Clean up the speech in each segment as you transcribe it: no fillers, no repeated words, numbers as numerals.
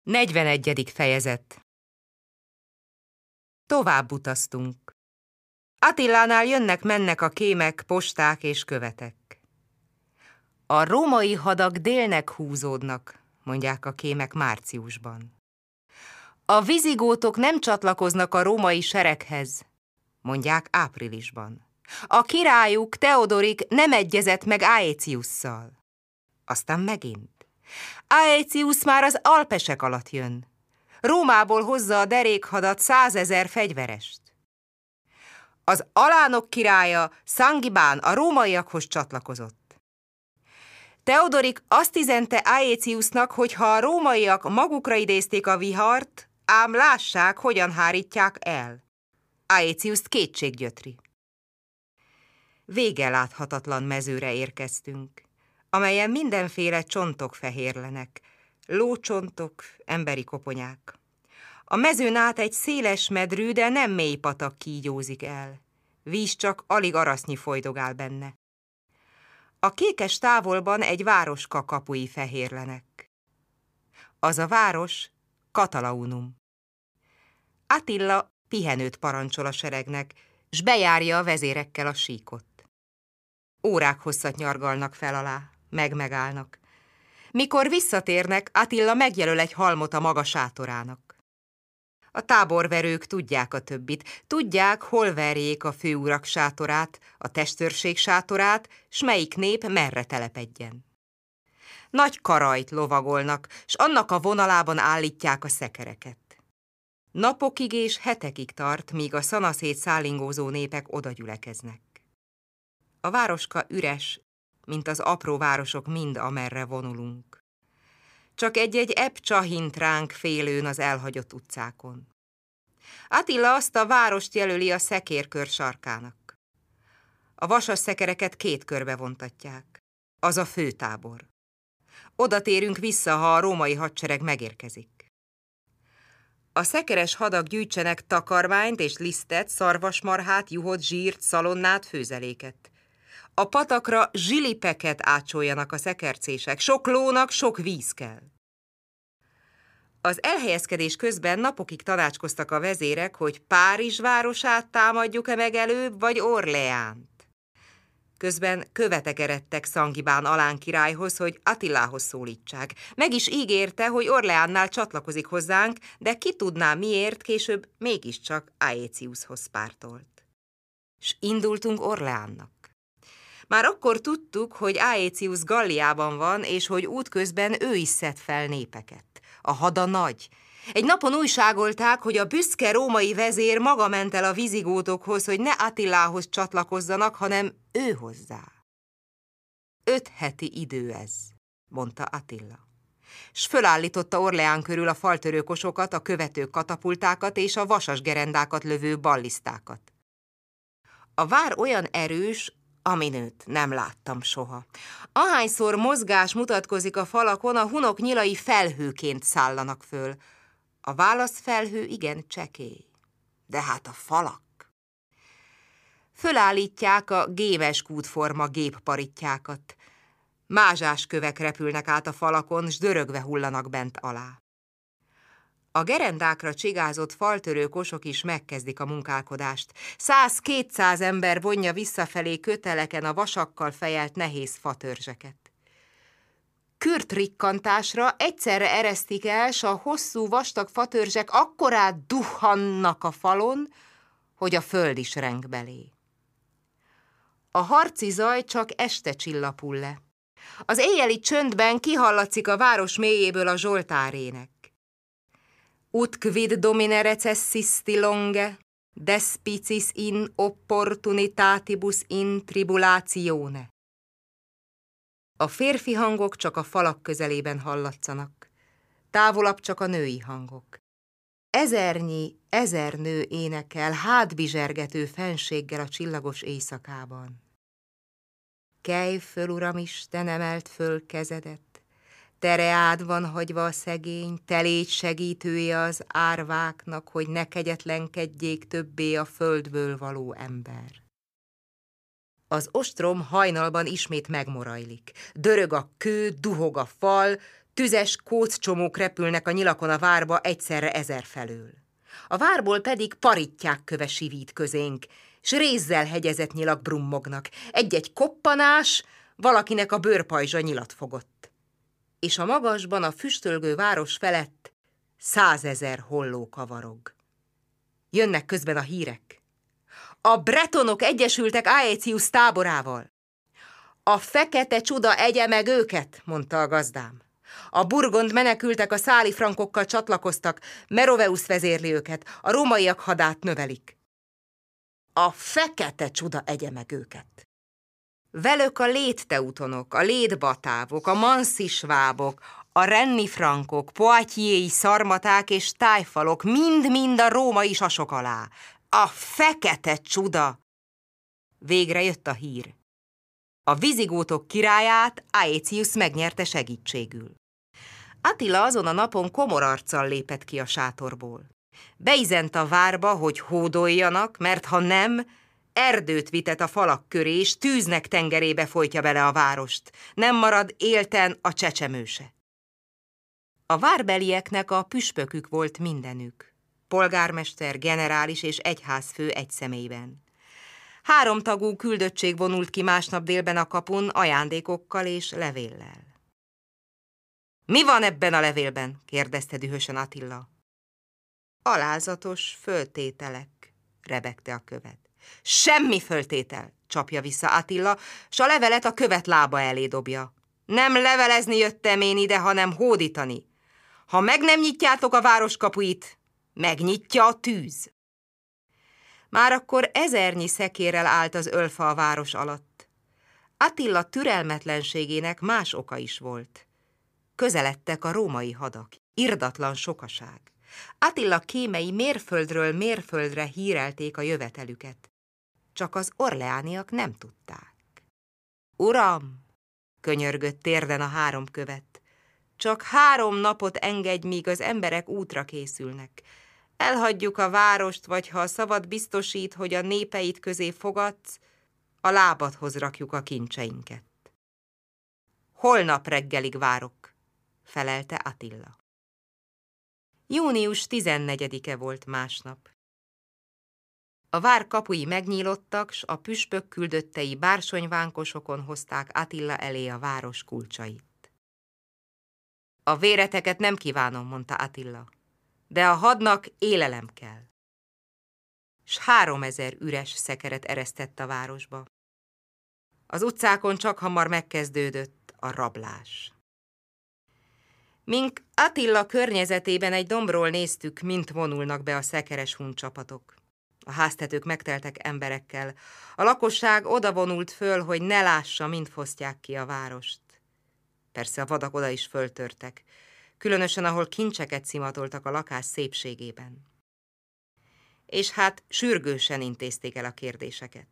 41. fejezet. Tovább utaztunk. Attilánál jönnek-mennek a kémek, posták és követek. A római hadak délnek húzódnak, mondják a kémek márciusban. A vizigótok nem csatlakoznak a római sereghez, mondják áprilisban. A királyuk, Theodorik nem egyezett meg Aetiusszal. Aztán megint. Aetius már az alpesek alatt jön. Rómából hozza a derékhadat 100 000 fegyverest. Az alánok királya, Szangibán a rómaiakhoz csatlakozott. Theodorik azt üzente Aetiusnak, hogy ha a rómaiak magukra idézték a vihart, ám lássák, hogyan hárítják el. Aetiust kétség gyötri. Vége láthatatlan mezőre érkeztünk, amelyen mindenféle csontok fehérlenek, lócsontok, emberi koponyák. A mezőn át egy széles medrű, de nem mély patak kígyózik el. Víz csak alig arasznyi folydogál benne. A kékes távolban egy városka kapui fehérlenek. Az a város Katalaunum. Attila pihenőt parancsol a seregnek, s bejárja a vezérekkel a síkot. Órák hosszat nyargalnak fel alá, megállnak. Mikor visszatérnek, Attila megjelöl egy halmot a maga sátorának. A táborverők tudják a többit, tudják, hol verjék a főurak sátorát, a testőrség sátorát, s melyik nép merre telepedjen. Nagy karajt lovagolnak, s annak a vonalában állítják a szekereket. Napokig és hetekig tart, míg a szanaszét szállingózó népek odagyülekeznek. A városka üres, mint az apró városok mind, amerre vonulunk. Csak egy-egy ebb csahint ránk félőn az elhagyott utcákon. Attila azt a várost jelöli a szekérkör sarkának. A vasas szekereket 2 körbe vontatják. Az a főtábor. Oda térünk vissza, ha a római hadsereg megérkezik. A szekeres hadak gyűjtsenek takarmányt és lisztet, szarvasmarhát, juhot, zsírt, szalonnát, főzeléket. A patakra zsilipeket ácsoljanak a szekercések, sok lónak sok víz kell. Az elhelyezkedés közben napokig tanácskoztak a vezérek, hogy Párizs városát támadjuk-e meg előbb, vagy Orleánt. Közben követek eredtek Szangibán alán királyhoz, hogy Attilához szólítsák. Meg is ígérte, hogy Orleánnál csatlakozik hozzánk, de ki tudná miért, később mégiscsak Aetiushoz pártolt. S indultunk Orleánnak. Már akkor tudtuk, hogy Aetius Galliában van, és hogy útközben ő is szed fel népeket. A hada nagy. Egy napon újságolták, hogy a büszke római vezér maga ment el a vizigótokhoz, hogy ne Attilához csatlakozzanak, hanem ő hozzá. 5 heti idő ez, mondta Attila. S fölállította Orleán körül a faltörőkosokat, a követő katapultákat és a vasas gerendákat lövő ballisztákat. A vár olyan erős, amin őt nem láttam soha. Ahányszor mozgás mutatkozik a falakon, a hunok nyilai felhőként szállanak föl. A válaszfelhő igen csekély, de hát a falak. Fölállítják a gémes kútforma gépparittyákat. Mázsás kövek repülnek át a falakon, s dörögve hullanak bent alá. A gerendákra csigázott faltörő kosok is megkezdik a munkálkodást. 100-200 ember vonja visszafelé köteleken a vasakkal fejelt nehéz fatörzseket. Kürtrikkantásra egyszerre eresztik el, s a hosszú vastag fatörzsek akkorát duhannak a falon, hogy a föld is reng belé. A harci zaj csak este csillapul le. Az éjjeli csöndben kihallatszik a város mélyéből a zsoltárének. Ut quid domine recessisti longe, despicis in opportunitatibus in tribulatione. A férfi hangok csak a falak közelében hallatszanak, távolabb csak a női hangok. Ezernyi, 1000 nő énekel hátbizsergető fenséggel a csillagos éjszakában. Kelj föl, Uram Isten, emelt föl kezedet, tereád van hagyva a szegény, te légy segítője az árváknak, hogy ne kegyetlenkedjék többé a földből való ember. Az ostrom hajnalban ismét megmorajlik. Dörög a kő, duhog a fal, Tüzes kóccsomók repülnek a nyilakon a várba egyszerre 1000 felől. A várból pedig parittyák köve sivít közénk, s rézzel hegyezett nyilak brummognak. Egy-egy koppanás, valakinek a bőrpajzsa nyilat fogott. És a magasban a füstölgő város felett 100 000 holló kavarog. Jönnek közben a hírek. A bretonok egyesültek Aetius táborával. A fekete csuda egye meg őket, mondta a gazdám. A burgond menekültek a száli frankokkal csatlakoztak, Meroveus vezérli őket, a rómaiak hadát növelik. A fekete csuda egye meg őket. Velük a létteutonok, a létbatávok, a manszisvábok, a renni frankok, poitiers-i szarmaták és tájfalok, mind-mind a római sasok alá. A fekete csuda! Végre jött a hír. A vizigótok királyát Aetius megnyerte segítségül. Attila azon a napon komor arccal lépett ki a sátorból. Beizent a várba, hogy hódoljanak, mert ha nem, erdőt vitet a falak köré, és tűznek tengerébe folytja bele a várost. Nem marad élten a csecsemőse. A várbelieknek a püspökük volt mindenük. Polgármester, generális és egyházfő egy személyben. 3 tagú küldöttség vonult ki másnap délben a kapun ajándékokkal és levéllel. Mi van ebben a levélben? Kérdezte dühösen Attila. Alázatos föltételek, rebegte a követ. Semmi föltétel, csapja vissza Attila, s a levelet a követ lába elé dobja. Nem levelezni jöttem én ide, hanem hódítani. Ha meg nem nyitjátok a város kapuit, megnyitja a tűz. Már akkor 1000 szekérrel állt az ölfa a város alatt. Attila türelmetlenségének más oka is volt. Közeledtek a római hadak, irdatlan sokaság. Attila kémei mérföldről mérföldre hírelték a jövetelüket. Csak az orleániak nem tudták. Uram, könyörgött térden a 3 követ, csak 3 napot engedj, míg az emberek útra készülnek. Elhagyjuk a várost, vagy ha a szavad biztosít, hogy a népeid közé fogadsz, a lábadhoz rakjuk a kincseinket. Holnap reggelig várok, felelte Attila. Június 14-e volt másnap. A vár kapui megnyílottak, s a püspök küldöttei bársonyvánkosokon hozták Attila elé a város kulcsait. A véreteket nem kívánom, mondta Attila, de a hadnak élelem kell. S 3000 üres szekeret eresztett a városba. Az utcákon csak hamar megkezdődött a rablás. Mink Attila környezetében egy dombról néztük, mint vonulnak be a szekeres huncsapatok. A háztetők megteltek emberekkel. A lakosság odavonult föl, hogy ne lássa, mint fosztják ki a várost. Persze a vadak oda is föltörtek, különösen ahol kincseket szimatoltak a lakás szépségében. És hát sürgősen intézték el a kérdéseket.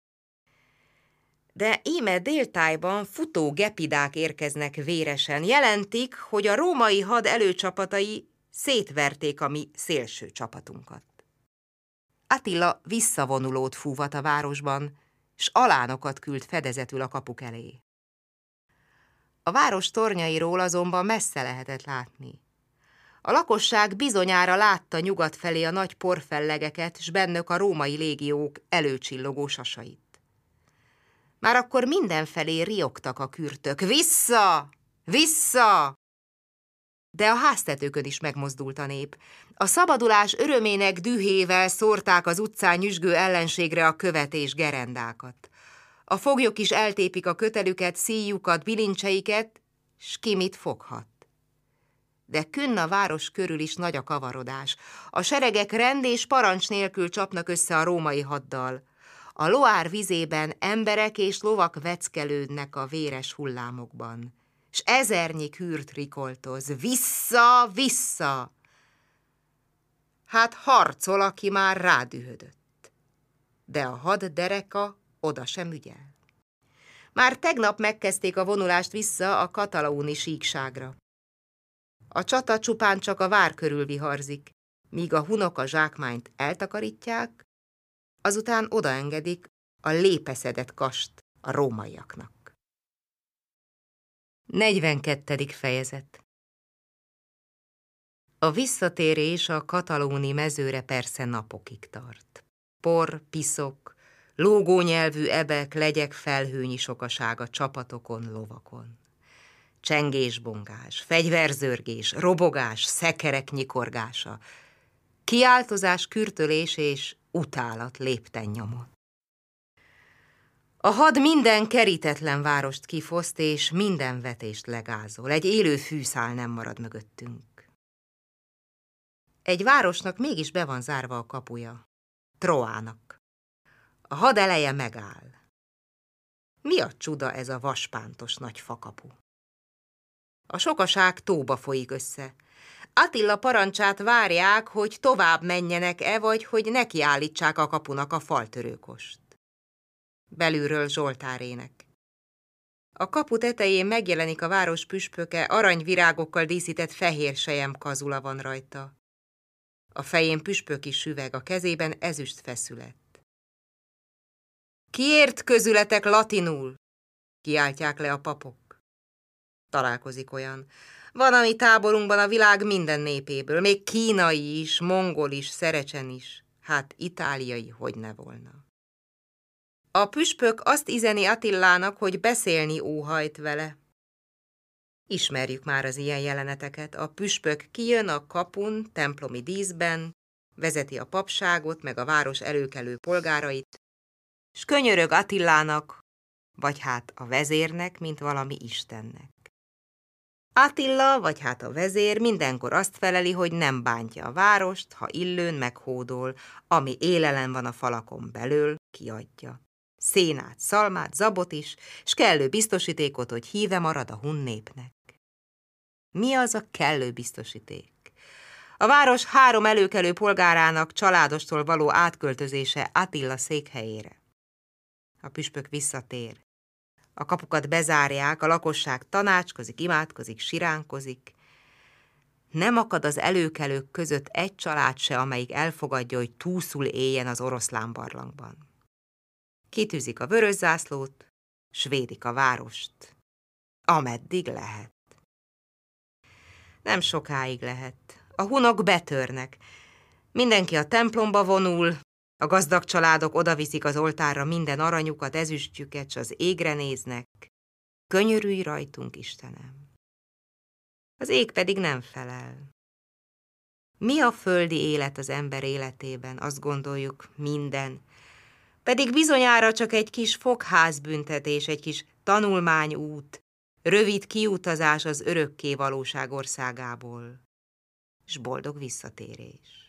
De íme déltájban futó gepidák érkeznek véresen, jelentik, hogy a római had előcsapatai szétverték a mi szélső csapatunkat. Attila visszavonulót fúvat a városban, s alánokat küld fedezetül a kapuk elé. A város tornyairól azonban messze lehetett látni. A lakosság bizonyára látta nyugat felé a nagy porfellegeket, s bennök a római légiók előcsillogó sasait. Már akkor mindenfelé riogtak a kürtök. Vissza! Vissza! De a háztetőkön is megmozdult a nép. A szabadulás örömének dühével szórták az utcán nyüzsgő ellenségre a követ és gerendákat. A foglyok is eltépik a kötelüket, szíjukat, bilincseiket, s ki mit foghat. De künn a város körül is nagy a kavarodás. A seregek rend és parancs nélkül csapnak össze a római haddal. A Loire vizében emberek és lovak veckelődnek a véres hullámokban, s 1000 kürt rikoltoz. Vissza, vissza! Hát harcol, aki már rádühödött. De a had dereka oda sem ügyel. Már tegnap megkezdték a vonulást vissza a katalauni síkságra. A csata csupán csak a vár körül viharzik, míg a hunok a zsákmányt eltakarítják, azután odaengedik a lépeszedett kast a rómaiaknak. 42. fejezet. A visszatérés a katalóni mezőre persze napokig tart. Por, piszok, lógónyelvű ebek, legyek felhőnyi sokasága csapatokon, lovakon. Csengés-bongás, fegyverzörgés, robogás, szekerek nyikorgása, kiáltozás, kürtölés és utálat lépten nyomon. A had minden kerítetlen várost kifoszt, és minden vetést legázol. Egy élő fűszál nem marad mögöttünk. Egy városnak mégis be van zárva a kapuja. Troának. A had eleje megáll. Mi a csuda ez a vaspántos nagy fakapu? A sokaság tóba folyik össze. Attila parancsát várják, hogy tovább menjenek-e, vagy hogy nekiállítsák a kapunak a faltörőkost. Belülről zsoltárének. A kapu tetején megjelenik a város püspöke, aranyvirágokkal díszített fehér sejem kazula van rajta. A fején püspöki süveg, a kezében ezüst feszület. Kiért közületek latinul? Kiáltják le a papok. Találkozik olyan. Van a mi táborunkban a világ minden népéből, még kínai is, mongol is, szerecsen is, hát itáliai hogy ne volna. A püspök azt izeni Attilának, hogy beszélni óhajt vele. Ismerjük már az ilyen jeleneteket. A püspök kijön a kapun, templomi díszben, vezeti a papságot, meg a város előkelő polgárait, s könyörög Attilának, vagy hát a vezérnek, mint valami istennek. Attila, vagy hát a vezér mindenkor azt feleli, hogy nem bántja a várost, ha illőn meghódol, ami élelen van a falakon belül, kiadja. Szénát, szalmát, zabot is, s kellő biztosítékot, hogy híve marad a hun népnek. Mi az a kellő biztosíték? A város 3 előkelő polgárának családostól való átköltözése Attila székhelyére. A püspök visszatér. A kapukat bezárják, a lakosság tanácskozik, imádkozik, siránkozik. Nem akad az előkelők között egy család se, amelyik elfogadja, hogy túszul éljen az oroszlán barlangban. Kitűzik a vörös zászlót, s védik a várost, ameddig lehet. Nem sokáig lehet. A hunok betörnek. Mindenki a templomba vonul, a gazdag családok odaviszik az oltárra minden aranyukat, ezüstjüket, s az égre néznek. Könyörülj rajtunk, Istenem! Az ég pedig nem felel. Mi a földi élet az ember életében? Azt gondoljuk, minden. Pedig bizonyára csak egy kis fogházbüntetés, egy kis tanulmányút, rövid kiutazás az örökké valóság országából, s boldog visszatérés.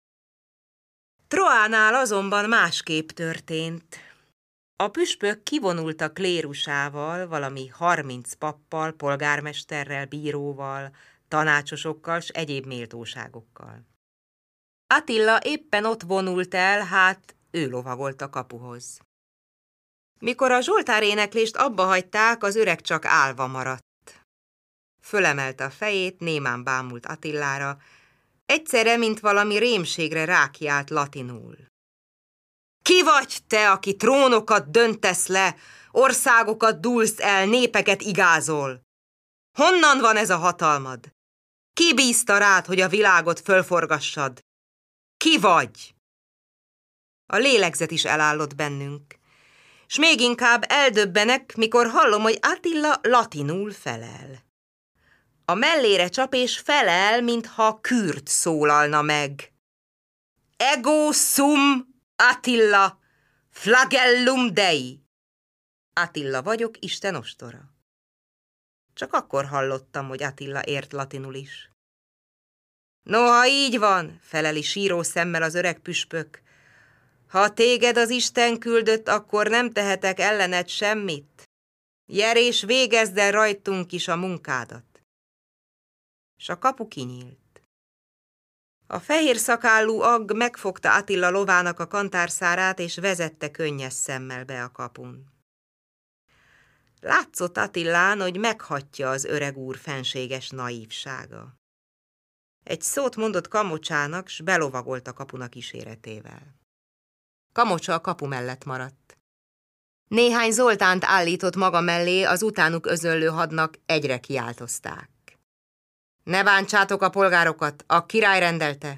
Troánál azonban másképp történt. A püspök kivonult a klérusával, valami 30 pappal, polgármesterrel, bíróval, tanácsosokkal s egyéb méltóságokkal. Attila éppen ott vonult el, hát ő lovagolt a kapuhoz. Mikor a zsoltáréneklést abba hagyták, az öreg csak állva maradt. Fölemelte a fejét, némán bámult Attilára, egyszerre, mint valami rémségre rákiált latinul. Ki vagy te, aki trónokat döntesz le, országokat dúlsz el, népeket igázol? Honnan van ez a hatalmad? Ki bízta rád, hogy a világot fölforgassad? Ki vagy? A lélegzet is elállott bennünk, s még inkább eldöbbenek, mikor hallom, hogy Attila latinul felel. A mellére csap és felel, mintha kürt szólalna meg. Ego sum Attila, flagellum Dei. Attila vagyok, Isten ostora. Csak akkor hallottam, hogy Attila ért latinul is. Noha így van, feleli síró szemmel az öreg püspök, ha téged az Isten küldött, akkor nem tehetek ellened semmit. Gyere és végezd el rajtunk is a munkádat. S a kapu kinyílt. A fehér szakállú agg megfogta Attila lovának a kantárszárát, és vezette könnyes szemmel be a kapun. Látszott Attilán, hogy meghatja az öreg úr fenséges naívsága. Egy szót mondott Kamocsának, s belovagolt a kapuna kíséretével. Kamocsa a kapu mellett maradt. Néhány Zoltánt állított maga mellé, az utánuk özönlő hadnak egyre kiáltozták. Ne bántsátok a polgárokat, a király rendelte.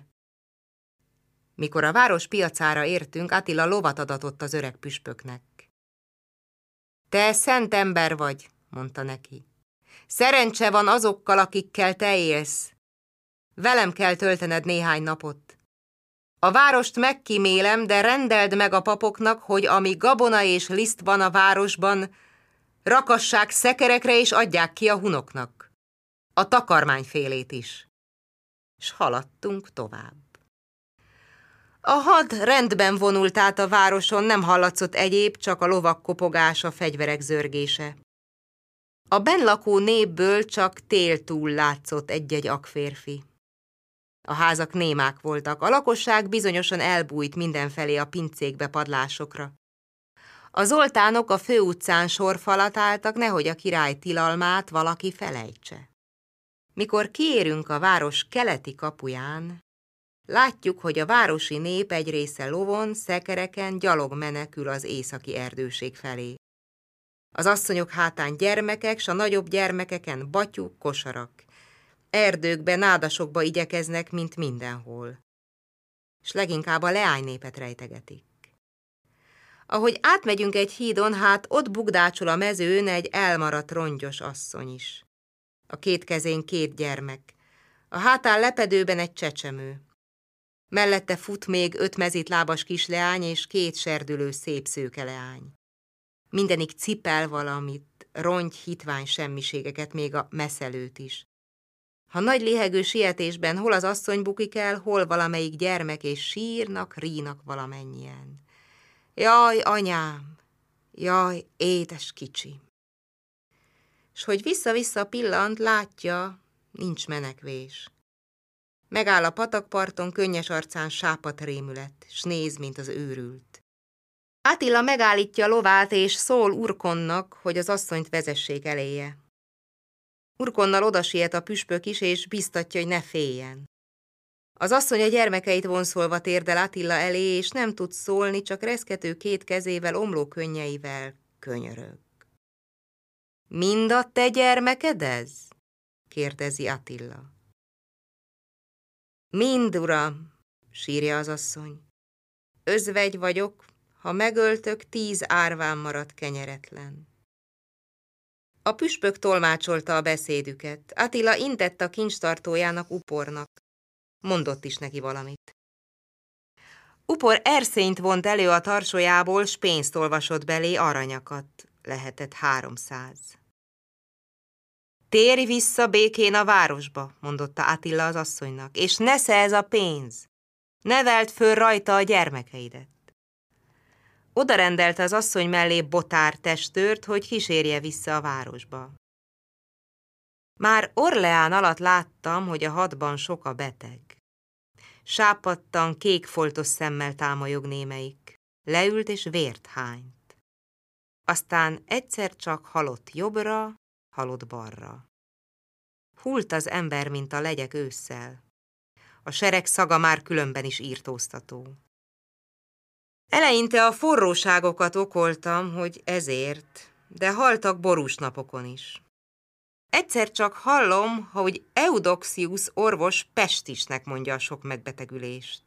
Mikor a város piacára értünk, Attila lovat adatott az öreg püspöknek. Te szent ember vagy, mondta neki. Szerencse van azokkal, akikkel te élsz. Velem kell töltened néhány napot. A várost megkímélem, de rendeld meg a papoknak, hogy ami gabona és liszt van a városban, rakassák szekerekre és adják ki a hunoknak. A takarmányfélét is. S haladtunk tovább. A had rendben vonult át a városon, nem hallatszott egyéb, csak a lovak kopogása, fegyverek zörgése. A bennlakó népből csak téltúl látszott egy-egy akférfi. A házak némák voltak, a lakosság bizonyosan elbújt mindenfelé a pincékbe, padlásokra. A zoltánok a főutcán sorfalat álltak, nehogy a király tilalmát valaki felejtse. Mikor kiérünk a város keleti kapuján, látjuk, hogy a városi nép egy része lovon, szekereken gyalog menekül az északi erdőség felé. Az asszonyok hátán gyermekek, s a nagyobb gyermekeken batyuk, kosarak. Erdőkbe, nádasokba igyekeznek, mint mindenhol. S leginkább a leánynépet rejtegetik. Ahogy átmegyünk egy hídon, hát ott bugdácsol a mezőn egy elmaradt rongyos asszony is. A két kezén két gyermek. A hátán lepedőben egy csecsemő. Mellette fut még 5 mezitlábas kisleány és 2 serdülő szép szőke leány. Mindenik cipel valamit, rongy hitvány semmiségeket, még a meszelőt is. Ha nagy lihegő sietésben hol az asszony bukik el, hol valamelyik gyermek, és sírnak, rínak valamennyien. Jaj, anyám! Jaj, édes kicsi! S hogy vissza-vissza pillant, látja, nincs menekvés. Megáll a patakparton, könnyes arcán sápadt rémület, s néz, mint az őrült. Attila megállítja lovát, és szól Urkonnak, hogy az asszonyt vezessék eléje. Urkonnal odasiet a püspök is, és biztatja, hogy ne féljen. Az asszony a gyermekeit vonszolva térdel Attila elé, és nem tud szólni, csak reszkető 2 kezével, omló könnyeivel könyörög. Mind a te gyermeked ez? kérdezi Attila. Mind, uram, sírja az asszony. Özvegy vagyok, ha megöltök, 10 árvám maradt kenyeretlen. A püspök tolmácsolta a beszédüket. Attila intett a kincstartójának, Upornak. Mondott is neki valamit. Upor erszényt vont elő a tarsolyából, s pénzt olvasott belé, aranyakat, lehetett 300. Térj vissza békén a városba, mondotta Attila az asszonynak, és nesze ez a pénz. Neveld föl rajta a gyermekeidet. Oda rendelte az asszony mellé botár testőrt, hogy kísérje vissza a városba. Már Orleán alatt láttam, hogy a hadban sok a beteg. Sápadtan, kékfoltos szemmel támolyog némelyik. Leült és vért hányt. Aztán egyszer csak halott jobbra, halott balra. Hult az ember, mint a legyek ősszel. A sereg szaga már különben is írtóztató. Eleinte a forróságokat okoltam, hogy ezért, de haltak borús napokon is. Egyszer csak hallom, hogy Eudoxius orvos pestisnek mondja a sok megbetegülést.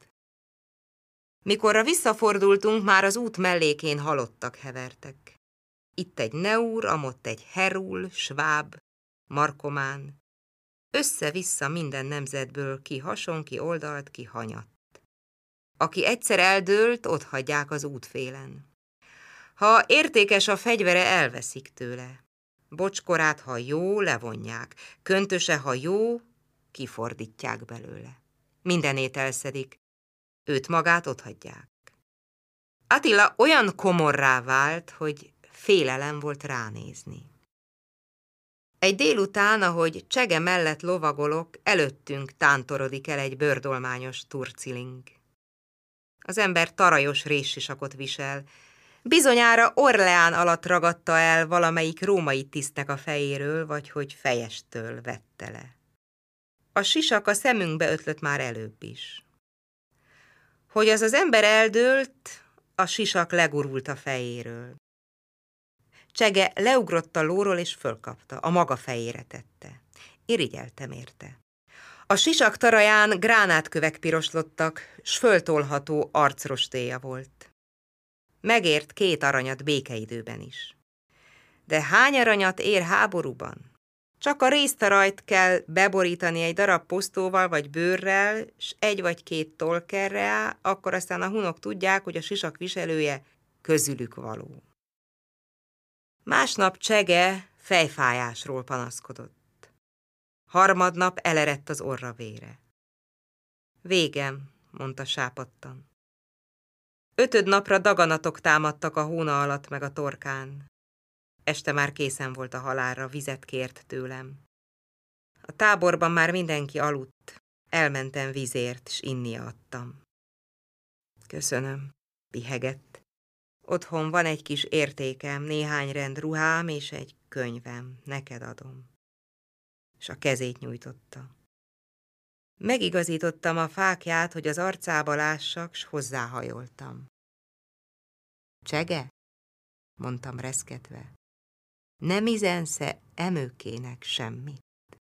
Mikorra visszafordultunk, már az út mellékén halottak hevertek. Itt egy Neur, amott egy Herul, Sváb, Markomán. Össze-vissza minden nemzetből, ki hason, ki oldalt, ki hanyatt. Aki egyszer eldőlt, otthagyják az útfélen. Ha értékes a fegyvere, elveszik tőle. Bocskorát, ha jó, levonják. Köntöse, ha jó, kifordítják belőle. Mindenét elszedik. Őt magát otthagyják. Attila olyan komorrá vált, hogy félelem volt ránézni. Egy délután, ahogy Csege mellett lovagolok, előttünk tántorodik el egy bőrdolmányos turciling. Az ember tarajos réssisakot visel. Bizonyára Orleán alatt ragadta el valamelyik római tisztnek a fejéről, vagy hogy fejestől vette le. A sisak a szemünkbe ötlött már előbb is. Hogy az ember eldőlt, a sisak legurult a fejéről. Csege leugrott a lóról és fölkapta, a maga fejére tette. Irigyeltem érte. A sisak taraján gránátkövek piroslottak, s föltolható arcrostéja volt. Megért 2 aranyat békeidőben is. De hány aranyat ér háborúban? Csak a résztarajt kell beborítani egy darab posztóval vagy bőrrel, s 1 vagy 2 tolkerrel, akkor aztán a hunok tudják, hogy a sisak viselője közülük való. Másnap Csege fejfájásról panaszkodott. Harmadnap elerett az orra vére. Végem, mondta sápadtan. 5. napra daganatok támadtak a hóna alatt meg a torkán. Este már készen volt a halálra, vizet kért tőlem. A táborban már mindenki aludt. Elmentem vízért, s innia adtam. Köszönöm, pihegett. Otthon van egy kis értékem, néhány rend ruhám és egy könyvem. Neked adom. És a kezét nyújtotta. Megigazítottam a fákját, hogy az arcába lássak, s hozzáhajoltam. Csege? Mondtam reszketve. Nem izensze emőkének semmit.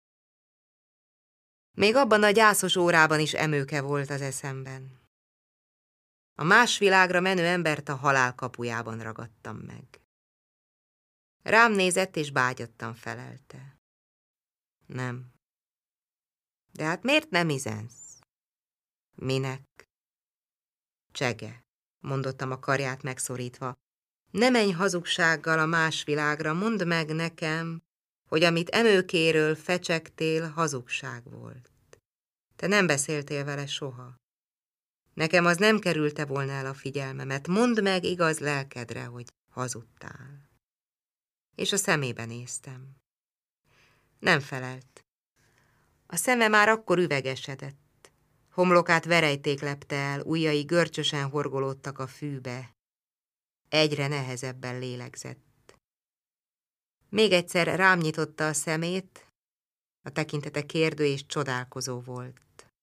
Még abban a gyászos órában is emőke volt az eszemben. A más világra menő embert a halál kapujában ragadtam meg. Rám nézett és bágyattan felelte. Nem. De hát miért nem izensz? Minek? Csege, mondottam a karját megszorítva. Ne menj hazugsággal a más világra, mondd meg nekem, hogy amit emőkéről fecsegtél, hazugság volt. Te nem beszéltél vele soha. Nekem az nem kerülte volna el a figyelmemet. Mondd meg igaz lelkedre, hogy hazudtál. És a szemébe néztem. Nem felelt. A szeme már akkor üvegesedett. Homlokát verejték lepte el, ujjai görcsösen horgolódtak a fűbe. Egyre nehezebben lélegzett. Még egyszer rám nyitotta a szemét, a tekintete kérdő és csodálkozó volt.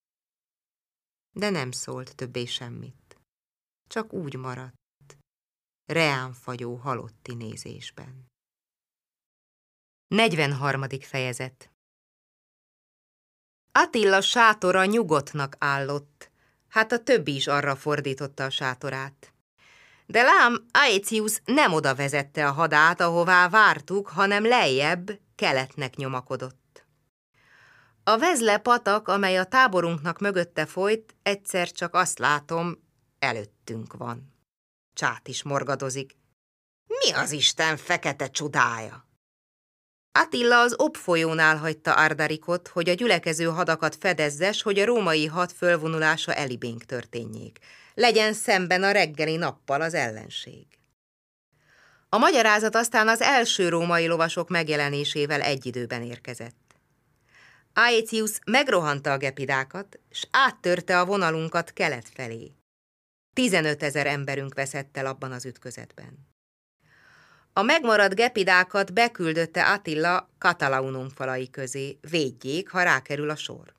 De nem szólt többé semmit. Csak úgy maradt, reánfagyó halotti nézésben. 43. fejezet. Attila sátora nyugodtnak állott, hát a többi is arra fordította a sátorát. De lám, Aetius nem oda vezette a hadát, ahová vártuk, hanem lejjebb, keletnek nyomakodott. A Vezle patak, amely a táborunknak mögötte folyt, egyszer csak azt látom, előttünk van. Csát is morgadozik. Mi az Isten fekete csodája? Attila az Ob folyónál hagyta Ardarikot, hogy a gyülekező hadakat fedezzes, hogy a római had fölvonulása elibénk történjék. Legyen szemben a reggeli nappal az ellenség. A magyarázat aztán az első római lovasok megjelenésével egy időben érkezett. Aetius megrohanta a gepidákat, s áttörte a vonalunkat kelet felé. 15 000 emberünk veszett el abban az ütközetben. A megmaradt gepidákat beküldötte Attila Katalaunum falai közé, védjék, ha rákerül a sor.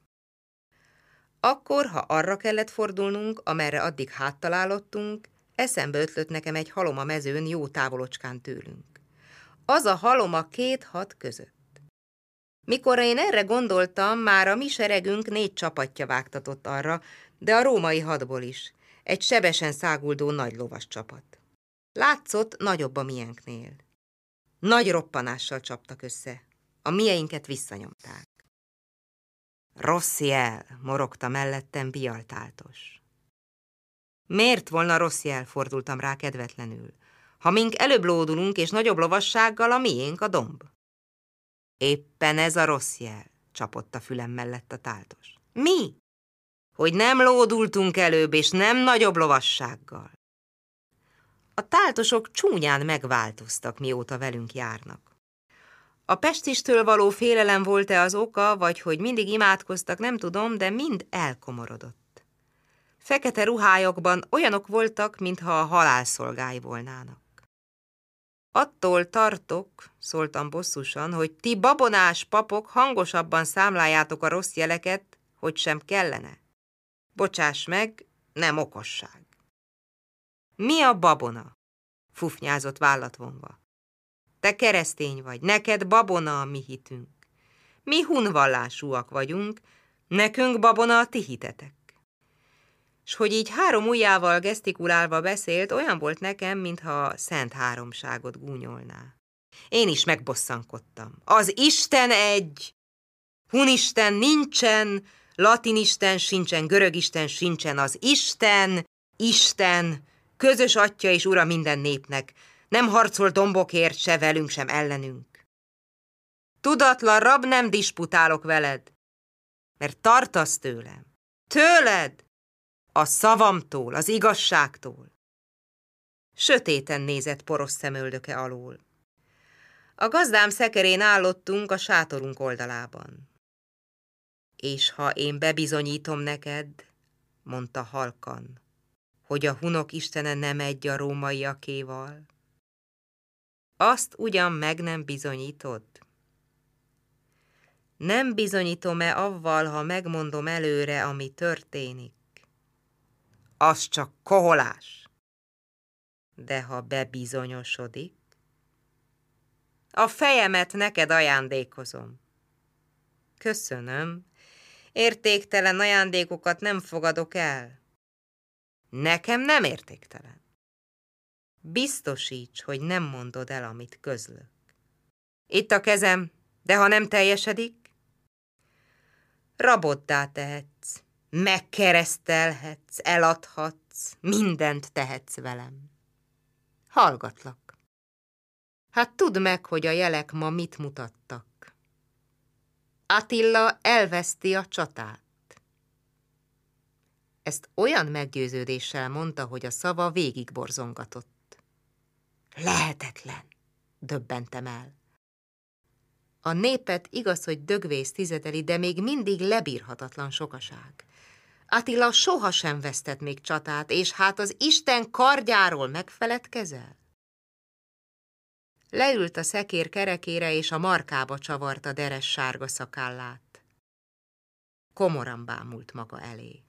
Akkor, ha arra kellett fordulnunk, amerre addig háttal állottunk, eszembe ötlött nekem egy halom a mezőn jó távolocskán tőlünk. Az a halom a 2 had között. Mikor én erre gondoltam, már a mi seregünk 4 csapatja vágtatott arra, de a római hadból is, egy sebesen száguldó nagy lovas csapat. Látszott nagyobb a miénknél. Nagy roppanással csaptak össze. A mieinket visszanyomták. Rossz jel, morogta mellettem bialtáltos. Miért volna rossz jel, fordultam rá kedvetlenül. Ha mink előbb lódulunk és nagyobb lovassággal, a miénk a domb. Éppen ez a rossz jel, csapott a fülem mellett a táltos. Mi? Hogy nem lódultunk előbb és nem nagyobb lovassággal. A táltosok csúnyán megváltoztak, mióta velünk járnak. A pestistől való félelem volt-e az oka, vagy hogy mindig imádkoztak, nem tudom, de mind elkomorodott. Fekete ruhájukban olyanok voltak, mintha a halálszolgái volnának. Attól tartok, szóltam bosszusan, hogy ti babonás papok hangosabban számláljátok a rossz jeleket, hogy sem kellene. Bocsáss meg, nem okosság. Mi a babona? Fufnyázott vállat vonva. Te keresztény vagy, neked babona a mi hitünk. Mi hunvallásúak vagyunk, Nekünk babona a ti hitetek. S hogy így 3 ujjával gesztikulálva beszélt, olyan volt nekem, mintha Szent Háromságot gúnyolná. Én is megbosszankodtam. Az Isten egy, hunisten nincsen, latinisten sincsen, görögisten sincsen, az Isten, közös atya és ura minden népnek, nem harcol dombokért, se velünk, sem ellenünk. Tudatlan rab, nem disputálok veled, mert tartasz tőlem. Tőled! A szavamtól, az igazságtól. Sötéten nézett poros szemöldöke alól. A gazdám szekerén állottunk a sátorunk oldalában. És ha én bebizonyítom neked, mondta halkan, hogy a hunok istene nem egy a rómaiakéval, azt ugyan meg nem bizonyítod? Nem bizonyítom-e avval, ha megmondom előre, ami történik? Az csak koholás. De ha bebizonyosodik, a fejemet neked ajándékozom. Köszönöm, értéktelen ajándékokat nem fogadok el. Nekem nem értéktelen. Biztosíts, hogy nem mondod el, amit közlök. Itt a kezem, de ha nem teljesedik, raboddá tehetsz, megkeresztelhetsz, eladhatsz, mindent tehetsz velem. Hallgatlak. Hát tudd meg, hogy a jelek ma mit mutattak. Attila elveszti a csatát. Ezt olyan meggyőződéssel mondta, hogy a szava végigborzongatott. Lehetetlen, döbbentem el. A népet igaz, hogy dögvész tizedeli, de még mindig lebírhatatlan sokaság. Attila sohasem vesztett még csatát, és hát az Isten kardjáról megfeledkezel? Leült a szekér kerekére, és a markába csavarta deres sárga szakállát. Komoran bámult maga elé.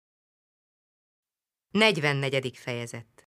44. fejezet.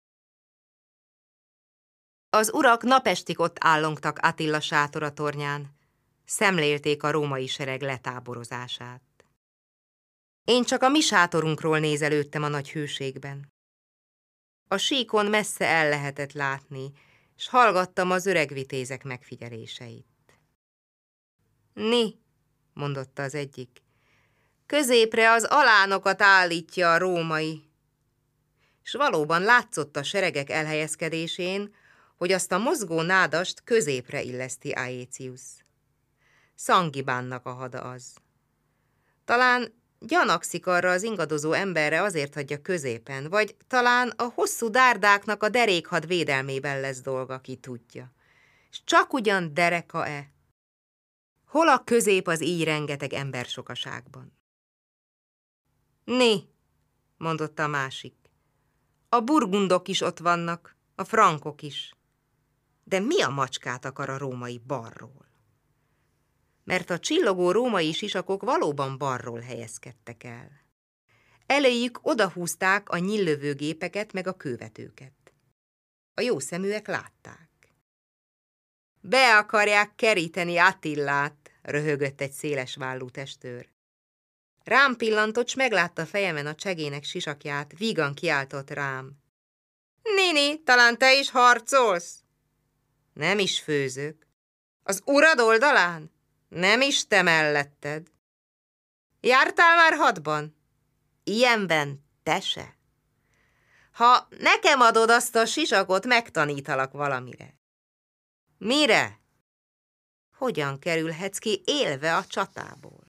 Az urak napestig ott állongtak Attila sátora tornyán, szemlélték a római sereg letáborozását. Én csak a mi sátorunkról nézelődtem a nagy hőségben. A síkon messze el lehetett látni, s hallgattam az öreg vitézek megfigyeléseit. Ni, mondotta az egyik, középre az alánokat állítja a római. S valóban látszott a seregek elhelyezkedésén, hogy azt a mozgó nádast középre illeszti Aécius. Szangibánnak a hada az. Talán gyanakszik arra az ingadozó emberre, azért hagyja középen, vagy talán a hosszú dárdáknak a derékhad védelmében lesz dolga, ki tudja. S csak ugyan dereka-e? Hol a közép az így rengeteg ember sokaságban? Né, mondotta a másik. A burgundok is ott vannak, a frankok is. De mi a macskát akar a római balról? Mert a csillogó római sisakok valóban balról helyezkedtek el. Elejük odahúzták a nyíllövőgépeket meg a kővetőket. A jószeműek látták. Be akarják keríteni Attillát, röhögött egy szélesvállú testőr. Rám pillantott, s meglátta fejemen a csegének sisakját, vígan kiáltott rám. Nini, talán te is harcolsz? Nem is főzök. Az urad oldalán? Nem is te melletted. Jártál már hadban? Ilyenben te se. Ha nekem adod azt a sisakot, megtanítalak valamire. Mire? Hogyan kerülhetsz ki élve a csatából?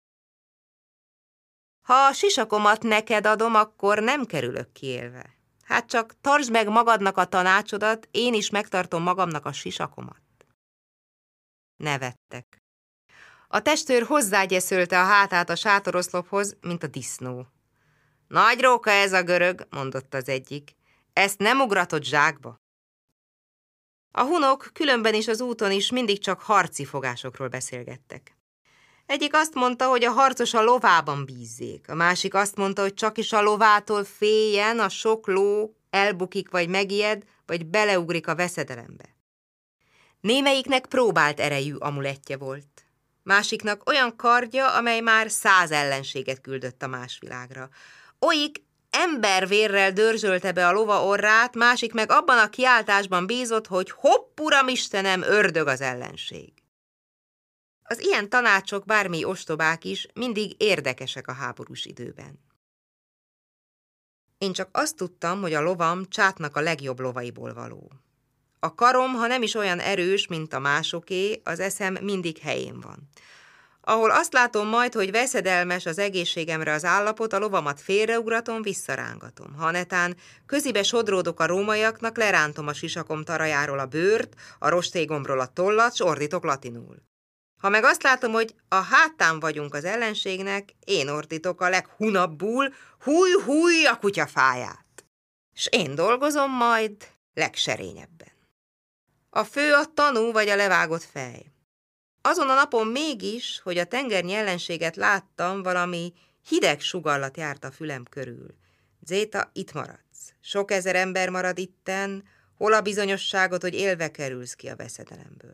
Ha a sisakomat neked adom, akkor nem kerülök ki élve. Hát csak tartsd meg magadnak a tanácsodat, én is megtartom magamnak a sisakomat. Nevettek. A testőr hozzágyeszölte a hátát a sátoroszlophoz, mint a disznó. Nagy róka ez a görög, mondott az egyik. Ezt nem ugratott zsákba. A hunok különben is az úton is mindig csak harci fogásokról beszélgettek. Egyik azt mondta, hogy a harcos a lovában bízzék, a másik azt mondta, hogy csak is a lovától féljen, a sok ló elbukik vagy megijed, vagy beleugrik a veszedelembe. Némelyiknek próbált erejű amulettje volt. másiknak olyan kardja, amely már 100 ellenséget küldött a más világra. Olyik embervérrel dörzsölte be a lova orrát, másik meg abban a kiáltásban bízott, hogy hopp, Uramistenem, ördög az ellenség. Az ilyen tanácsok, bármi ostobák is, mindig érdekesek a háborús időben. Én csak azt tudtam, hogy a lovam Csátnak a legjobb lovaiból való. A karom, ha nem is olyan erős, mint a másoké, az eszem mindig helyén van. Ahol azt látom majd, hogy veszedelmes az egészségemre az állapot, a lovamat félreugratom, visszarángatom. Ha netán közibe sodródok a rómaiaknak, lerántom a sisakom tarajáról a bőrt, a rostégomról a tollat, s ordítok latinul. Ha meg azt látom, hogy a hátán vagyunk az ellenségnek, én ordítok a leghunabbul, húj, húj a kutyafáját. S én dolgozom majd legserényebben. A fő a tanú vagy a levágott fej. Azon a napon mégis, hogy a tengernyi ellenséget láttam, valami hideg sugallat járt a fülem körül. Zéta, itt maradsz. Sok ezer ember marad itten, hol a bizonyosságot, hogy élve kerülsz ki a veszedelemből.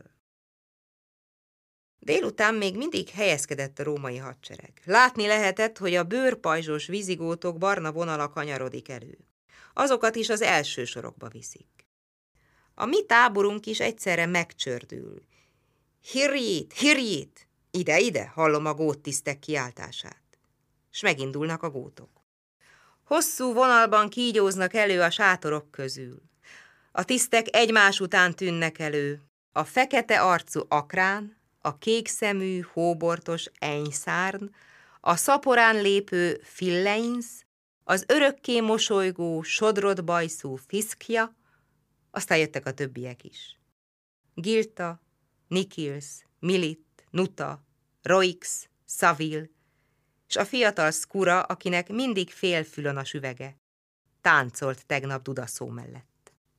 Délután még mindig helyezkedett a római hadsereg. Látni lehetett, hogy a bőrpajzsos vizigótok barna vonala kanyarodik elő. Azokat is az első sorokba viszik. A mi táborunk is egyszerre megcsördül. Hirjít, hirjít! Ide, ide, hallom a góttisztek kiáltását. S megindulnak a gótok. Hosszú vonalban kígyóznak elő a sátorok közül. A tisztek egymás után tűnnek elő. A fekete arcú akrán, a kékszemű, hóbortos enyszárn, a szaporán lépő filleinsz, az örökké mosolygó, sodrott bajszú fiszkja, aztán jöttek a többiek is. Gilta, Nikils, Milit, Nuta, Roix, Savil, és a fiatal Skura, akinek mindig félfülön a süvege. Táncolt tegnap Dudaszó mellett.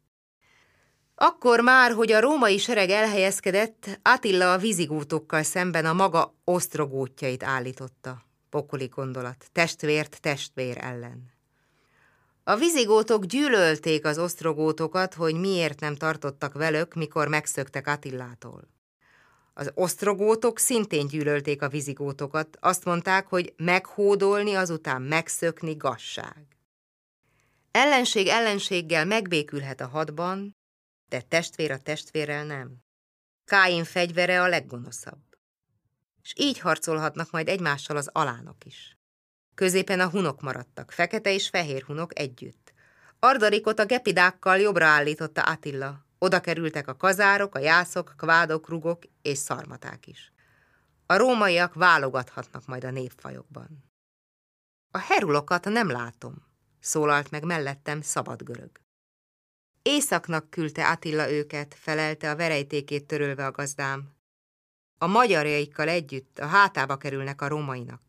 Akkor már, hogy a római sereg elhelyezkedett, Attila a vizigótokkal szemben a maga osztrogótjait állította. Pokoli gondolat, testvért testvér ellen. A vizigótok gyűlölték az osztrogótokat, hogy miért nem tartottak velük, mikor megszöktek Attillától. Az osztrogótok szintén gyűlölték a vizigótokat, azt mondták, hogy meghódolni, azután megszökni gazság. Ellenség ellenséggel megbékülhet a hadban, de testvér a testvérrel nem. Káin fegyvere a leggonoszabb. És így harcolhatnak majd egymással az alánok is. Középen a hunok maradtak, fekete és fehér hunok együtt. Ardarikot a gepidákkal jobbra állította Attila. Oda kerültek a kazárok, a jászok, kvádok, rugok és szarmaták is. A rómaiak válogathatnak majd a népfajokban. A herulokat nem látom, szólalt meg mellettem szabad görög. Északnak küldte Attila őket, felelte a verejtékét törölve a gazdám. A magyarjaikkal együtt a hátába kerülnek a rómainak.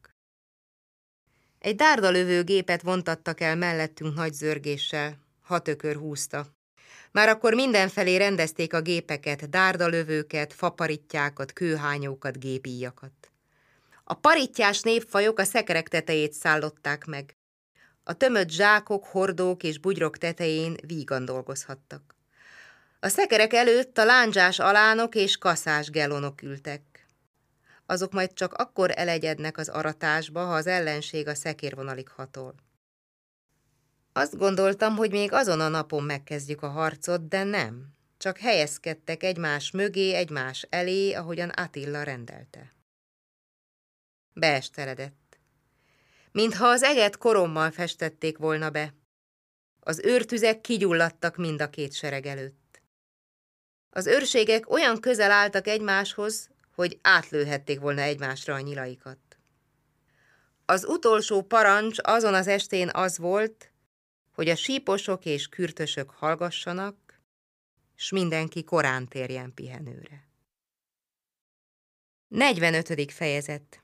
Egy dárdalövő gépet vontattak el mellettünk nagy zörgéssel, 6 ökör húzta. Már akkor mindenfelé rendezték a gépeket, dárdalövőket, faparittyákat, kőhányókat, gépíjakat. A parittyás népfajok a szekerek tetejét szállották meg. A tömött zsákok, hordók és bugyrok tetején vígan dolgozhattak. A szekerek előtt a lándzsás alánok és kaszás gelonok ültek. Azok majd csak akkor elegyednek az aratásba, ha az ellenség a szekérvonalig hatol. Azt gondoltam, hogy még azon a napon megkezdjük a harcot, de nem. Csak helyezkedtek egymás mögé, egymás elé, ahogyan Attila rendelte. Beesteledett. Mintha az eget korommal festették volna be. Az őrtüzek kigyulladtak mind a két sereg előtt. Az őrségek olyan közel álltak egymáshoz, hogy átlőhették volna egymásra a nyilaikat. Az utolsó parancs azon az estén az volt, hogy a síposok és kürtösök hallgassanak, s mindenki korán térjen pihenőre. 45. fejezet.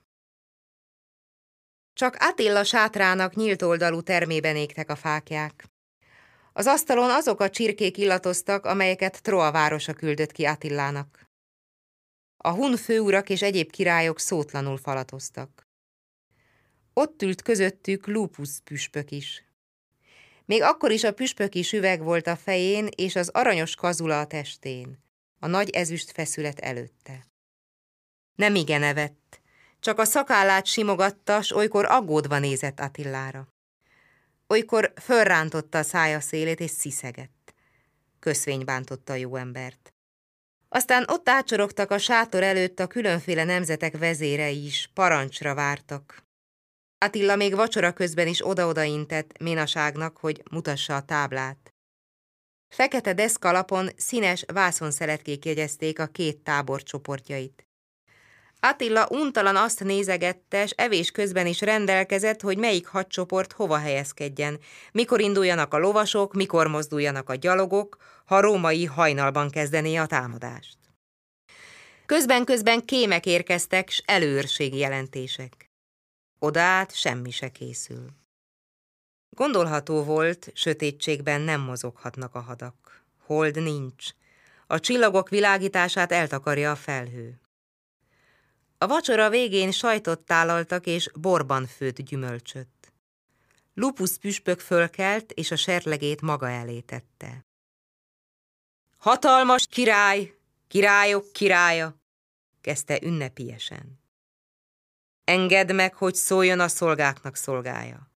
Csak Attila sátrának nyílt oldalú termében égtek a fáklyák. Az asztalon azok a csirkék illatoztak, amelyeket Troa városa küldött ki Attilának. A hun főurak és egyéb királyok szótlanul falatoztak. Ott ült közöttük Lupus püspök is. Még akkor is a püspöki süveg volt a fején, és az aranyos kazula a testén, a nagy ezüst feszület előtte. Nemigen evett, csak a szakállát simogatta, s olykor aggódva nézett Attilára. Olykor fölrántotta a szája szélét, és sziszegett. Köszvény bántotta a jó embert. Aztán ott ácsorogtak a sátor előtt a különféle nemzetek vezérei is, parancsra vártak. Attila még vacsora közben is oda-oda intett Ménaságnak, hogy mutassa a táblát. Fekete deszkalapon színes vászonszeretkék jegyezték a két tábor csoportjait. Attila untalan azt nézegette, s evés közben is rendelkezett, hogy melyik hadcsoport hova helyezkedjen, mikor induljanak a lovasok, mikor mozduljanak a gyalogok, ha a római hajnalban kezdené a támadást. Közben kémek érkeztek, s előőrségi jelentések. Odaát semmi se készül. Gondolható volt, sötétségben nem mozoghatnak a hadak. Hold nincs. A csillagok világítását eltakarja a felhő. A vacsora végén sajtot tálaltak és borban főtt gyümölcsöt. Lupus püspök fölkelt, és a serlegét maga elé tette. Hatalmas király, királyok királya, kezdte ünnepiesen. Engedd meg, hogy szóljon a szolgáknak szolgája.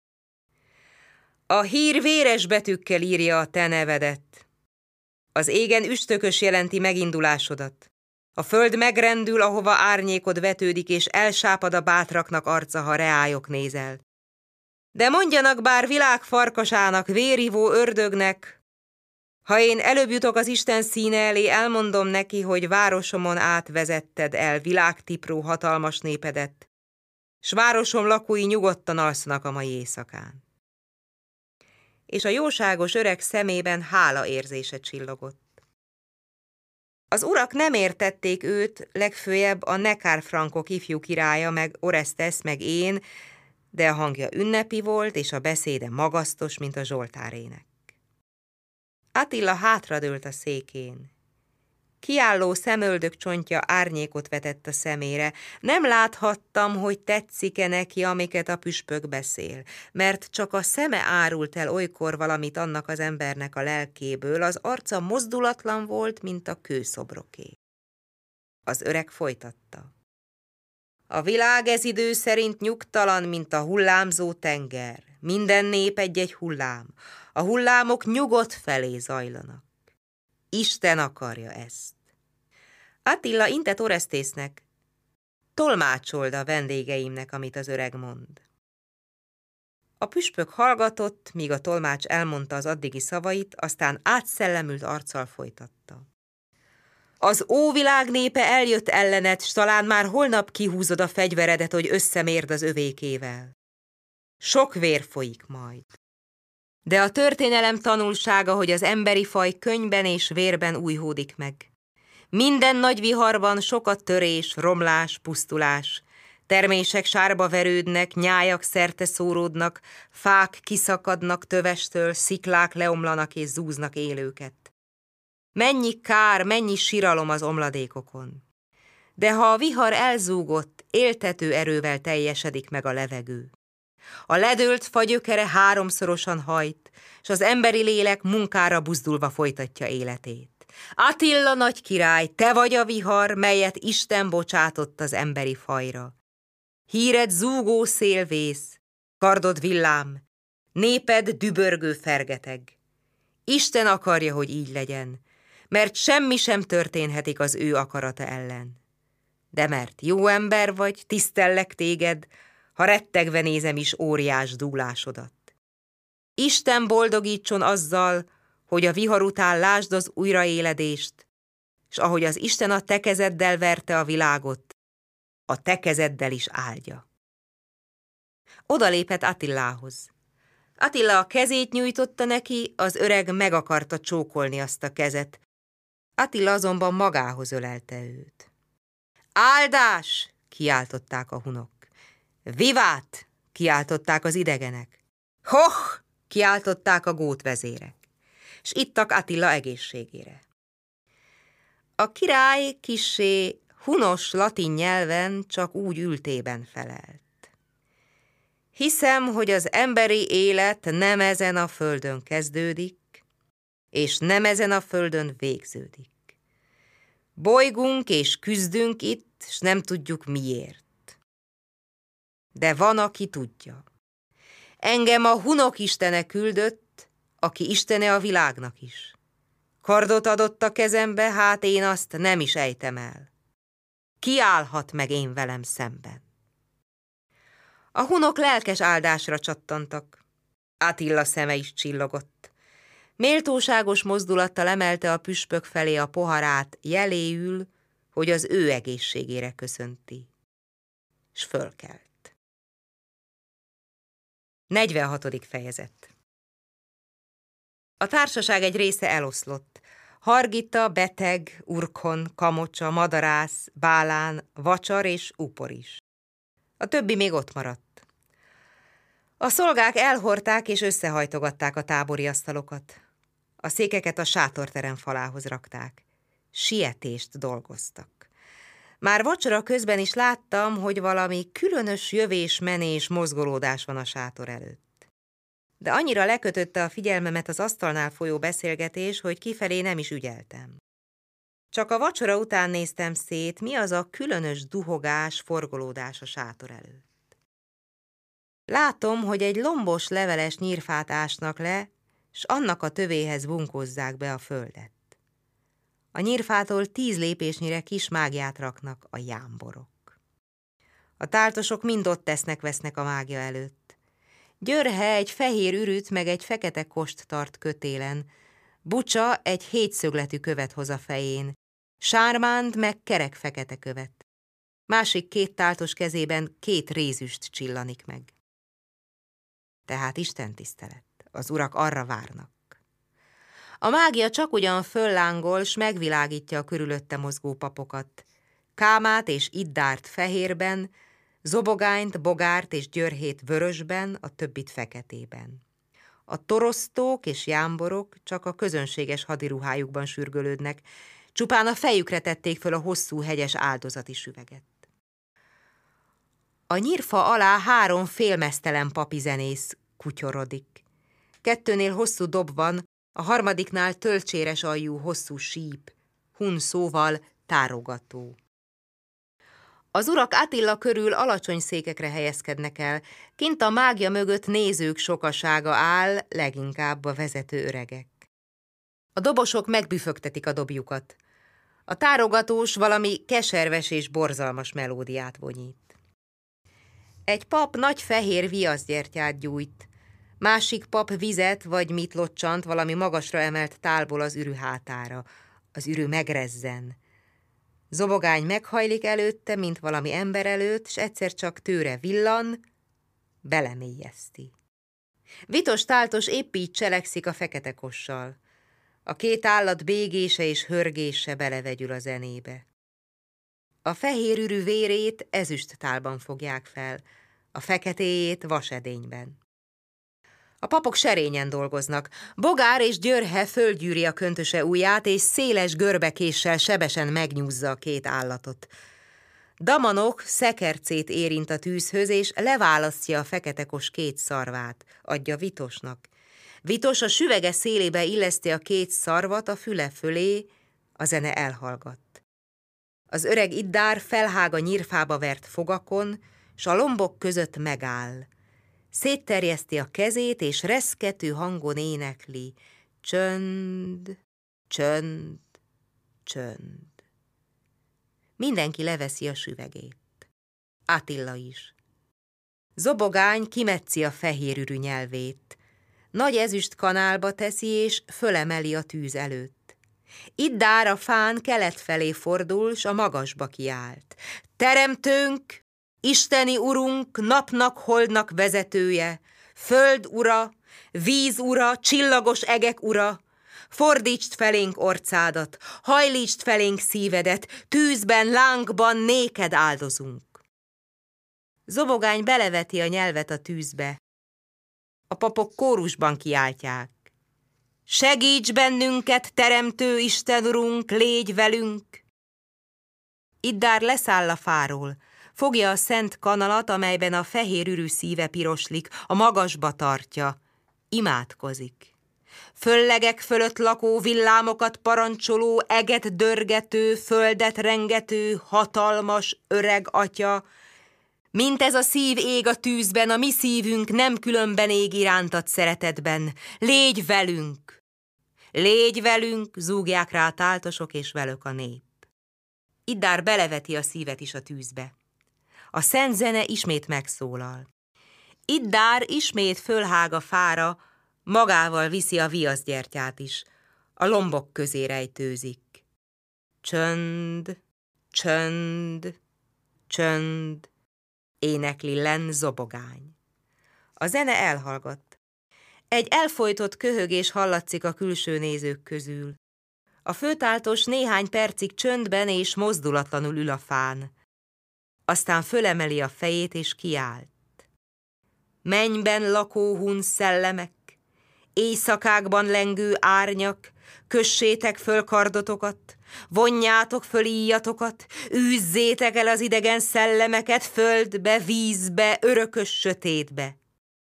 A hír véres betűkkel írja a te nevedet. Az égen üstökös jelenti megindulásodat. A föld megrendül, ahova árnyékod vetődik, és elsápad a bátraknak arca, ha reályok nézel. De mondjanak bár világ farkasának, vérivó ördögnek, ha én előbb jutok az Isten színe elé, elmondom neki, hogy városomon átvezetted el világtipró hatalmas népedet, s városom lakói nyugodtan alszanak a mai éjszakán. És a jóságos öreg szemében hála érzése csillogott. Az urak nem értették őt, legfőjebb a nekárfrankok ifjú királya, meg Oresztesz, meg én, de a hangja ünnepi volt, és a beszéde magasztos, mint a zsoltárének. Attila hátradőlt a székén. Kiálló szemöldök csontja árnyékot vetett a szemére. Nem láthattam, hogy tetszik-e neki, amiket a püspök beszél, mert csak a szeme árult el olykor valamit annak az embernek a lelkéből, az arca mozdulatlan volt, mint a kőszobroké. Az öreg folytatta. A világ ez idő szerint nyugtalan, mint a hullámzó tenger. Minden nép egy-egy hullám. A hullámok nyugodt felé zajlanak. Isten akarja ezt. Attila intett Oresztésznek. Tolmácsold a vendégeimnek, amit az öreg mond. A püspök hallgatott, míg a tolmács elmondta az addigi szavait, aztán átszellemült arccal folytatta. Az óvilág népe eljött ellened, s talán már holnap kihúzod a fegyveredet, hogy összemérd az övékével. Sok vér folyik majd. De a történelem tanulsága, hogy az emberi faj könnyben és vérben újhódik meg. Minden nagy viharban sokat törés, romlás, pusztulás. Termések sárba verődnek, nyájak szerte szóródnak, fák kiszakadnak tövestől, sziklák leomlanak és zúznak élőket. Mennyi kár, mennyi siralom az omladékokon. De ha a vihar elzúgott, éltető erővel teljesedik meg a levegő. A ledőlt fa gyökere háromszorosan hajt, s az emberi lélek munkára buzdulva folytatja életét. Attila nagy király, te vagy a vihar, melyet Isten bocsátott az emberi fajra. Híred zúgó szélvész, kardod villám, néped dübörgő fergeteg. Isten akarja, hogy így legyen, mert semmi sem történhetik az ő akarata ellen. De mert jó ember vagy, tisztellek téged, ha rettegve nézem is óriás dúlásodat. Isten boldogítson azzal, hogy a vihar után lásd az újraéledést, s ahogy az Isten a te kezeddel verte a világot, a te kezeddel is áldja. Odalépett Attilához. Attila a kezét nyújtotta neki, az öreg meg akarta csókolni azt a kezet. Attila azonban magához ölelte őt. Áldás! Kiáltották a hunok. Vivát! Kiáltották az idegenek. Hoch! Kiáltották a gótvezérek. S ittak Attila egészségére. A király kissé hunos latin nyelven csak úgy ültében felelt. Hiszem, hogy az emberi élet nem ezen a földön kezdődik, és nem ezen a földön végződik. Bolygunk és küzdünk itt, s nem tudjuk miért. De van, aki tudja. Engem a hunok istene küldött, aki istene a világnak is. Kardot adott a kezembe, hát én azt nem is ejtem el. Ki állhat meg én velem szemben? A hunok lelkes áldásra csattantak. Attila szeme is csillogott. Méltóságos mozdulattal emelte a püspök felé a poharát, jeléül, hogy az ő egészségére köszönti. S fölkelt. 46. fejezet. A társaság egy része eloszlott. Hargita, Beteg, Urkon, Kamocsa, Madarász, Bálán, Vacsar és Upor is. A többi még ott maradt. A szolgák elhordták és összehajtogatták a tábori asztalokat. A székeket a sátorterem falához rakták. Sietést dolgoztak. Már vacsora közben is láttam, hogy valami különös jövés-menés mozgolódás van a sátor előtt. De annyira lekötötte a figyelmemet az asztalnál folyó beszélgetés, hogy kifelé nem is ügyeltem. Csak a vacsora után néztem szét, mi az a különös duhogás, forgolódás a sátor előtt. Látom, hogy egy lombos leveles nyírfát ásnak le, s annak a tövéhez bunkózzák be a földet. A nyírfától 10 lépésnyire kis mágiát raknak a jámborok. A táltosok mind ott tesznek-vesznek a mágia előtt. Györhe egy fehér ürüt meg egy fekete kost tart kötélen, Bucsa egy 7 szögletű követ hoz a fején, Sármánd meg kerek fekete követ. Másik 2 táltos kezében 2 rézüst csillanik meg. Tehát istentisztelet, az urak arra várnak. A mágia csak ugyan föllángol, s megvilágítja a körülötte mozgó papokat. Kámát és Iddárt fehérben, Zobogányt, Bogárt és Györhét vörösben, a többit feketében. A torosztók és jámborok csak a közönséges hadiruhájukban sürgölődnek, csupán a fejükre tették föl a hosszú hegyes áldozati süveget. A nyírfa alá 3 félmeztelen papizenész kutyorodik. 2-nél hosszú dob van, a harmadiknál tölcséres aljú hosszú síp, hun szóval tárogató. Az urak Attila körül alacsony székekre helyezkednek el, kint a mágia mögött nézők sokasága áll, leginkább a vezető öregek. A dobosok megbüfögtetik a dobjukat. A tárogatós valami keserves és borzalmas melódiát vonyít. Egy pap nagy fehér viaszgyertyát gyújt, másik pap vizet vagy mit locsant valami magasra emelt tálból az ürü hátára. Az ürü megrezzen. Zobogány meghajlik előtte, mint valami ember előtt, s egyszer csak tőre villan, belemélyezti. Vitos táltos épp így cselekszik a fekete kossal. A 2 állat bégése és hörgése belevegyül a zenébe. A fehér ürű vérét ezüst tálban fogják fel, a feketéjét vasedényben. A papok serényen dolgoznak. Bogár és Györhe földgyűri a köntöse ujját, és széles görbekéssel sebesen megnyúzza a 2 állatot. Damanok szekercét érint a tűzhöz, és leválasztja a feketekos 2 szarvát, adja Vitosnak. Vitos a süvege szélébe illeszti a 2 szarvat a füle fölé, a zene elhallgat. Az öreg Iddár felhág a nyírfába vert fogakon, s a lombok között megáll. Szétterjeszti a kezét, és reszkető hangon énekli. Csönd, csönd, csönd. Mindenki leveszi a süvegét. Attila is. Zobogány kimetszi a fehérürű nyelvét. Nagy ezüst kanálba teszi, és fölemeli a tűz előtt. Iddár a fán kelet felé fordul, s a magasba kiált. Teremtőnk, isteni urunk, napnak, holdnak vezetője, föld ura, víz ura, csillagos egek ura, fordítsd felénk orcádat, hajlítsd felénk szívedet, tűzben, lángban néked áldozunk. Zobogány beleveti a nyelvet a tűzbe. A papok kórusban kiáltják. Segíts bennünket, teremtő Isten urunk, légy velünk! Iddár leszáll a fáról, fogja a szent kanalat, amelyben a fehér ürű szíve piroslik, a magasba tartja, imádkozik. Föllegek fölött lakó, villámokat parancsoló, eget dörgető, földet rengető, hatalmas öreg atya, mint ez a szív ég a tűzben, a mi szívünk nem különben ég irántad szeretetben. Légy velünk! Légy velünk, zúgják rá a táltosok és velük a nép. Iddár beleveti a szívet is a tűzbe. A szent zene ismét megszólal. Iddár ismét fölhág a fára, magával viszi a viaszgyertyát is, a lombok közé rejtőzik. Csönd, csönd, csönd, énekli lenn zobogány. A zene elhallgat. Egy elfojtott köhögés hallatszik a külső nézők közül. A főtáltos néhány percig csöndben és mozdulatlanul ül a fán. Aztán fölemeli a fejét és kiált. Mennyben lakó hun szellemek, éjszakákban lengő árnyak, kössétek föl kardotokat, vonjátok föl íjatokat, űzzétek el az idegen szellemeket földbe, vízbe, örökös sötétbe.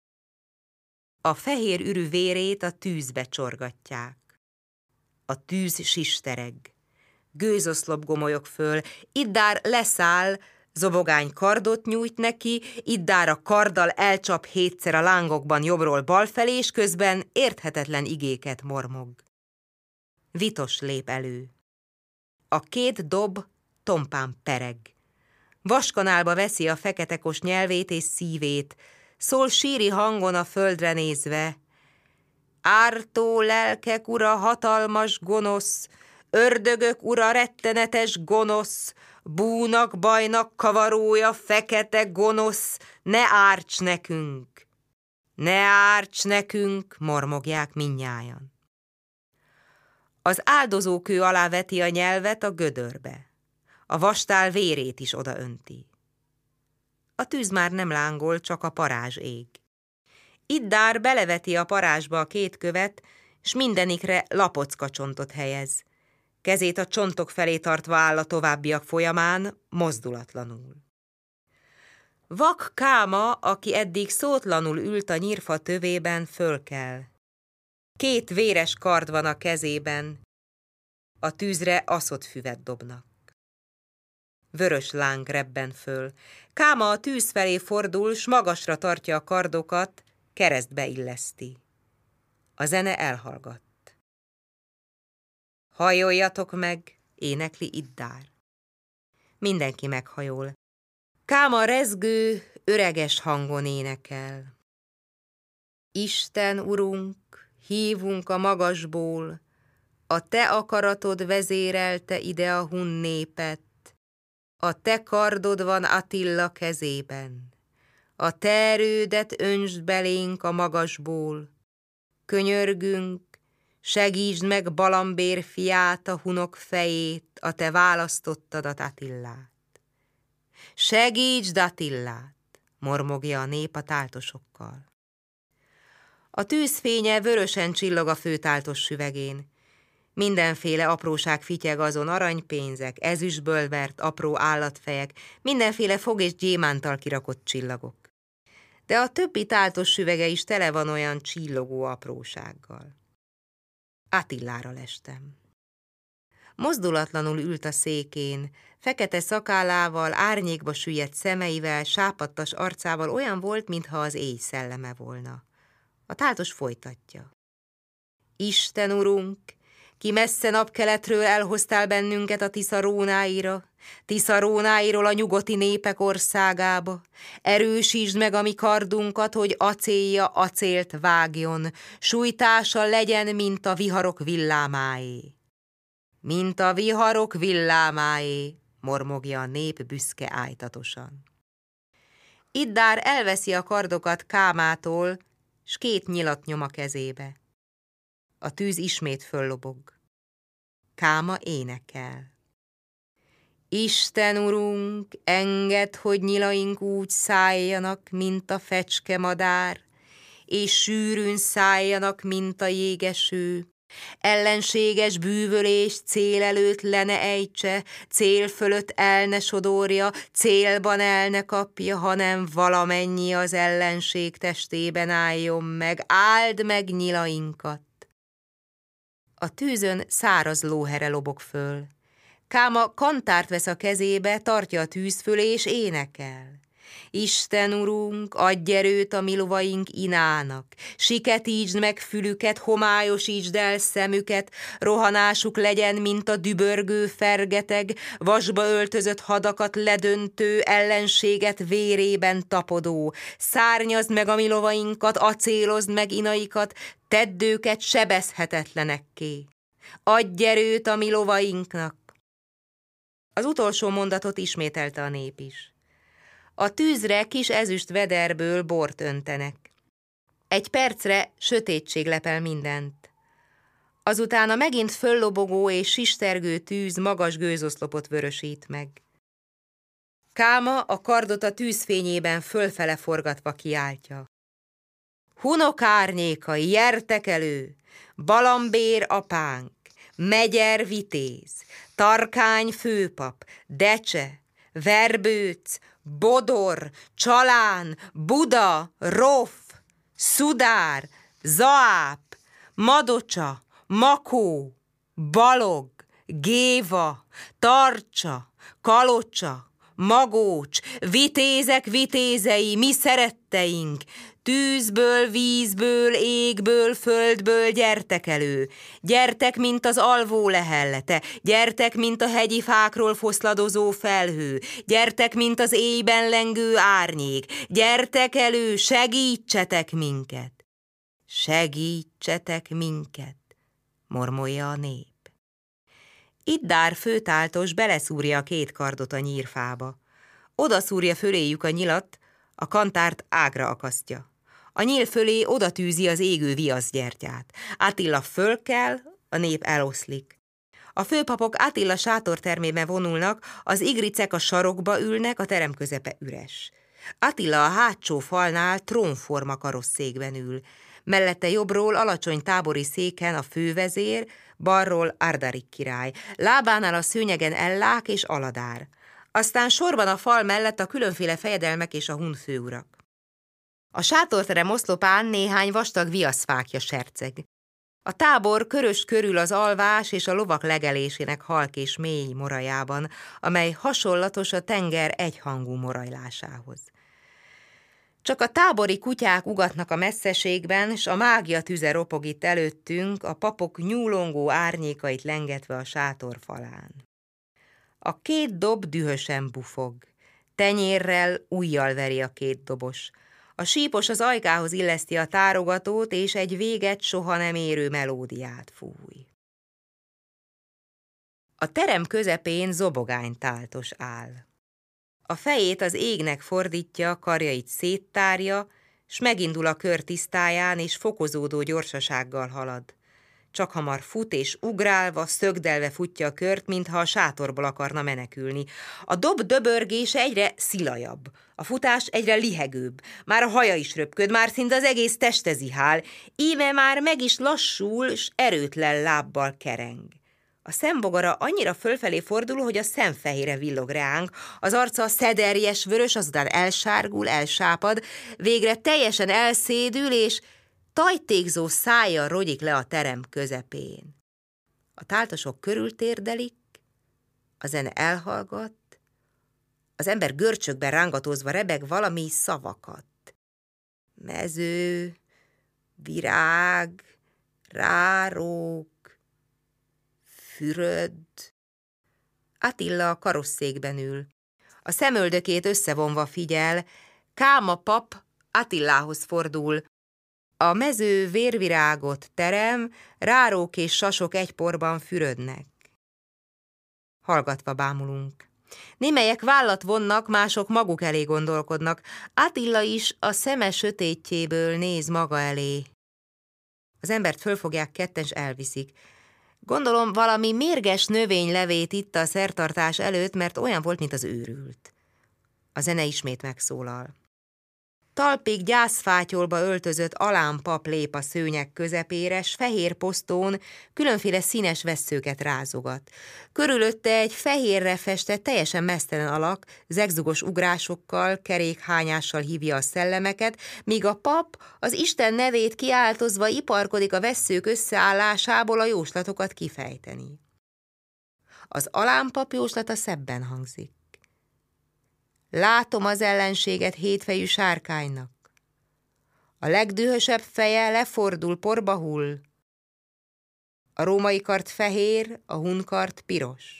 A fehér ürű vérét a tűzbe csorgatják. A tűz sistereg. Gőzoszlop gomolyog föl, Iddár leszáll, zobogány kardot nyújt neki, Iddár a karddal elcsap hétszer a lángokban jobbról balfelé, és közben érthetetlen igéket mormog. Vitos lép elő. A két dob tompán pereg. Vaskanálba veszi a feketekos nyelvét és szívét, szól síri hangon a földre nézve. Ártó lelkek ura, hatalmas gonosz, ördögök ura, rettenetes gonosz, búnak, bajnak kavarója, fekete gonosz, ne árts nekünk! Ne árts nekünk, mormogják mindnyájan. Az áldozókő alá veti a nyelvet a gödörbe. A vastál vérét is odaönti. A tűz már nem lángol, csak a parázs ég. Iddár beleveti a parázsba a két követ, s mindenikre lapockacsontot helyez. Kezét a csontok felé tartva áll a továbbiak folyamán, mozdulatlanul. Vak Káma, aki eddig szótlanul ült a nyírfa tövében, fölkel. Két véres kard van a kezében, a tűzre aszott füvet dobnak. Vörös láng rebben föl. Káma a tűz felé fordul, s magasra tartja a kardokat, keresztbe illeszti. A zene elhallgat. Hajoljatok meg, énekli Iddár. Mindenki meghajol. Káma rezgő, öreges hangon énekel. Isten, Urunk, hívunk a magasból, a te akaratod vezérelte ide a hun népet, a te kardod van Attila kezében, a te erődet öntsd belénk a magasból, könyörgünk, segítsd meg Balambér fiát, a hunok fejét, a te választottadat Attillát. Segítsd Attillát, mormogja a nép a táltosokkal. A tűzfénye vörösen csillog a főtáltos süvegén. Mindenféle apróság fityeg azon, aranypénzek, ezüstből vert apró állatfejek, mindenféle fog és gyémántal kirakott csillagok. De a többi táltos süvege is tele van olyan csillogó aprósággal. Attilára lestem. Mozdulatlanul ült a székén, fekete szakállával, árnyékba süllyedt szemeivel, sápadtas arcával olyan volt, mintha az éj szelleme volna. A táltos folytatja. Isten, Urunk, ki messze napkeletről elhoztál bennünket a Tisza rónáira, Tisza rónáiról a nyugati népek országába. Erősítsd meg a mi kardunkat, hogy acélja acélt vágjon, sújtása legyen, mint a viharok villámáé. Mint a viharok villámáé, mormogja a nép büszke ájtatosan. Iddár elveszi a kardokat Kámától, s két nyilat nyom a kezébe. A tűz ismét föllobog. Káma énekel. Isten, Urunk, engedd, hogy nyilaink úgy szálljanak, mint a fecske madár, és sűrűn szálljanak, mint a jégeső. Ellenséges bűvölés cél előtt le ne ejtse, cél fölött el ne sodorja, célban el ne kapja, hanem valamennyi az ellenség testében álljon meg, áld meg nyilainkat. A tűzön száraz lóhere lobog föl. Káma kantárt vesz a kezébe, tartja a tűz fölé és énekel. Isten urunk, adj erőt a mi lovaink inának, siketítsd meg fülüket, homályosítsd el szemüket, rohanásuk legyen, mint a dübörgő fergeteg, vasba öltözött hadakat ledöntő, ellenséget vérében tapodó. Szárnyazd meg a mi lovainkat, acélozd meg inaikat, tedd őket sebezhetetlenekké. Adj erőt a mi lovainknak. Az utolsó mondatot ismételte a nép is. A tűzre kis ezüst vederből bort öntenek. Egy percre sötétség lepel mindent. Azután a megint föllobogó és sistergő tűz magas gőzoszlopot vörösít meg. Káma a kardot a tűzfényében fölfele forgatva kiáltja. Hunok árnyékai, jertek elő! Balambér apánk, Megyer vitéz, Tarkány főpap, Decse, Verbőc, Bodor, Csalán, Buda, Roff, Szudár, Zaáp, Madocsa, Makó, Balog, Géva, Tarcsa, Kalocsa, Magócs, vitézek vitézei, mi szeretteink, tűzből, vízből, égből, földből gyertek elő. Gyertek, mint az alvó lehellete, gyertek, mint a hegyi fákról foszladozó felhő, gyertek, mint az éjben lengő árnyék, gyertek elő, segítsetek minket. Segítsetek minket, mormolja a nép. Iddár főtáltos beleszúrja a két kardot a nyírfába. Oda szúrja föléjük a nyilat, a kantárt ágra akasztja. A nyíl fölé oda tűzi az égő viaszgyertyát. Attila fölkel, a nép eloszlik. A főpapok Attila sátortermébe vonulnak, az igricek a sarokba ülnek, a terem közepe üres. Attila a hátsó falnál trónforma karosszékben ül. Mellette jobbról alacsony tábori széken a fővezér, balról Ardarik király, lábánál a szőnyegen Ellák és Aladár. Aztán sorban a fal mellett a különféle fejedelmek és a hun főurak. A sátorterem oszlopán néhány vastag viaszfákja serceg. A tábor körös körül az alvás és a lovak legelésének halk és mély morajában, amely hasonlatos a tenger egyhangú morajlásához. Csak a tábori kutyák ugatnak a messzeségben, s a mágia tüze ropog itt előttünk, a papok nyúlongó árnyékait lengetve a sátor falán. A két dob dühösen bufog. Tenyérrel, ujjal veri a két dobos. A sípos az ajkához illeszti a tárogatót, és egy véget soha nem érő melódiát fúj. A terem közepén zobogánytáltos áll. A fejét az égnek fordítja, karjait széttárja, s megindul a kör tisztáján, és fokozódó gyorsasággal halad. Csak hamar fut, és ugrálva, szögdelve futja a kört, mintha a sátorból akarna menekülni. A dob döbörgése egyre szilajabb, a futás egyre lihegőbb, már a haja is röpköd, már szinte az egész teste zihál, íme már meg is lassul, s erőtlen lábbal kereng. A szembogara annyira fölfelé fordul, hogy a szemfehére villog reánk, az arca szederjes vörös, azután elsárgul, elsápad, végre teljesen elszédül, és tajtékzó szája rogyik le a terem közepén. A táltosok körültérdelik, a zene elhallgat, az ember görcsökben rángatózva rebeg valami szavakat. Mező, virág, rárók, füröd. Attila a karosszékben ül. A szemöldökét összevonva figyel, Káma pap Attilához fordul. A mező vérvirágot terem, rárók és sasok egy porban fürödnek. Hallgatva bámulunk. Némelyek vállat vonnak, mások maguk elé gondolkodnak. Attila is a szeme sötétjéből néz maga elé. Az embert fölfogják ketten, s elviszik. Gondolom, valami mérges növény levét itta a szertartás előtt, mert olyan volt, mint az őrült. A zene ismét megszólal. talpig gyászfátyolba öltözött alámpap lép a szőnyeg közepére, s fehér posztón különféle színes vesszőket rázogat. Körülötte egy fehérre festett, teljesen meztelen alak, zegzugos ugrásokkal, kerékhányással hívja a szellemeket, míg a pap az Isten nevét kiáltozva iparkodik a vesszők összeállásából a jóslatokat kifejteni. Az alámpap jóslata szebben hangzik. Látom az ellenséget hétfejű sárkánynak. A legdühösebb feje lefordul, porba hull. A római kard fehér, a hun kard piros.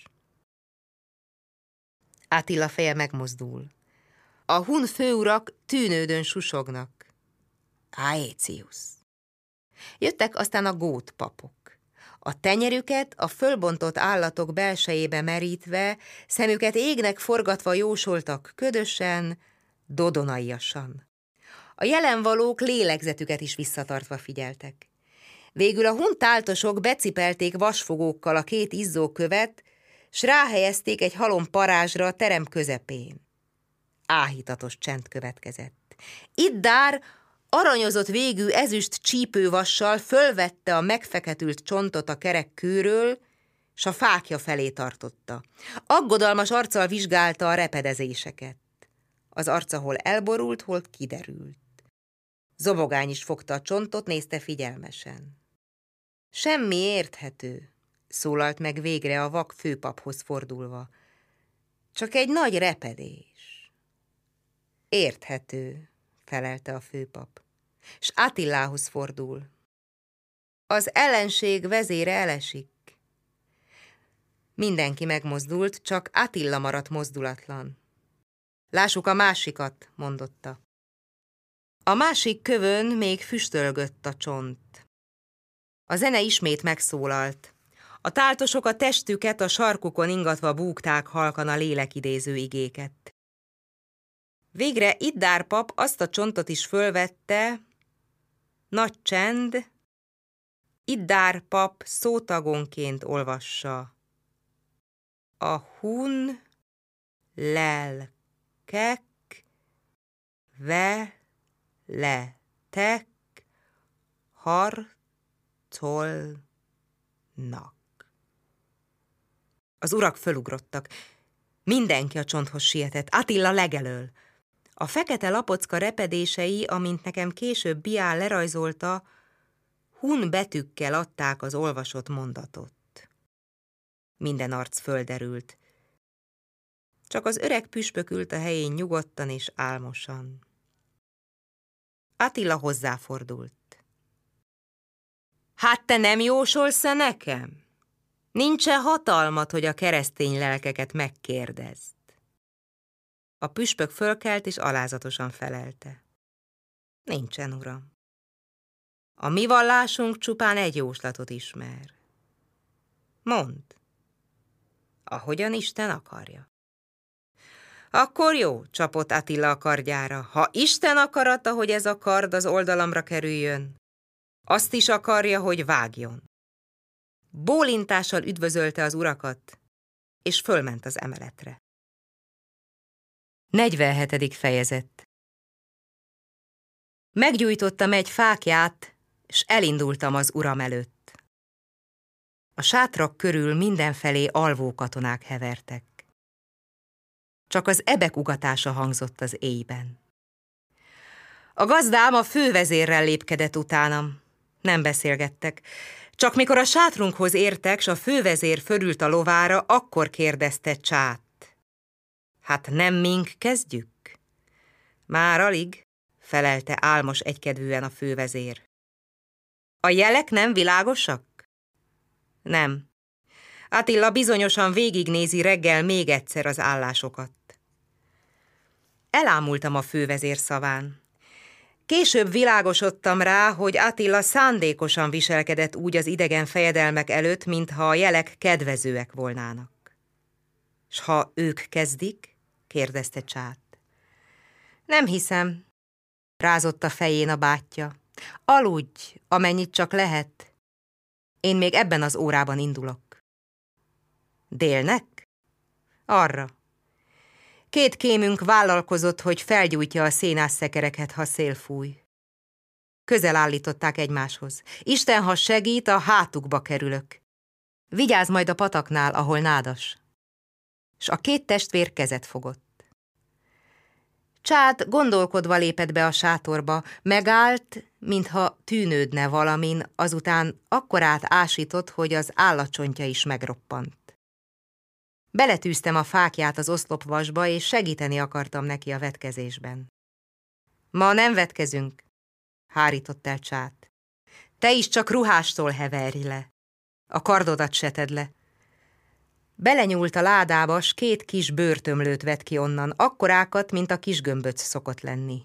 Attila feje megmozdul. A hun főurak tűnődön susognak. Aetius. Jöttek aztán a gót papok. A tenyerüket a fölbontott állatok belsejébe merítve, szemüket égnek forgatva jósoltak ködösen, dodonaiasan. A jelenvalók lélegzetüket is visszatartva figyeltek. Végül a hun táltosok becipelték vasfogókkal a két izzó követ, s ráhelyezték egy halom parázsra a terem közepén. Áhítatos csend következett. Iddár aranyozott végű ezüst csípővassal fölvette a megfeketült csontot a kerek kőről, s a fákja felé tartotta. Aggodalmas arccal vizsgálta a repedezéseket. Az arca hol elborult, hol kiderült. Zobogány is fogta a csontot, nézte figyelmesen. Semmi érthető, szólalt meg végre a vak főpaphoz fordulva. Csak egy nagy repedés. Érthető, felelte a főpap, s Attilához fordul. Az ellenség vezére elesik. Mindenki megmozdult, csak Attila maradt mozdulatlan. Lássuk a másikat, mondotta. A másik kövön még füstölgött a csont. A zene ismét megszólalt. A táltosok a testüket a sarkukon ingatva búgták halkan a lélekidéző igéket. Végre Iddár pap azt a csontot is fölvette, nagy csend, Iddár pap szótagonként olvassa. A hun lelkek veletek harcolnak. Az urak fölugrottak. Mindenki a csonthoz sietett, Attila legelől. A fekete lapocka repedései, amint nekem később Biál lerajzolta, hun betűkkel adták az olvasott mondatot. Minden arc földerült. Csak az öreg püspök ült a helyén nyugodtan és álmosan. Attila hozzáfordult. Hát te nem jósolsz-e nekem? Nincs-e hatalmat, hogy a keresztény lelkeket megkérdezd? A püspök fölkelt és alázatosan felelte. Nincsen, uram. A mi vallásunk csupán egy jóslatot ismer. Mondd, ahogyan Isten akarja. Akkor jó, csapott Attila a kardjára. Ha Isten akarata, hogy ez a kard az oldalamra kerüljön, azt is akarja, hogy vágjon. Bólintással üdvözölte az urakat, és fölment az emeletre. 47. fejezet. Meggyújtottam egy fáklyát, s elindultam az uram előtt. A sátrak körül mindenfelé alvó katonák hevertek. Csak az ebek ugatása hangzott az éjben. A gazdám a fővezérrel lépkedett utánam. Nem beszélgettek. Csak mikor a sátrunkhoz értek, s a fővezér fölült a lovára, akkor kérdezte Csát. Hát nem mink kezdjük? Már alig, felelte álmos egykedvűen a fővezér. A jelek nem világosak? Nem. Attila bizonyosan végignézi reggel még egyszer az állásokat. Elámultam a fővezér szaván. Később világosodtam rá, hogy Attila szándékosan viselkedett úgy az idegen fejedelmek előtt, mintha a jelek kedvezőek volnának. S ha ők kezdik? Kérdezte Csát. Nem hiszem, rázott a fején a bátyja. Aludj, amennyit csak lehet. Én még ebben az órában indulok. Délnek? Arra. 2 kémünk vállalkozott, hogy felgyújtja a szénászekereket, ha szél fúj. Közel állították egymáshoz. Isten, ha segít, a hátukba kerülök. Vigyázz majd a pataknál, ahol nádas. S a 2 testvér kezet fogott. Csát gondolkodva lépett be a sátorba, megállt, mintha tűnődne valamin, azután akkorát ásított, hogy az állatcsontja is megroppant. Beletűztem a fákját az oszlopvasba, és segíteni akartam neki a vetkezésben. Ma nem vetkezünk, hárított el Csát. Te is csak ruhástól heverj le. A kardodat se tedd le. Belenyúlt a ládába, s 2 kis bőrtömlőt vett ki onnan, akkorákat, mint a kis gömböc szokott lenni.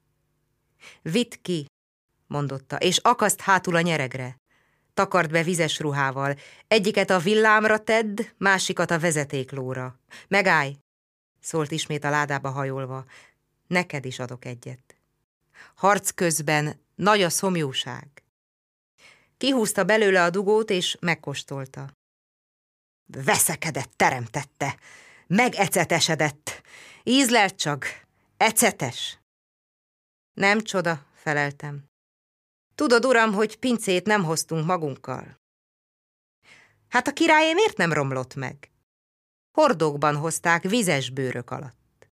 Vidd ki, mondotta, és akaszt hátul a nyeregre. Takard be vizes ruhával. Egyiket a villámra tedd, másikat a vezetéklóra. Megállj, szólt ismét a ládába hajolva. Neked is adok egyet. Harc közben nagy a szomjúság. Kihúzta belőle a dugót, és megkóstolta. Veszekedett, teremtette, megecetesedett. Ízlelt csak, ecetes. Nem csoda, feleltem. Tudod, uram, hogy pincét nem hoztunk magunkkal. Hát a királyé miért nem romlott meg? Hordókban hozták vizes bőrök alatt.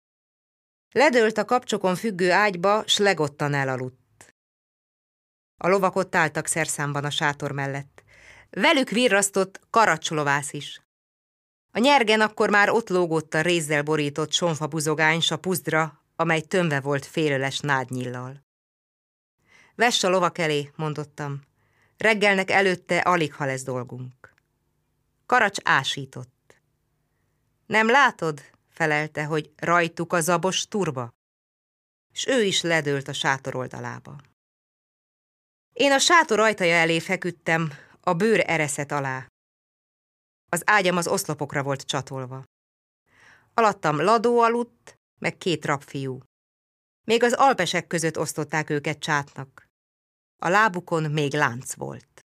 Ledőlt a kapcsokon függő ágyba, s legottan elaludt. A lovak ott álltak szerszámban a sátor mellett. Velük virrasztott karacslovász is. A nyergen akkor már ott lógott a rézzel borított sonfabuzogány, s a puzdra, amely tömve volt félöles nádnyillal. Vess a lovak elé, mondottam. Reggelnek előtte alig ha lesz dolgunk. Karacs ásított. Nem látod, felelte, hogy rajtuk a zabos turba? S ő is ledőlt a sátor oldalába. Én a sátor ajtaja elé feküdtem, a bőr ereszet alá. Az ágyam az oszlopokra volt csatolva. Alattam Ladó aludt, meg 2 rabfiú. Még az alpesek között osztották őket Csátnak. A lábukon még lánc volt.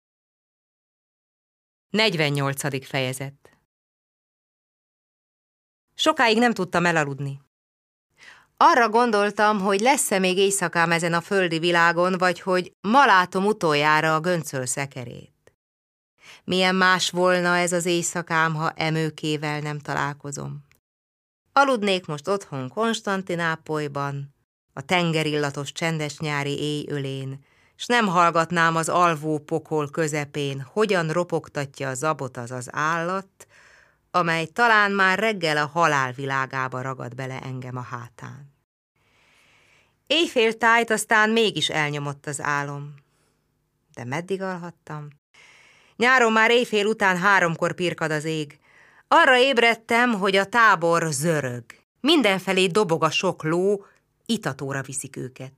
48. fejezet. Sokáig nem tudtam elaludni. Arra gondoltam, hogy lesz-e még éjszakám ezen a földi világon, vagy hogy ma látom utoljára a göncöl szekerét. Milyen más volna ez az éjszakám, ha emőkével nem találkozom. Aludnék most otthon Konstantinápolyban, a tengerillatos csendes nyári éjölén, s nem hallgatnám az alvó pokol közepén, hogyan ropogtatja a zabot az állat, amely talán már reggel a halál világába ragad bele engem a hátán. Éjféltájt aztán mégis elnyomott az álom. De meddig alhattam? Nyáron már éjfél után 3-kor pirkad az ég. Arra ébredtem, hogy a tábor zörög. Mindenfelé dobog a sok ló, itatóra viszik őket.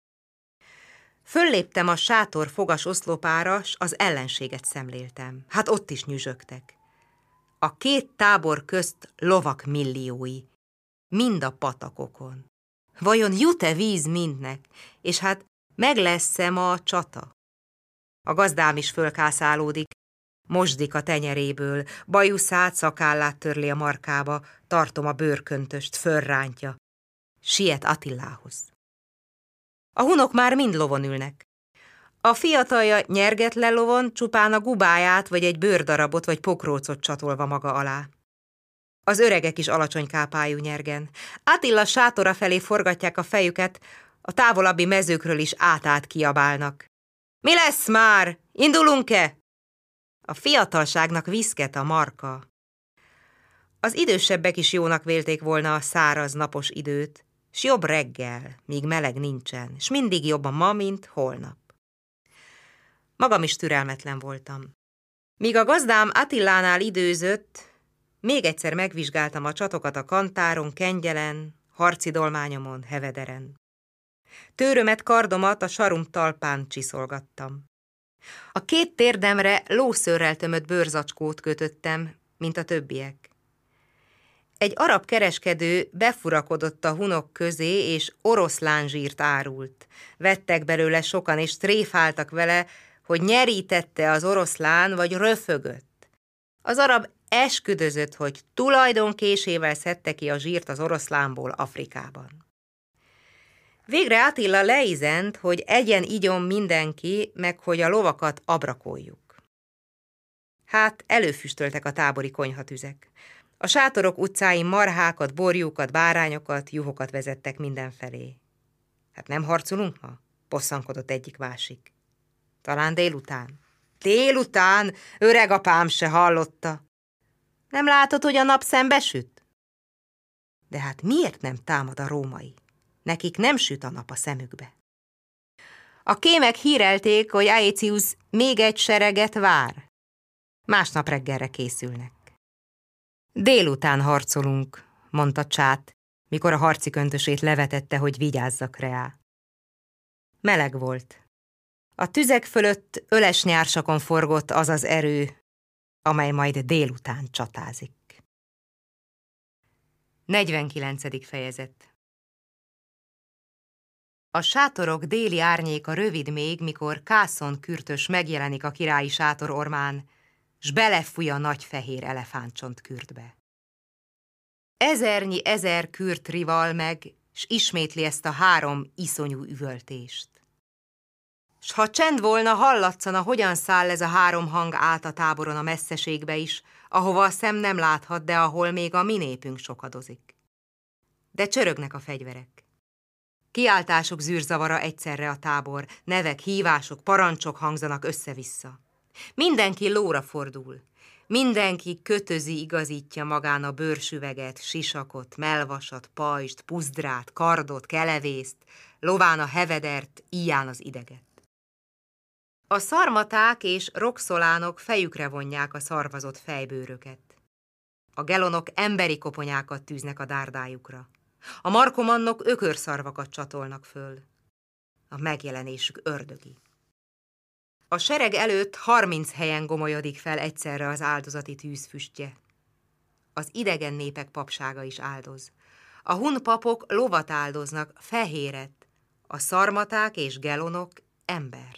Fölléptem a sátor fogas oszlopára, s az ellenséget szemléltem. Hát ott is nyüzsögtek. A 2 tábor közt lovak milliói, mind a patakokon. Vajon jut-e víz mindnek, és hát meg lesz-e ma a csata? A gazdám is fölkászálódik, mosdik a tenyeréből, bajuszát, szakállát törli a markába, tartom a bőrköntöst, fölrántja. Siet Attilához. A hunok már mind lovon ülnek. A fiatalja nyergetlen lovon, csupán a gubáját, vagy egy bőrdarabot, vagy pokrócot csatolva maga alá. Az öregek is alacsony kápájú nyergen. Attila sátora felé forgatják a fejüket, a távolabbi mezőkről is át kiabálnak. Mi lesz már? Indulunk-e? A fiatalságnak viszket a marka. Az idősebbek is jónak vélték volna a száraz, napos időt, s jobb reggel, míg meleg nincsen, s mindig jobb a ma, mint holnap. Magam is türelmetlen voltam. Míg a gazdám Attilánál időzött, még egyszer megvizsgáltam a csatokat a kantáron, kengyelen, harci dolmányomon, hevederen. Tőrömet, kardomat a sarum talpán csiszolgattam. A 2 térdemre lószőrrel tömött bőrzacskót kötöttem, mint a többiek. Egy arab kereskedő befurakodott a hunok közé, és oroszlánzsírt árult. Vettek belőle sokan, és tréfáltak vele, hogy nyerítette az oroszlán, vagy röfögött. Az arab esküdözött, hogy tulajdonkésével szedte ki a zsírt az oroszlánból Afrikában. Végre Attila leizent, hogy igyon mindenki, meg hogy a lovakat abrakoljuk. Hát előfüstöltek a tábori konyhatüzek. A sátorok utcáin marhákat, borjúkat, bárányokat, juhokat vezettek mindenfelé. Hát nem harcolunk ma? Bosszankodott egyik másik. Talán délután. Délután? Öregapám se hallotta. Nem látod, hogy a nap szembesüt? De hát miért nem támad a római? Nekik nem süt a nap a szemükbe. A kémek hírelték, hogy Aetius még egy sereget vár. Másnap reggelre készülnek. Délután harcolunk, mondta Csát, mikor a harci köntösét levetette, hogy vigyázzak rá. Meleg volt. A tüzek fölött öles nyársakon forgott az az erő, amely majd délután csatázik. 49. fejezet. A sátorok déli árnyéka rövid még, mikor Kászon kürtös megjelenik a királyi sátor ormán, s belefúj a nagy fehér elefántcsont kürtbe. Ezernyi ezer kürt rival meg, s ismétli ezt a 3 iszonyú üvöltést. S ha csend volna, hallatszana, hogyan száll ez a 3 hang át a táboron a messzeségbe is, ahova a szem nem láthat, de ahol még a mi népünk sokadozik. De csörögnek a fegyverek. Kiáltások zűrzavara egyszerre a tábor, nevek, hívások, parancsok hangzanak össze-vissza. Mindenki lóra fordul. Mindenki kötözi, igazítja magán a bőrsüveget, sisakot, melvasat, pajzst, puzdrát, kardot, kelevészt, lován a hevedert, íján az ideget. A szarmaták és roxolánok fejükre vonják a szarvazott fejbőröket. A gelonok emberi koponyákat tűznek a dárdájukra. A markomannok ökörszarvakat csatolnak föl. A megjelenésük ördögi. A sereg előtt 30 helyen gomolyodik fel egyszerre az áldozati tűzfüstje. Az idegen népek papsága is áldoz. A hun papok lovat áldoznak, fehéret, a szarmaták és gelonok embert.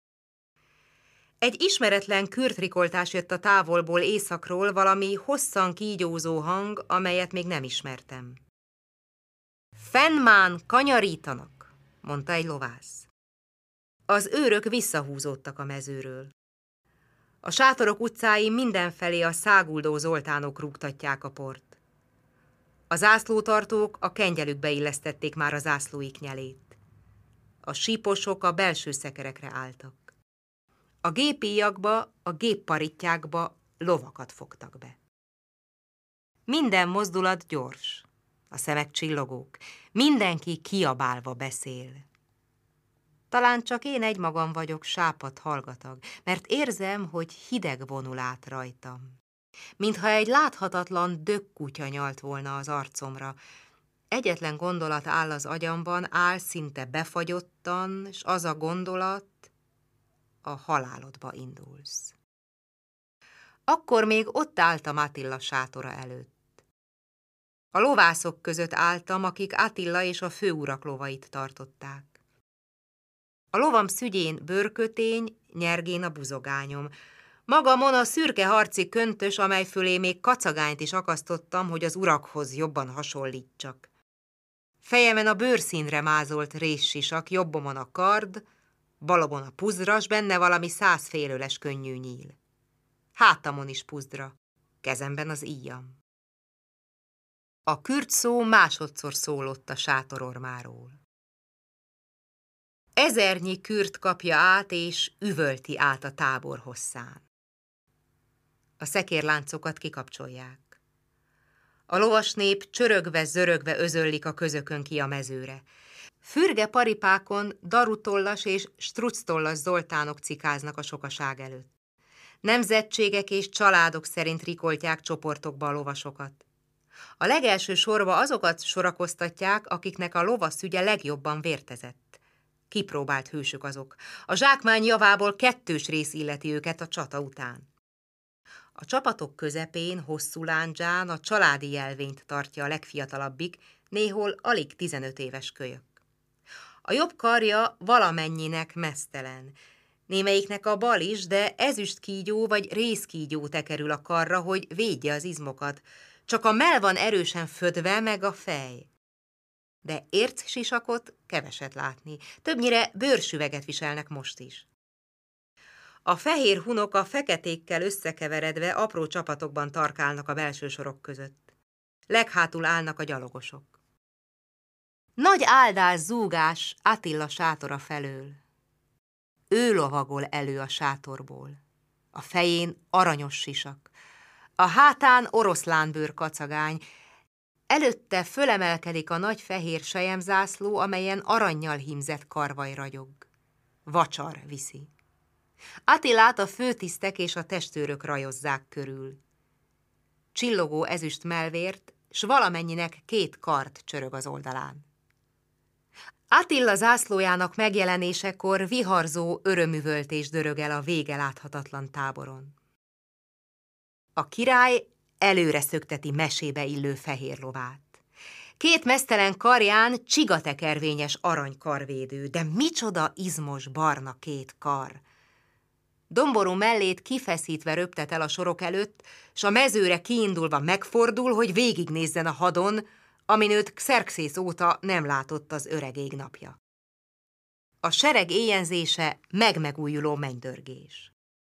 Egy ismeretlen kürtrikoltás jött a távolból északról, valami hosszan kígyózó hang, amelyet még nem ismertem. Fennmán kanyarítanak, mondta egy lovász. Az őrök visszahúzódtak a mezőről. A sátorok utcáin mindenfelé a száguldó zoltánok rúgtatják a port. A zászlótartók a kengyelükbe illesztették már a zászlóik nyelét. A síposok a belső szekerekre álltak. A gépíjakba, a gépparittyákba lovakat fogtak be. Minden mozdulat gyors, a szemek csillogók, mindenki kiabálva beszél. Talán csak én egymagam vagyok sápadt hallgatag, mert érzem, hogy hideg vonul át rajtam. Mintha egy láthatatlan dögkutya nyalt volna az arcomra. Egyetlen gondolat áll az agyamban, áll szinte befagyottan, s az a gondolat, a halálodba indulsz. Akkor még ott álltam Attila sátora előtt. A lovászok között álltam, akik Attila és a főurak lovait tartották. A lovam szügyén bőrkötény, nyergén a buzogányom. Magamon a szürke harci köntös, amely fölé még kacagányt is akasztottam, hogy az urakhoz jobban hasonlítsak. Fejemen a bőrszínre mázolt rézsisak, jobbomon a kard, balomon a puzdra, s benne valami 100 félöles könnyű nyíl. Hátamon is puzdra, kezemben az íjam. A kürt szó másodszor szólott a sátorormáról. Ezernyi kürt kapja át, és üvölti át a tábor hosszán. A szekérláncokat kikapcsolják. A lovas nép csörögve, zörögve özöllik a közökön ki a mezőre. Fürge paripákon darutollas és structollas zoltánok cikáznak a sokaság előtt. Nemzetségek és családok szerint rikoltják csoportokba a lovasokat. A legelső sorba azokat sorakoztatják, akiknek a lovaszügye legjobban vértezett. Kipróbált hősök azok. A zsákmány javából 2. rész illeti őket a csata után. A csapatok közepén, hosszú lándzsán a családi jelvényt tartja a legfiatalabbik, néhol alig 15 éves kölyök. A jobb karja valamennyinek meztelen. Némelyiknek a bal is, de ezüst kígyó vagy rézkígyó tekerül a karra, hogy védje az izmokat. Csak a mell van erősen födve, meg a fej. De ércsisakot keveset látni. Többnyire bőrsüveget viselnek most is. A fehér hunok a feketékkel összekeveredve apró csapatokban tarkálnak a belső sorok között. Leghátul állnak a gyalogosok. Nagy áldás zúgás Attila sátora felől. Ő lovagol elő a sátorból. A fején aranyos sisak. A hátán oroszlánbőr kacagány. Előtte fölemelkedik a nagy fehér selyemzászló, amelyen arannyal hímzett karvaj ragyog. Vacsar viszi. Attilát a főtisztek és a testőrök rajozzák körül. Csillogó ezüst mellvért, s valamennyinek 2 kard csörög az oldalán. Attila zászlójának megjelenésekor viharzó örömüvöltés dörög el a vége láthatatlan táboron. A király előre szökteti mesébe illő fehér lovát. 2 meztelen karján csigatekervényes aranykarvédő, de micsoda izmos barna 2 kar! Domború mellét kifeszítve röptet el a sorok előtt, s a mezőre kiindulva megfordul, hogy végignézzen a hadon, amin őt Xerxész óta nem látott az öreg égnapja. A sereg éjjenzése megmegújuló mennydörgés.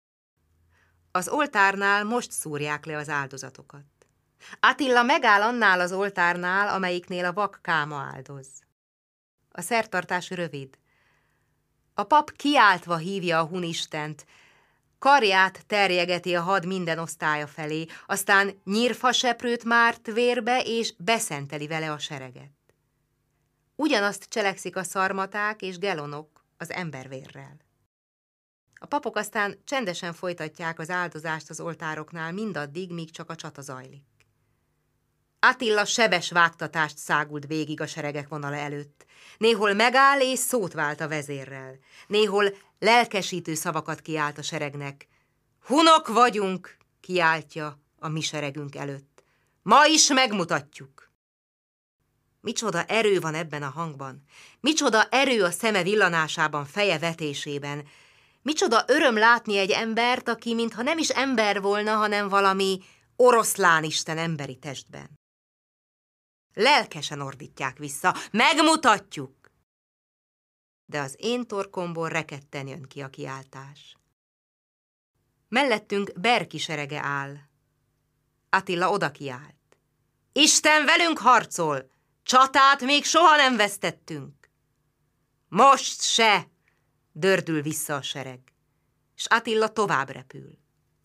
Az oltárnál most szúrják le az áldozatokat. Attila megáll annál az oltárnál, amelyiknél a vak káma áldoz. A szertartás rövid. A pap kiáltva hívja a hunistent, karját terjegeti a had minden osztálya felé, aztán nyírfaseprőt márt vérbe, és beszenteli vele a sereget. Ugyanazt cselekszik a szarmaták és gelonok az embervérrel. A papok aztán csendesen folytatják az áldozást az oltároknál mindaddig, míg csak a csata zajlik. Attila sebes vágtatást szágult végig a seregek vonala előtt. Néhol megáll és szót vált a vezérrel. Néhol lelkesítő szavakat kiált a seregnek. Hunok vagyunk, kiáltja a mi seregünk előtt. Ma is megmutatjuk. Micsoda erő van ebben a hangban. Micsoda erő a szeme villanásában, feje vetésében. Micsoda öröm látni egy embert, aki mintha nem is ember volna, hanem valami oroszlánisten emberi testben. Lelkesen ordítják vissza. Megmutatjuk! De az én torkomból rekedten jön ki a kiáltás. Mellettünk Berki serege áll. Attila oda kiált. Isten velünk harcol! Csatát még soha nem vesztettünk! Most se! Dördül vissza a sereg, s Attila tovább repül.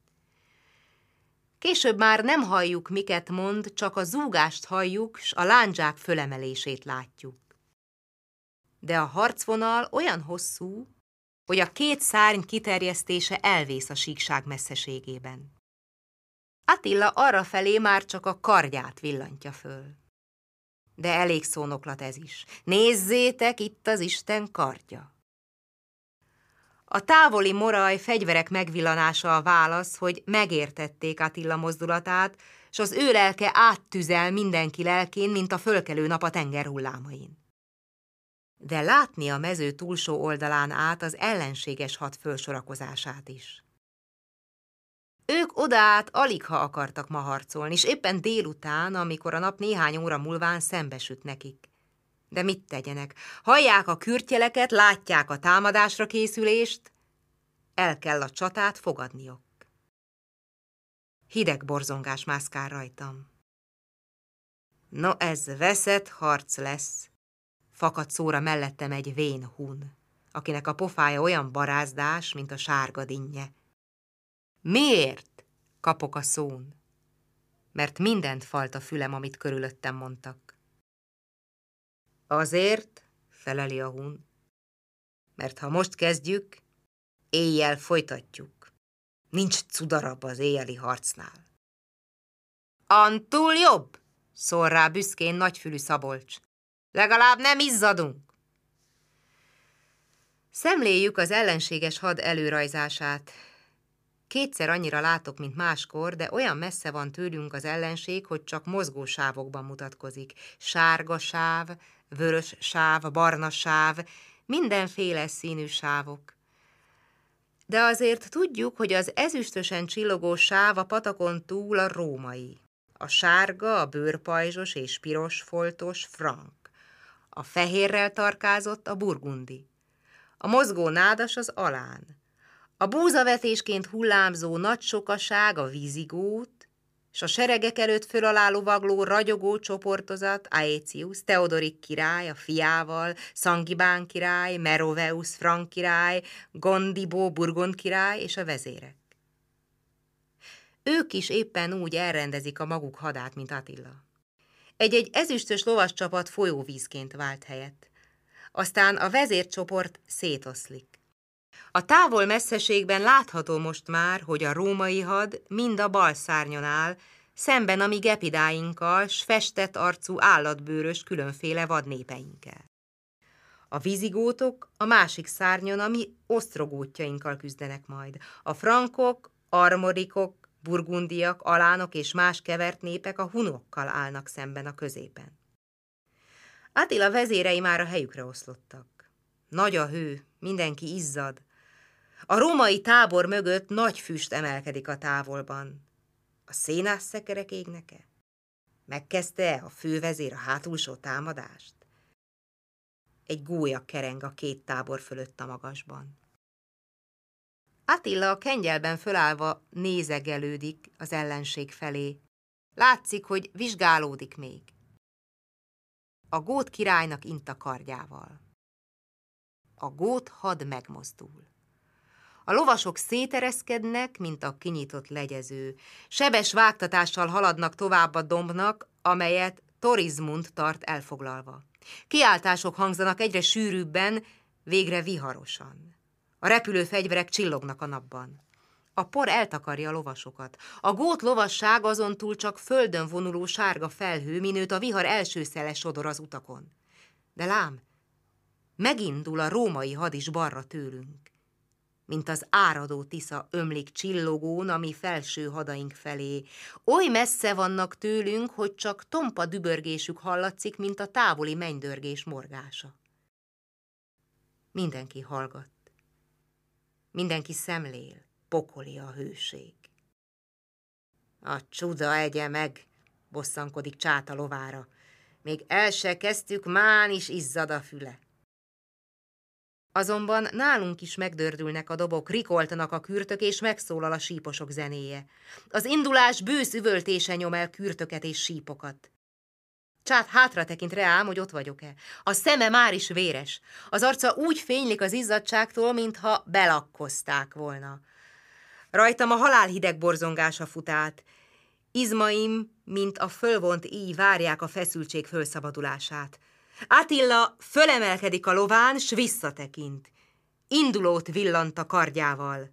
Később már nem halljuk, miket mond, csak a zúgást halljuk, s a lándzsák fölemelését látjuk. De a harcvonal olyan hosszú, hogy a 2 szárny kiterjesztése elvész a síkság messzeségében. Attila arrafelé már csak a kardját villantja föl. De elég szónoklat ez is. Nézzétek, itt az Isten kardja! A távoli moraj fegyverek megvillanása a válasz, hogy megértették Attila mozdulatát, s az ő lelke áttüzel mindenki lelkén, mint a fölkelő nap a tenger hullámain. De látni a mező túlsó oldalán át az ellenséges had fölsorakozását is. Ők odaát aligha akartak ma harcolni, és éppen délután, amikor a nap néhány óra múlván szembesüt nekik. De mit tegyenek? Hallják a kürtjeleket, látják a támadásra készülést, el kell a csatát fogadniok. Hideg borzongás mászkál rajtam. No, ez veszett harc lesz. Fakad szóra mellettem egy vén hun, akinek a pofája olyan barázdás, mint a sárga dinnye. Miért? Kapok a szón. Mert mindent falt a fülem, amit körülöttem mondtak. Azért, feleli a hun, mert ha most kezdjük, éjjel folytatjuk. Nincs cudarabb az éjjeli harcnál. Antul jobb, szól rá büszkén nagyfülű Szabolcs. Legalább nem izzadunk. Szemléljük az ellenséges had előrajzását. 2-szer annyira látok, mint máskor, de olyan messze van tőlünk az ellenség, hogy csak mozgó sávokban mutatkozik. Sárga sáv, vörös sáv, barna sáv, mindenféle színű sávok. De azért tudjuk, hogy az ezüstösen csillogó sáv a patakon túl a római. A sárga, a bőrpajzsos és piros foltos frank. A fehérrel tarkázott a burgundi. A mozgó nádas az alán. A búzavetésként hullámzó nagy sokaság a vizigót, s a seregek előtt föl alá lovagló ragyogó csoportozat Aetius, Theodorik király a fiával, Szangibán király, Meroveus frank király, Gondibó burgund király és a vezérek. Ők is éppen úgy elrendezik a maguk hadát, mint Attila. Egy-egy ezüstös lovascsapat folyóvízként vált helyet. Aztán a vezércsoport szétoszlik. A távol messzeségben látható most már, hogy a római had mind a bal szárnyon áll, szemben a mi gepidáinkkal, s festett arcú állatbőrös különféle vadnépeinkkel. A vizigótok a másik szárnyon a mi osztrogótjainkkal küzdenek majd. A frankok, armorikok, burgundiak, alánok és más kevert népek a hunokkal állnak szemben a középen. Attila vezérei már a helyükre oszlottak. Nagy a hő, mindenki izzad. A római tábor mögött nagy füst emelkedik a távolban. A szénászekerek égnek-e? Megkezdte-e a fővezér a hátulsó támadást? Egy gólya kereng a két tábor fölött a magasban. Attila a kengyelben fölállva nézegelődik az ellenség felé. Látszik, hogy vizsgálódik még. A gót királynak int a kardjával. A gót had megmozdul. A lovasok szétereszkednek, mint a kinyitott legyező. Sebes vágtatással haladnak tovább a dombnak, amelyet Torizmund tart elfoglalva. Kiáltások hangzanak egyre sűrűbben, végre viharosan. A repülő fegyverek csillognak a napban. A por eltakarja a lovasokat. A gót lovasság azon túl csak földön vonuló sárga felhő, minőt a vihar első szele sodor az utakon. De lám, megindul a római had is balra tőlünk. Mint az áradó Tisza ömlik csillogón a mi felső hadaink felé. Oly messze vannak tőlünk, hogy csak tompa dübörgésük hallatszik, mint a távoli mennydörgés morgása. Mindenki hallgat. Mindenki szemlél, pokoli a hőség. A csuda egye meg, bosszankodik Csáta lovára. Még el se kezdtük, mán is izzad a füle. Azonban nálunk is megdördülnek a dobok, rikoltanak a kürtök, és megszólal a síposok zenéje. Az indulás bősz üvöltése nyom el kürtöket és sípokat. Csát hátra tekint reám, hogy ott vagyok-e. A szeme már is véres. Az arca úgy fénylik az izzadságtól, mintha belakkozták volna. Rajtam a halálhideg borzongása fut át. Izmaim, mint a fölvont íj, várják a feszültség fölszabadulását. Attila fölemelkedik a lován, s visszatekint. Indulót villant a kardjával.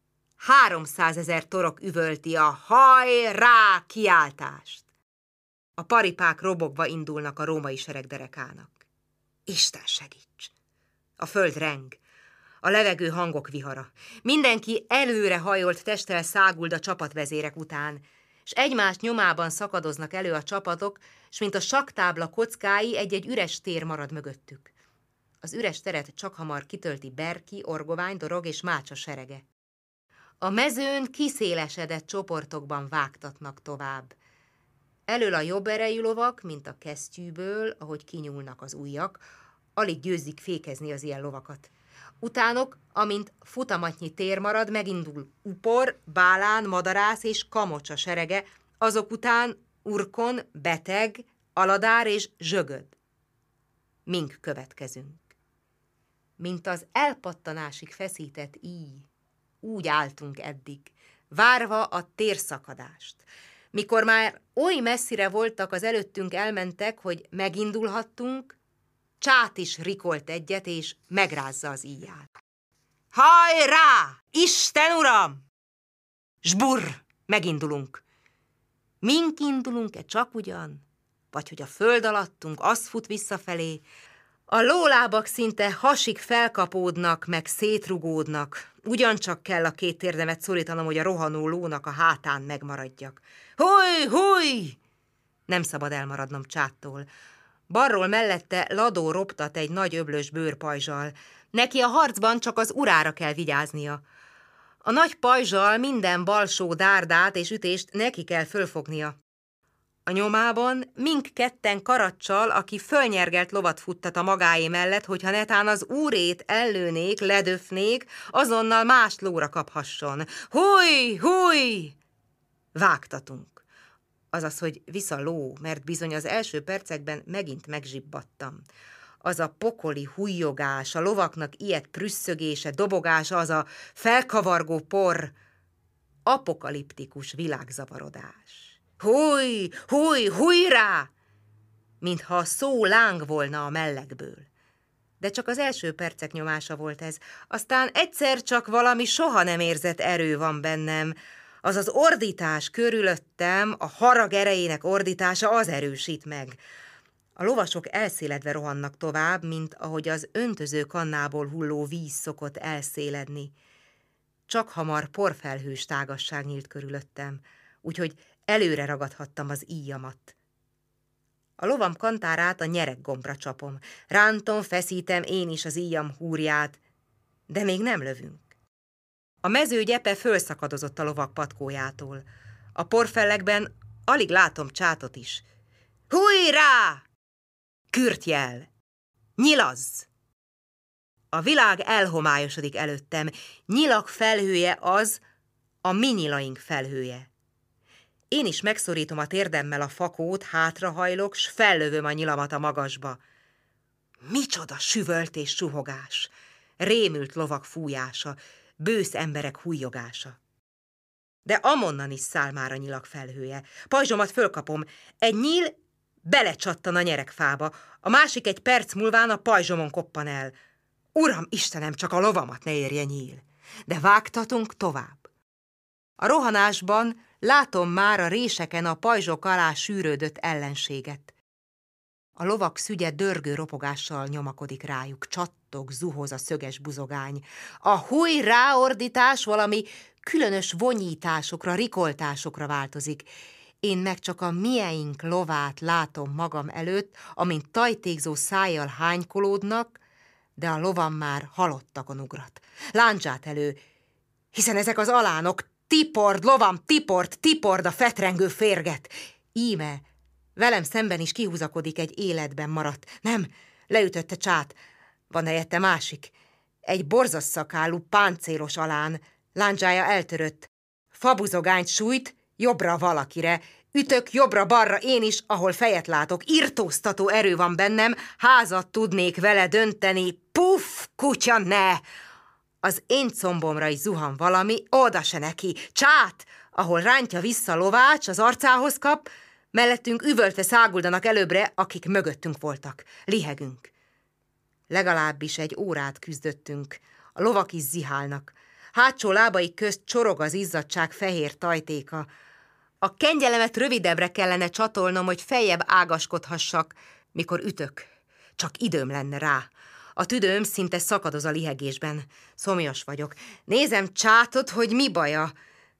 300 000 torok üvölti a hajrá kiáltást. A paripák robogva indulnak a római sereg derekának. Isten segíts! A föld reng, a levegő hangok vihara. Mindenki előre hajolt testtel száguld a csapatvezérek után, s egymás nyomában szakadoznak elő a csapatok, s mint a sakktábla kockái egy-egy üres tér marad mögöttük. Az üres teret csakhamar kitölti Berki, Orgovány, Dorog és Mácsa serege. A mezőn kiszélesedett csoportokban vágtatnak tovább. Elől a jobb erejű lovak, mint a kesztyűből, ahogy kinyúlnak az ujjak, alig győzik fékezni az ilyen lovakat. Utánok, amint futamatnyi tér marad, megindul Upor, Bálán, Madarász és Kamocsa serege, azok után Urkon, Beteg, Aladár és Zsögöd. Mink következünk. Mint az elpattanásig feszített íj, úgy álltunk eddig, várva a térszakadást. Mikor már oly messzire voltak az előttünk elmentek, hogy megindulhattunk, Csát is rikolt egyet, és megrázza az íját. Hajrá! Isten uram! Zsburr! Megindulunk. Mink indulunk-e csak ugyan? Vagy hogy a föld alattunk az fut visszafelé? A lólábak szinte hasig felkapódnak, meg szétrugódnak. Ugyancsak kell a két térdemet szorítanom, hogy a rohanó lónak a hátán megmaradjak. Húj, húj! Nem szabad elmaradnom Csáttól. Balról mellette Ladó roptat egy nagy öblös bőrpajzsal. Neki a harcban csak az urára kell vigyáznia. A nagy pajzsal minden balsó dárdát és ütést neki kell fölfognia. A nyomában mink ketten Karacsal, aki fölnyergelt lovat futtat a magáé mellett, hogyha netán az úrét ellőnék, ledöfnék, azonnal más lóra kaphasson. Húj, húj! Vágtatunk. Azaz, hogy vissza ló, mert bizony az első percekben megint megzsibbadtam. Az a pokoli hújjogás, a lovaknak ilyet prüsszögése, dobogása, az a felkavargó por, apokaliptikus világzavarodás. Húj, húj, húj rá! Mintha a szó láng volna a mellegből. De csak az első percek nyomása volt ez. Aztán egyszer csak valami soha nem érzett erő van bennem. Az az ordítás körülöttem, a harag erejének ordítása az erősít meg. A lovasok elszéledve rohannak tovább, mint ahogy az öntöző kannából hulló víz szokott elszéledni. Csak hamar porfelhős tágasság nyílt körülöttem, úgyhogy előre ragadhattam az íjamat. A lovam kantárát a nyereggombra csapom. Rántom, feszítem én is az íjam húrját, de még nem lövünk. A mező gyepe fölszakadozott a lovak patkójától. A porfellekben alig látom Csátot is. Húj rá! Kürtjel! Nyilazz! A világ elhomályosodik előttem. Nyilak felhője az, a mi nyilaink felhője. Én is megszorítom a térdemmel a fakót, hátrahajlok, s fellövöm a nyilamat a magasba. Micsoda süvöltés, suhogás, rémült lovak fújása, bősz emberek hújjogása. De amonnan is száll már a nyilak felhője. Pajzsomat fölkapom, egy nyíl belecsattan a nyeregfába, a másik egy perc múlván a pajzsomon koppan el. Uram, Istenem, csak a lovamat ne érje nyíl. De vágtatunk tovább. A rohanásban látom már a réseken a pajzsok alá sűrődött ellenséget. A lovak szügye dörgő ropogással nyomakodik rájuk, csattog, zuhoz a szöges buzogány. A húj ráordítás valami különös vonyításokra, rikoltásokra változik. Én meg csak a mieink lovát látom magam előtt, amint tajtékzó szájjal hánykolódnak, de a lovam már halottakon ugrat. Láncsát elő, hiszen ezek az alánok, tipord, lovam, tipord a fetrengő férget. Íme, velem szemben is kihúzakodik egy életben maradt. Nem, leütötte Csát. Van helyette másik. Egy borzasszakálú, páncélos alán. Láncsája eltörött. Fabuzogányt sújt, jobbra valakire. Ütök jobbra-balra én is, ahol fejet látok. Irtóztató erő van bennem, házat tudnék vele dönteni. Puff, kutya, ne! Az én combomra is zuhan valami, oda se neki. Csát, ahol rántja vissza lovács, az arcához kap, mellettünk üvöltve száguldanak előbbre, akik mögöttünk voltak. Lihegünk. Legalábbis egy órát küzdöttünk. A lovak is zihálnak. Hátsó lábaik közt csorog az izzadtság fehér tajtéka. A kengyelemet rövidebbre kellene csatolnom, hogy feljebb ágaskodhassak, mikor ütök. Csak időm lenne rá. A tüdőm szinte szakadoz a lihegésben. Szomjas vagyok. Nézem Csátot, hogy mi baja.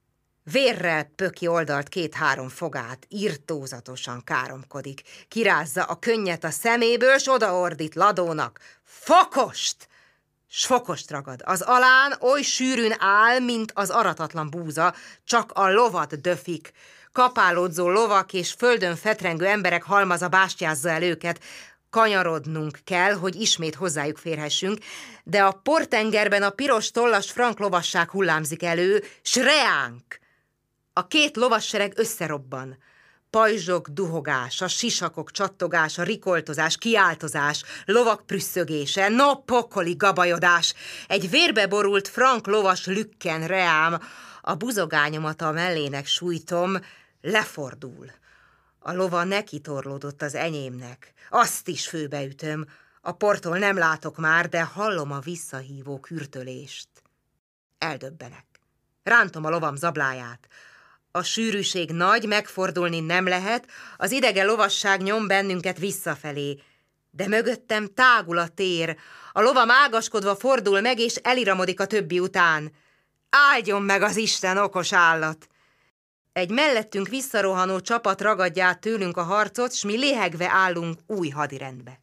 Vérrel pöki oldalt 2-3 fogát, irtózatosan káromkodik. Kirázza a könnyet a szeméből, s odaordít Ladónak. Fokost! S fokost ragad. Az alán oly sűrűn áll, mint az aratatlan búza, csak a lovat döfik. Kapálódzó lovak és földön fetrengő emberek halmaza bástyázza el őket. Kanyarodnunk kell, hogy ismét hozzájuk férhessünk, de a portengerben a piros tollas frank lovasság hullámzik elő, s reánk! A 2 lovassereg összerobban. Pajzsok duhogása, sisakok csattogása, rikoltozás, kiáltozás, lovak prüsszögése, no pokoli gabajodás. Egy vérbe borult frank lovas lükken reám, a buzogányomat a mellének sújtom, lefordul. A lova nekitorlódott az enyémnek. Azt is főbeütöm. A portól nem látok már, de hallom a visszahívó kürtölést. Eldöbbenek. Rántom a lovam zabláját. A sűrűség nagy, megfordulni nem lehet, az idegen lovasság nyom bennünket visszafelé. De mögöttem tágul a tér. A lovam ágaskodva fordul meg, és eliramodik a többi után. Áldjon meg az Isten, okos állat! Egy mellettünk visszarohanó csapat ragadja át tőlünk a harcot, s mi léhegve állunk új hadirendbe.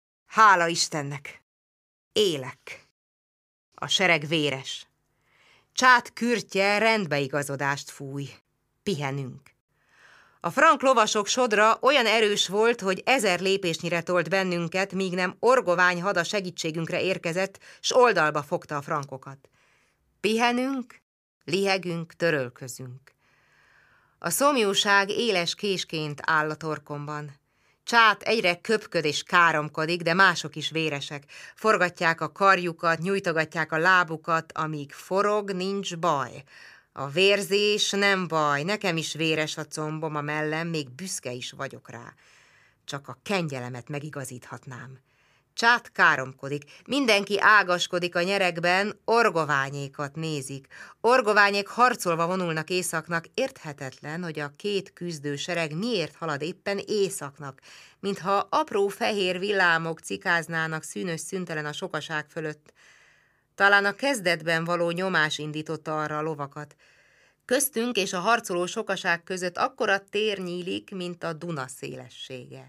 Hála Istennek! Élek! A sereg véres. Csát kürtje rendbeigazodást fúj. Pihenünk. A frank lovasok sodra olyan erős volt, hogy 1000 lépésnyire tolt bennünket, míg nem Orgovány hada segítségünkre érkezett, s oldalba fogta a frankokat. Pihenünk, lihegünk, törölközünk. A szomjúság éles késként áll a torkomban. Csát egyre köpköd és káromkodik, de mások is véresek. Forgatják a karjukat, nyújtogatják a lábukat, amíg forog, nincs baj. A vérzés nem baj, nekem is véres a combom a mellem, még büszke is vagyok rá. Csak a kengyelemet megigazíthatnám. Csát káromkodik, mindenki ágaskodik a nyerekben, Orgoványékat nézik. Orgoványék harcolva vonulnak északnak, érthetetlen, hogy a két küzdő sereg miért halad éppen északnak, mintha apró fehér villámok cikáznának szűnös szüntelen a sokaság fölött. Talán a kezdetben való nyomás indította arra a lovakat. Köztünk és a harcoló sokaság között akkora tér nyílik, mint a Duna szélessége.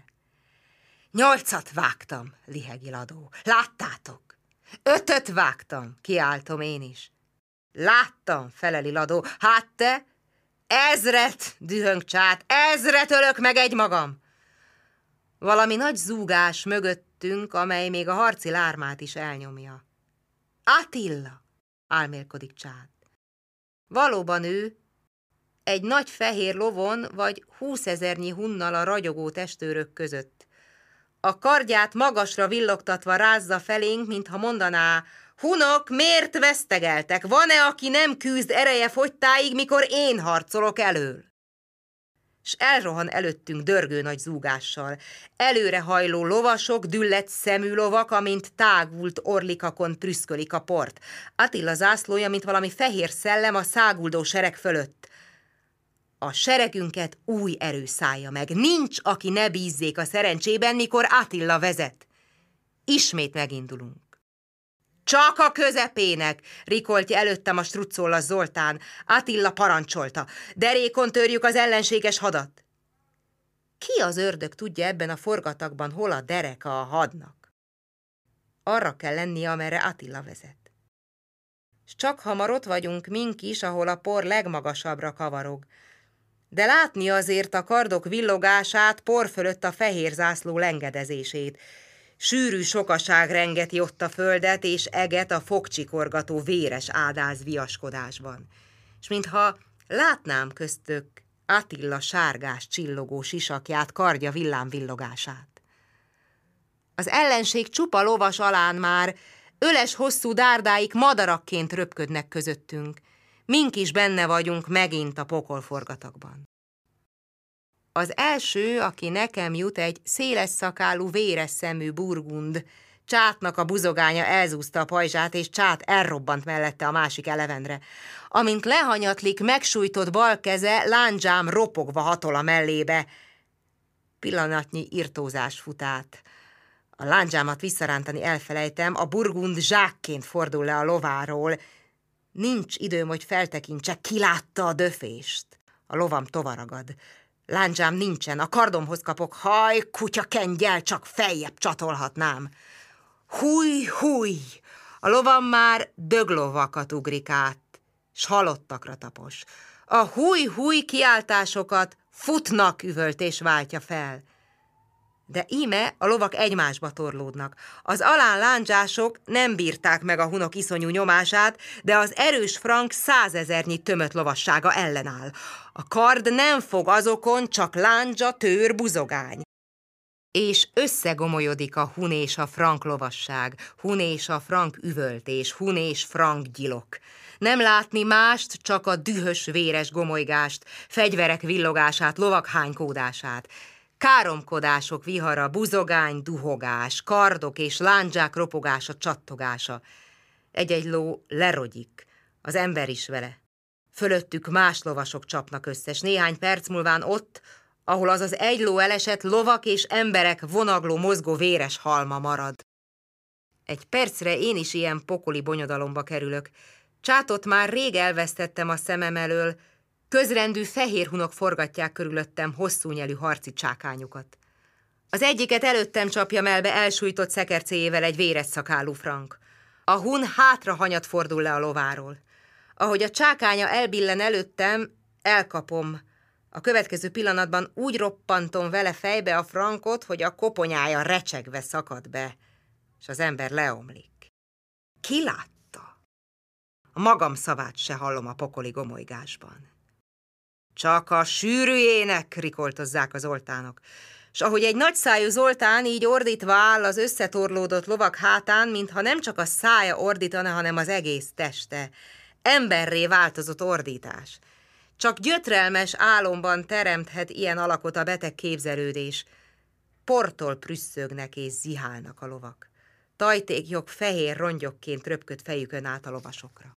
8 vágtam, lihegi Ladó. Láttátok? 5 vágtam, kiáltom én is. Láttam, feleli Ladó. Hát te? 1000, dühöng Csát, 1000 ölök meg egymagam. Valami nagy zúgás mögöttünk, amely még a harci lármát is elnyomja. Attila, álmélkodik Csát. Valóban ő, egy nagy fehér lovon vagy 20 000 hunnal a ragyogó testőrök között. A kardját magasra villogtatva rázza felénk, mintha mondaná, hunok, miért vesztegeltek? Van-e, aki nem küzd ereje fogytáig, mikor én harcolok elől? S elrohan előttünk dörgő nagy zúgással. Előrehajló lovasok, düllett szemű lovak, amint tágult orlikakon trüszkölik a port. Attila zászlója, mint valami fehér szellem a száguldó sereg fölött. A seregünket új erő szállja meg. Nincs, aki ne bízzék a szerencsében, mikor Attila vezet. Ismét megindulunk. Csak a közepének, rikoltja előttem a struccollas Zoltán. Attila parancsolta. Derékon törjük az ellenséges hadat. Ki az ördög tudja ebben a forgatagban, hol a dereka a hadnak? Arra kell lennie, amerre Attila vezet. S csak hamar ott vagyunk mink is, ahol a por legmagasabbra kavarog. De látni azért a kardok villogását, por fölött a fehér zászló lengedezését. Sűrű sokaság rengeti ott a földet, és eget a fogcsikorgató véres ádáz viaskodásban. És mintha látnám köztök Attila sárgás csillogó sisakját, kardja villámvillogását. Az ellenség csupa lovas alán már, öles hosszú dárdáik madarakként röpködnek közöttünk. Mink is benne vagyunk megint a pokolforgatagban. Az első, aki nekem jut, egy széles szakálú, véres szemű burgund. Csátnak a buzogánya elzúzta a pajzsát, és Csát elrobbant mellette a másik elevendre. Amint lehanyatlik megsújtott bal keze, lándzsám ropogva hatol a mellébe. Pillanatnyi irtózás fut át. A lándzsámat visszarántani elfelejtem, a burgund zsákként fordul le a lováról. Nincs időm, hogy feltekintsek, ki látta a döfést. A lovam tovaragad. Lándzsám nincsen, a kardomhoz kapok, haj, kutya kengyel, csak feljebb csatolhatnám. Húj, húj! A lovam már döglovakat ugrik át, s halottakra tapos. A húj, húj kiáltásokat futnak üvöltés váltja fel. De íme a lovak egymásba torlódnak. Az alán lándzsások nem bírták meg a hunok iszonyú nyomását, de az erős frank 100 000 tömött lovassága ellenáll. A kard nem fog azokon, csak lándzsa, tőr, buzogány. És összegomolyodik a hun és a frank lovasság, hun és a frank üvöltés, hun és frank gyilok. Nem látni mást, csak a dühös, véres gomolygást, fegyverek villogását, lovak hánykódását. Káromkodások vihara, buzogány, duhogás, kardok és lándzsák ropogása, csattogása. Egy-egy ló lerogyik, az ember is vele. Fölöttük más lovasok csapnak össze, s néhány perc múlván ott, ahol az az egy ló elesett, lovak és emberek vonagló, mozgó, véres halma marad. Egy percre én is ilyen pokoli bonyodalomba kerülök. Csátot már rég elvesztettem a szemem elől, közrendű fehér hunok forgatják körülöttem hosszú nyelű harci csákányokat. Az egyiket előttem csapja melbe elsújtott szekercéjével egy véres szakálú frank. A hun hátra hanyat fordul le a lováról. Ahogy a csákánya elbillen előttem, elkapom. A következő pillanatban úgy roppantom vele fejbe a frankot, hogy a koponyája recsegve szakad be, és az ember leomlik. Ki látta? A magam szavát se hallom a pokoli gomolygásban. Csak a sűrűjének, rikoltozzák a zoltánok, s ahogy egy nagyszájú zoltán így ordítva áll az összetorlódott lovak hátán, mintha nem csak a szája ordítana, hanem az egész teste. Emberré változott ordítás. Csak gyötrelmes álomban teremthet ilyen alakot a beteg képzelődés. Portól prüsszögnek és zihálnak a lovak. Tajtékjog fehér rongyokként röpköd fejükön át a lovasokra.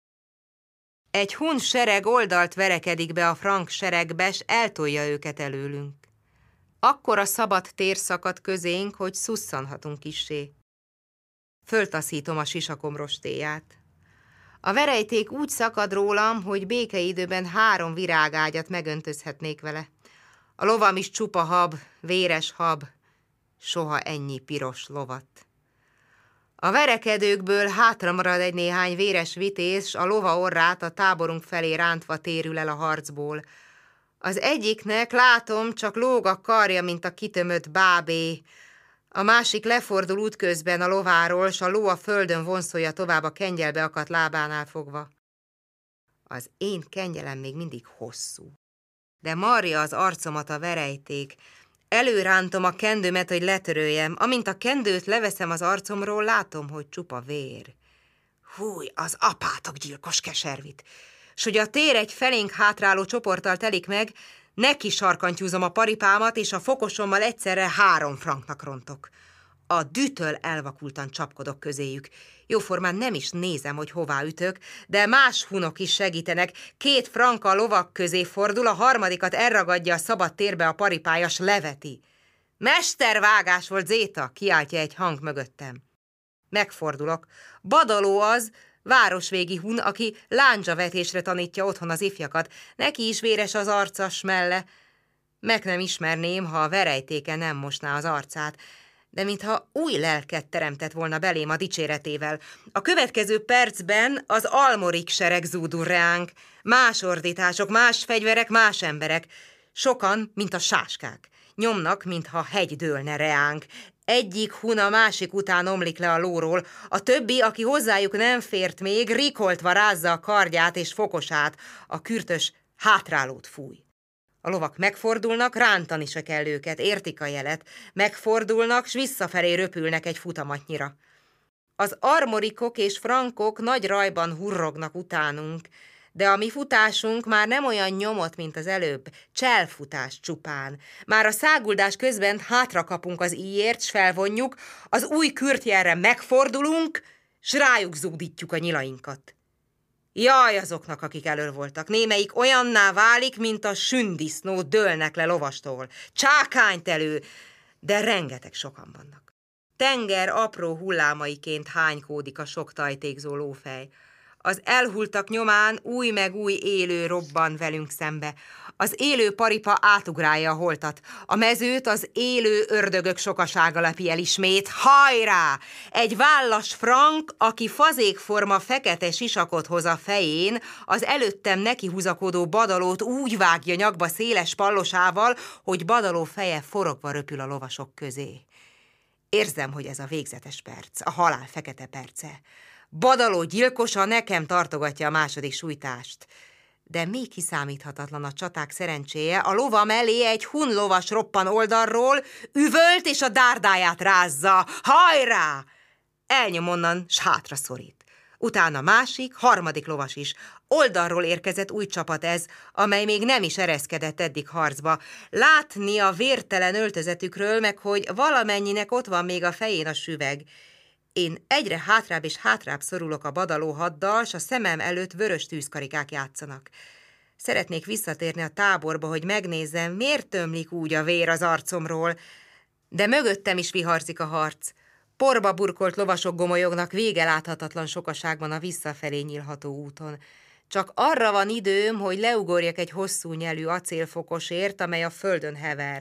Egy hun sereg oldalt verekedik be a frank seregbe, s eltolja őket előlünk. Akkora szabad tér szakad közénk, hogy szusszanhatunk kissé. Föltaszítom a sisakom rostéját. A verejték úgy szakad rólam, hogy békeidőben 3 virágágyat megöntözhetnék vele. A lovam is csupa hab, véres hab, soha ennyi piros lovat. A verekedőkből hátra marad egy néhány véres vitéz, s a lova orrát a táborunk felé rántva térül el a harcból. Az egyiknek, látom, csak lóg a karja, mint a kitömött bábé. A másik lefordul útközben a lováról, s a ló a földön vonszolja tovább a kengyelbe akadt lábánál fogva. Az én kengyelem még mindig hosszú, de marja az arcomat a verejték. Előrántom a kendőmet, hogy letöröljem. Amint a kendőt leveszem az arcomról, látom, hogy csupa vér. Húj, az apátok gyilkos keservit! S hogy a tér egy felénk hátráló csoporttal telik meg, neki sarkantyúzom a paripámat, és a fokosommal egyszerre 3 franknak rontok. A dűtől elvakultan csapkodok közéjük. Jóformán nem is nézem, hogy hová ütök, de más hunok is segítenek. 2 frank a lovak közé fordul, a harmadikat elragadja a szabad térbe a paripája, s leveti. Mestervágás volt, Zéta, kiáltja egy hang mögöttem. Megfordulok. Badaló az, városvégi hun, aki lándzsavetésre tanítja otthon az ifjakat. Neki is véres az arca, smelle. Meg nem ismerném, ha a verejtéke nem mosná az arcát, de mintha új lelket teremtett volna belém a dicséretével. A következő percben az almorik sereg zúdul reánk. Más ordítások, más fegyverek, más emberek. Sokan, mint a sáskák. Nyomnak, mintha hegy dőlne reánk. Egyik hun a másik után omlik le a lóról, a többi, aki hozzájuk nem fért még, rikoltva rázza a kardját és fokosát, a kürtös hátrálót fúj. A lovak megfordulnak, rántani se kell őket, értik a jelet, megfordulnak, s visszafelé röpülnek egy futamatnyira. Az armorikok és frankok nagy rajban hurrognak utánunk, de a mi futásunk már nem olyan nyomott, mint az előbb, cselfutás csupán. Már a száguldás közben hátra kapunk az íjért, s felvonjuk, az új kürtjelre megfordulunk, s rájuk zúdítjuk a nyilainkat. Jaj azoknak, akik elől voltak, némelyik olyanná válik, mint a sündisznó, dőlnek le lovastól. Csákánytelő, de rengeteg sokan vannak. Tenger apró hullámaiként hánykódik a sok tajtékzó lófej. Az elhultak nyomán új meg új élő robban velünk szembe. Az élő paripa átugrálja a holtat. A mezőt az élő ördögök sokasága lepi el ismét. Hajrá! Egy vállas frank, aki fazékforma fekete sisakot hoz a fején, az előttem nekihúzakodó Badalót úgy vágja nyakba széles pallosával, hogy Badaló feje forogva röpül a lovasok közé. Érzem, hogy ez a végzetes perc, a halál fekete perce. Badaló gyilkosa nekem tartogatja a második sújtást. De még kiszámíthatatlan a csaták szerencséje, a lova mellé egy hun lovas roppan oldalról, üvölt és a dárdáját rázza. Hajrá! Elnyom onnan, s hátra szorít. Utána másik, harmadik lovas is. Oldalról érkezett új csapat ez, amely még nem is ereszkedett eddig harcba. Látni a vértelen öltözetükről, meg hogy valamennyinek ott van még a fején a süveg. Én egyre hátrább és hátrább szorulok a Badaló haddal, s a szemem előtt vörös tűzkarikák játszanak. Szeretnék visszatérni a táborba, hogy megnézzem, miért tömlik úgy a vér az arcomról, de mögöttem is viharzik a harc. Porba burkolt lovasok gomolyognak vége láthatatlan sokaságban a visszafelé nyílható úton. Csak arra van időm, hogy leugorjak egy hosszú nyelű acélfokosért, amely a földön hever.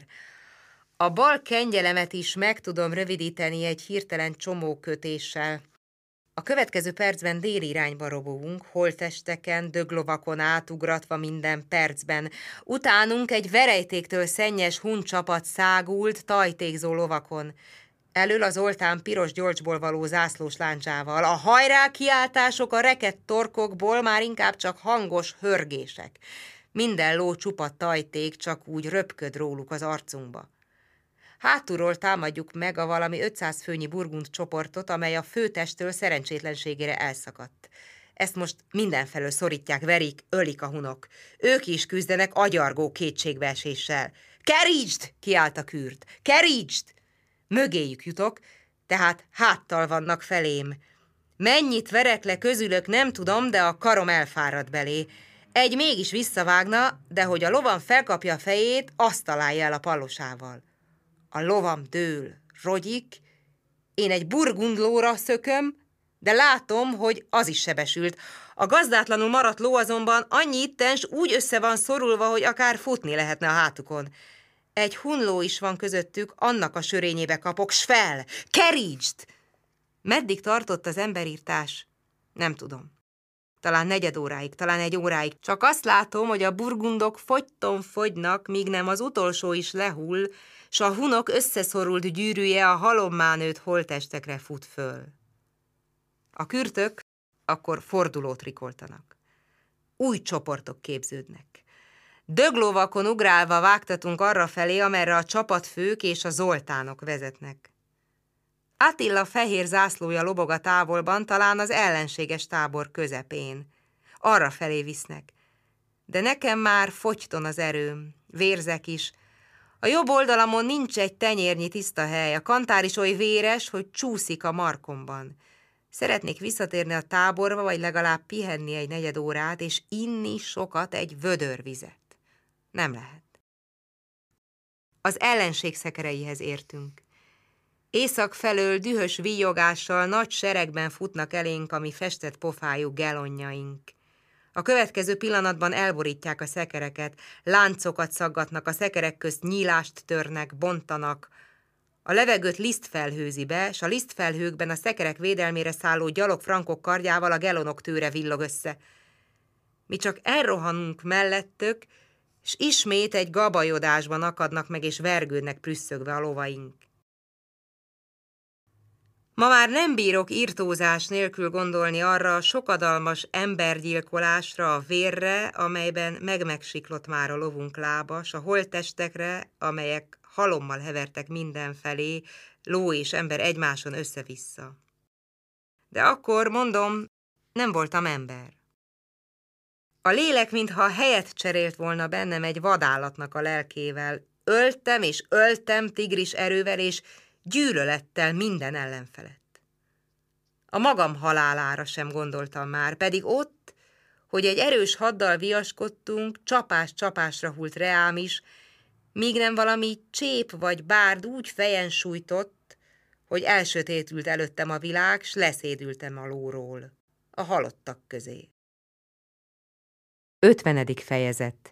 A bal kengyelemet is meg tudom rövidíteni egy hirtelen csomókötéssel. A következő percben déli irányba robogunk, holttesteken, döglovakon átugratva minden percben. Utánunk egy verejtéktől szennyes hun csapat szágult, tajtékzó lovakon. Elől az oltán piros gyolcsból való zászlós láncsával. A hajrá kiáltások a rekedt torkokból már inkább csak hangos hörgések. Minden ló csupa tajték csak úgy röpköd róluk az arcunkba. Hátulról támadjuk meg a valami 500 főnyi burgund csoportot, amely a főtesttől szerencsétlenségére elszakadt. Ezt most mindenfelől szorítják, verik, ölik a hunok. Ők is küzdenek agyargó kétségbeeséssel. Kerítsd! Kiált a kürt. Kerítsd! Mögéjük jutok, tehát háttal vannak felém. Mennyit verek le közülök, nem tudom, de a karom elfárad belé. Egy mégis visszavágna, de hogy a lovam felkapja a fejét, azt találja el a pallosával. A lovam dől, rogyik, én egy burgundlóra szököm, de látom, hogy az is sebesült. A gazdátlanul maradt ló azonban annyi ittens úgy össze van szorulva, hogy akár futni lehetne a hátukon. Egy hunló is van közöttük, annak a sörényébe kapok, s fel! Kerítsd! Meddig tartott az emberírtás? Nem tudom. Talán 4 óráig, talán 1 óráig. Csak azt látom, hogy a burgundok fogyton fogynak, míg nem az utolsó is lehull, s a hunok összeszorult gyűrűje a halommá nőtt holttestekre fut föl. A kürtök akkor fordulót rikoltanak. Új csoportok képződnek. Döglovakon ugrálva vágtatunk arrafelé, amerre a csapatfők és a zoltánok vezetnek. Attila fehér zászlója lobog a távolban, talán az ellenséges tábor közepén. Arrafelé visznek. De nekem már fogyton az erőm, vérzek is. A jobb oldalamon nincs egy tenyérnyi tiszta hely, a kantár is oly véres, hogy csúszik a markomban. Szeretnék visszatérni a táborba, vagy legalább pihenni egy 4 órát, és inni sokat egy vödör vizet. Nem lehet. Az ellenség szekereihez értünk. Észak felől dühös víjogással nagy seregben futnak elénk a mi festett pofájú gelonjaink. A következő pillanatban elborítják a szekereket, láncokat szaggatnak, a szekerek közt nyílást törnek, bontanak. A levegőt liszt felhőzi be, s a lisztfelhőkben a szekerek védelmére szálló gyalog frankok kardjával a gelonok tőre villog össze. Mi csak elrohanunk mellettök, s ismét egy gabajodásban akadnak meg, és vergődnek prüsszögve a lovaink. Ma már nem bírok irtózás nélkül gondolni arra a sokadalmas embergyilkolásra, a vérre, amelyben megsiklott már a lovunk lába, s a holttestekre, amelyek halommal hevertek mindenfelé, ló és ember egymáson össze-vissza. De akkor, mondom, nem voltam ember. A lélek, mintha helyet cserélt volna bennem egy vadállatnak a lelkével. Öltem és öltem tigris erővel és gyűlölettel minden ellenfelett. A magam halálára sem gondoltam már, pedig ott, hogy egy erős haddal viaskodtunk, csapás csapásra hult reám is, míg nem valami csép vagy bárd úgy fejen sújtott, hogy elsötétült előttem a világ, s leszédültem a lóról, a halottak közé. 50. fejezet.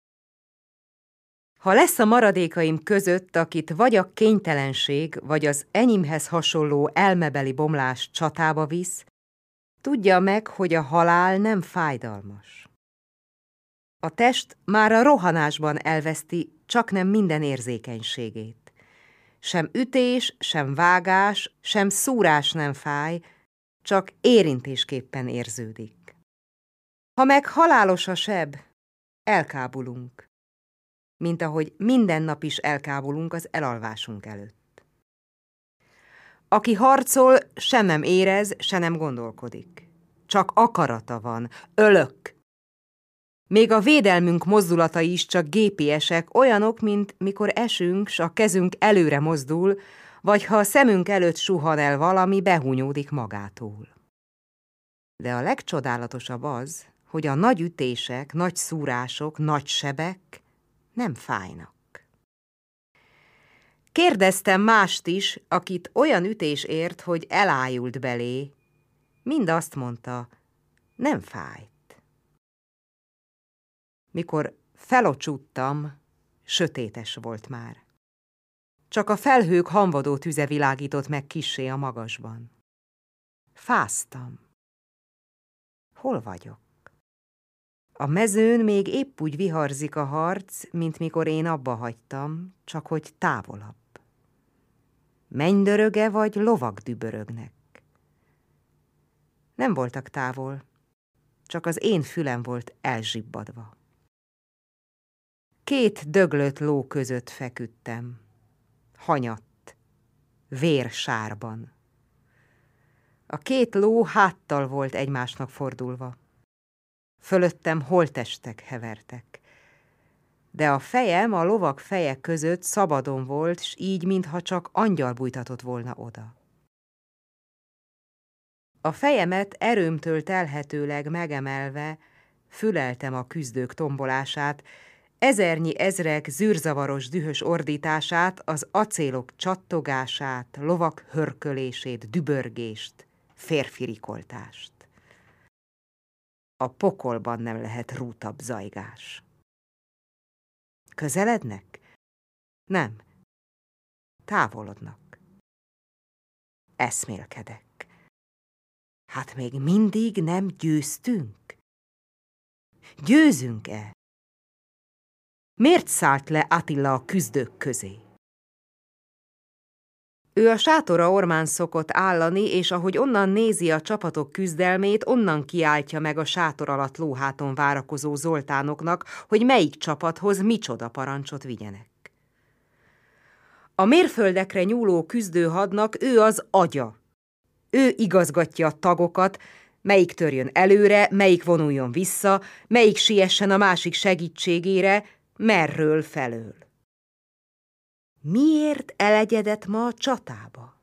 Ha lesz a maradékaim között, akit vagy a kénytelenség, vagy az enyémhez hasonló elmebeli bomlás csatába visz, tudja meg, hogy a halál nem fájdalmas. A test már a rohanásban elveszti csaknem minden érzékenységét. Sem ütés, sem vágás, sem szúrás nem fáj, csak érintésképpen érződik. Ha meg halálos a seb, elkábulunk, mint ahogy minden nap is elkábulunk az elalvásunk előtt. Aki harcol, se nem érez, se nem gondolkodik. Csak akarata van, ölök. Még a védelmünk mozdulatai is csak gépiesek, olyanok, mint mikor esünk, s a kezünk előre mozdul, vagy ha a szemünk előtt suhan el valami, behúnyódik magától. De a legcsodálatosabb az, hogy a nagy ütések, nagy szúrások, nagy sebek nem fájnak. Kérdeztem mást is, akit olyan ütés ért, hogy elájult belé. Mind azt mondta, nem fájt. Mikor felocsúttam, sötétes volt már. Csak a felhők hamvadó tüze világított meg kissé a magasban. Fáztam. Hol vagyok? A mezőn még épp úgy viharzik a harc, mint mikor én abba hagytam, csak hogy távolabb. Mennydöröge vagy lovak dübörögnek? Nem voltak távol, csak az én fülem volt elzsibbadva. Két döglött ló között feküdtem, hanyatt, vérsárban. A két ló háttal volt egymásnak fordulva. Fölöttem holttestek hevertek. De a fejem a lovak feje között szabadon volt, s így, mintha csak angyal bújtatott volna oda. A fejemet erőmtől telhetőleg megemelve füleltem a küzdők tombolását, ezernyi ezrek zűrzavaros dühös ordítását, az acélok csattogását, lovak hörkölését, dübörgést, férfi rikoltást. A pokolban nem lehet rútabb zajgás. Közelednek? Nem. Távolodnak. Eszmélkedek. Hát még mindig nem győztünk? Győzünk-e? Miért szállt le Attila a küzdők közé? Ő a sátora ormán szokott állani, és ahogy onnan nézi a csapatok küzdelmét, onnan kiáltja meg a sátor alatt lóháton várakozó zoltánoknak, hogy melyik csapathoz micsoda parancsot vigyenek. A mérföldekre nyúló küzdőhadnak ő az agya. Ő igazgatja a tagokat, melyik törjön előre, melyik vonuljon vissza, melyik siessen a másik segítségére, merről felől. Miért elegyedett ma a csatába?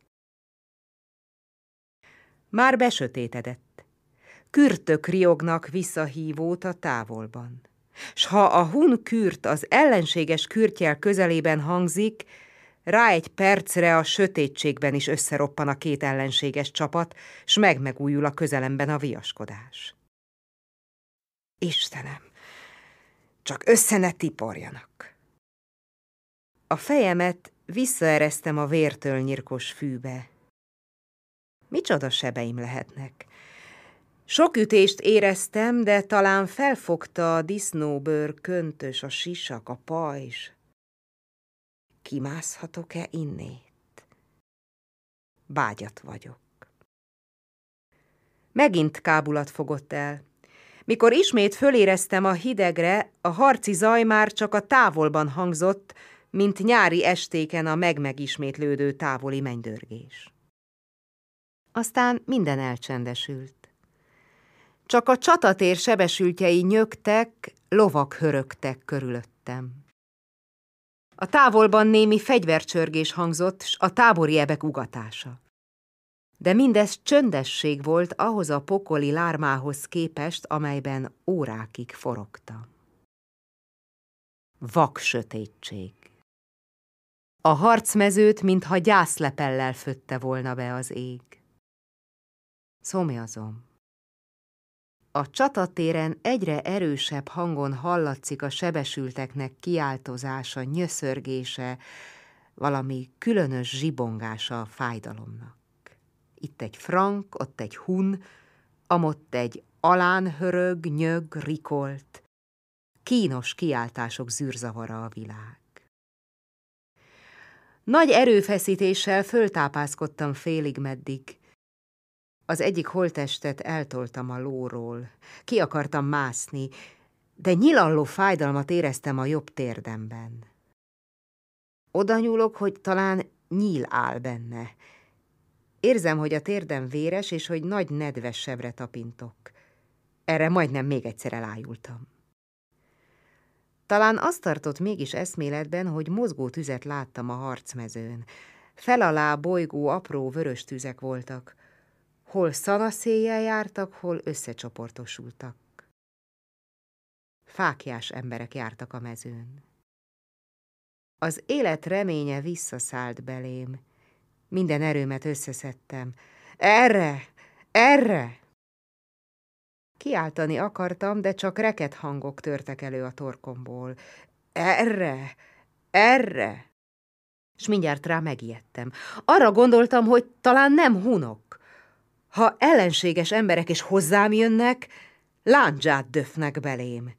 Már besötétedett. Kürtök riognak visszahívót a távolban. S ha a hun kürt az ellenséges kürtjel közelében hangzik, rá egy percre a sötétségben is összeroppan a két ellenséges csapat, s megújul a közelemben a viaskodás. Istenem, csak össze ne tiporjanak! A fejemet visszaeresztem a vértől nyirkos fűbe. Micsoda sebeim lehetnek? Sok ütést éreztem, de talán felfogta a disznóbőr köntös, a sisak, a pajzs. Kimászhatok-e innét? Bágyat vagyok. Megint kábulat fogott el. Mikor ismét föléreztem a hidegre, a harci zaj már csak a távolban hangzott, mint nyári estéken a megismétlődő távoli mennydörgés. Aztán minden elcsendesült. Csak a csatatér sebesültjei nyögtek, lovak hörögtek körülöttem. A távolban némi fegyvercsörgés hangzott, s a tábori ebek ugatása. De mindez csöndesség volt ahhoz a pokoli lármához képest, amelyben órákig forogtam. Vak sötétség. A harcmezőt, mintha gyászlepellel födte volna be az ég. Szomjazom. A csatatéren egyre erősebb hangon hallatszik a sebesülteknek kiáltozása, nyöszörgése, valami különös zsibongása a fájdalomnak. Itt egy frank, ott egy hun, amott egy alán hörög, nyög, rikolt. Kínos kiáltások zűrzavara a világ. Nagy erőfeszítéssel föltápászkodtam félig meddig. Az egyik holttestet eltoltam a lóról. Ki akartam mászni, de nyilalló fájdalmat éreztem a jobb térdemben. Oda nyúlok, hogy talán nyíl áll benne. Érzem, hogy a térdem véres, és hogy nagy nedves sebre tapintok. Erre majdnem még egyszer elájultam. Talán azt tartott mégis eszméletben, hogy mozgó tüzet láttam a harcmezőn. Felalá bolygó apró vörös tüzek voltak. Hol szanaszéjjel jártak, hol összecsoportosultak. Fáklyás emberek jártak a mezőn. Az élet reménye visszaszállt belém. Minden erőmet összeszedtem. Erre! Erre! Kiáltani akartam, de csak reket hangok törtek elő a torkomból. Erre! Erre! S mindjárt rá megijedtem. Arra gondoltam, hogy talán nem hunok. Ha ellenséges emberek is hozzám jönnek, lándzsát döfnek belém.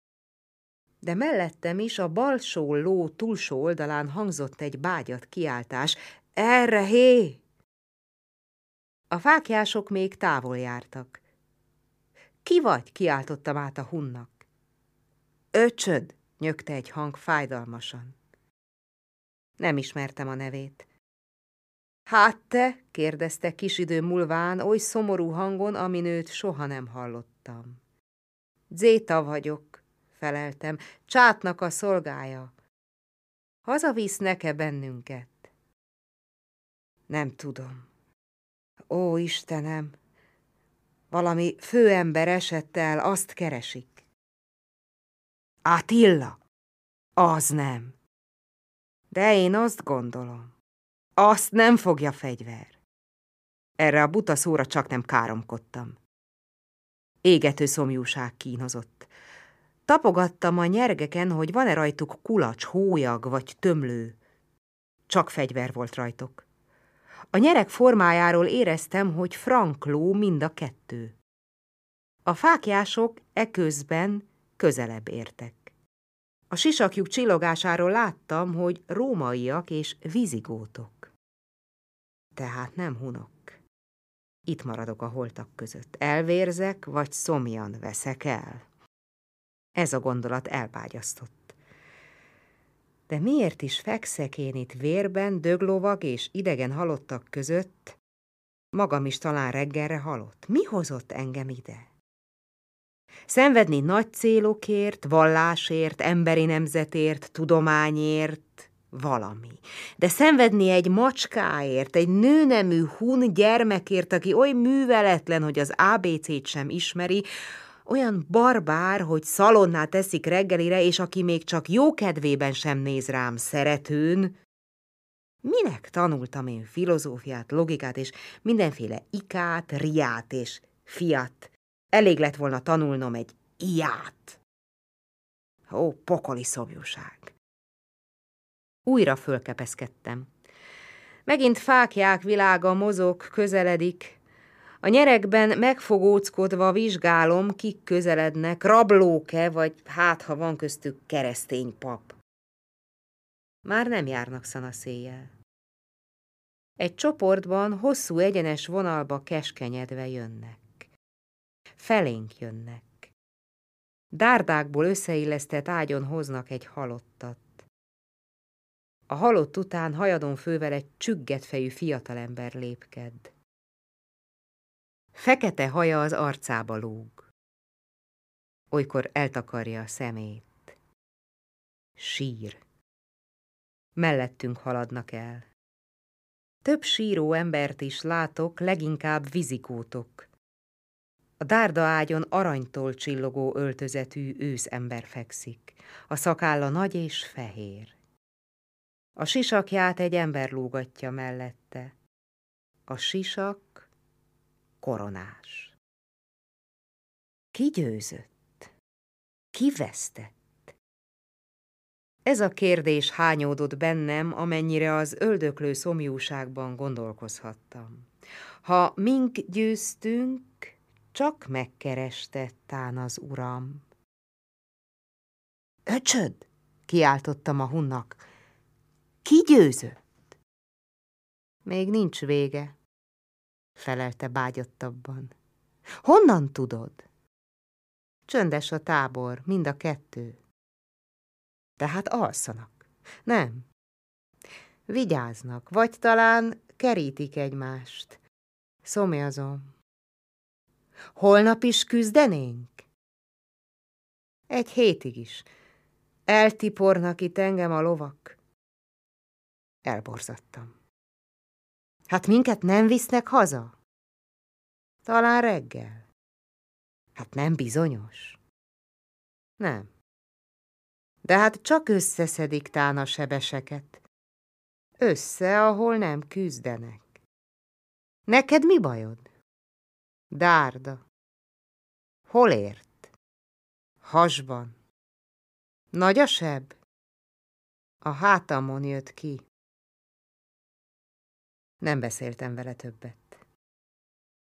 De mellettem is a balsó ló túlsó oldalán hangzott egy bágyat kiáltás. Erre, hé! A fáklyások még távol jártak. Ki vagy? Kiáltottam át a hunnak. Öcsöd! Nyögte egy hang fájdalmasan. Nem ismertem a nevét. Hát te? Kérdezte kis idő múlván oly szomorú hangon, amin őt soha nem hallottam. Zéta vagyok, feleltem, Csátnak a szolgája. Hazavisznek-e bennünket? Nem tudom. Ó, Istenem! Valami főember esett el, azt keresik. Attila! Az nem. De én azt gondolom. Azt nem fogja fegyver. Erre a buta szóra csak nem káromkodtam. Égető szomjúság kínozott. Tapogattam a nyergeken, hogy van-e rajtuk kulacs, hólyag vagy tömlő. Csak fegyver volt rajtuk. A nyereg formájáról éreztem, hogy frankló mind a kettő. A fáklyások eközben közelebb értek. A sisakjuk csillogásáról láttam, hogy rómaiak és vizigótok. Tehát nem hunok. Itt maradok a holtak között. Elvérzek, vagy szomjan veszek el. Ez a gondolat elbágyasztott. De miért is fekszek én itt vérben, döglovag és idegen halottak között? Magam is talán reggelre halott. Mi hozott engem ide? Szenvedni nagy célokért, vallásért, emberi nemzetért, tudományért, valami. De szenvedni egy macskáért, egy nőnemű hun gyermekért, aki oly műveletlen, hogy az ABC-t sem ismeri, olyan barbár, hogy szalonná teszik reggelire, és aki még csak jókedvében sem néz rám szeretőn. Minek tanultam én filozófiát, logikát, és mindenféle ikát, riát és fiat? Elég lett volna tanulnom egy iát. Ó, pokoli szomjúság. Újra fölkepeszkedtem. Megint fáklyák világa mozog, közeledik. A nyeregben megfogóckodva vizsgálom, kik közelednek, rablók-e, vagy hát, ha van köztük keresztény pap. Már nem járnak szanaszéjjel. Egy csoportban hosszú egyenes vonalba keskenyedve jönnek. Felénk jönnek. Dárdákból összeillesztett ágyon hoznak egy halottat. A halott után hajadon fővel egy csüggetfejű fiatalember lépked. Fekete haja az arcába lóg. Olykor eltakarja a szemét. Sír. Mellettünk haladnak el. Több síró embert is látok, leginkább vizikótok. A dárda ágyon aranytól csillogó öltözetű őszember fekszik. A szakálla nagy és fehér. A sisakját egy ember lógatja mellette. A sisak koronás. Ki győzött? Ki vesztett? Ez a kérdés hányódott bennem, amennyire az öldöklő szomjúságban gondolkozhattam. Ha mink győztünk, csak megkereste tán az uram. Öcsöd! Kiáltottam a hunnak. Ki győzött? Még nincs vége, felelte bágyattabban. Honnan tudod? Csöndes a tábor, mind a kettő. Tehát alszanak. Nem. Vigyáznak, vagy talán kerítik egymást. Szomjazom. Holnap is küzdenénk? Egy hétig is. Eltipornak itt engem a lovak. Elborzadtam. Hát minket nem visznek haza? Talán reggel. Hát nem bizonyos. Nem. De hát csak összeszedik tán a sebeseket. Össze, ahol nem küzdenek. Neked mi bajod? Dárda. Hol ért? Hasban. Nagy a seb? A hátamon jött ki. Nem beszéltem vele többet.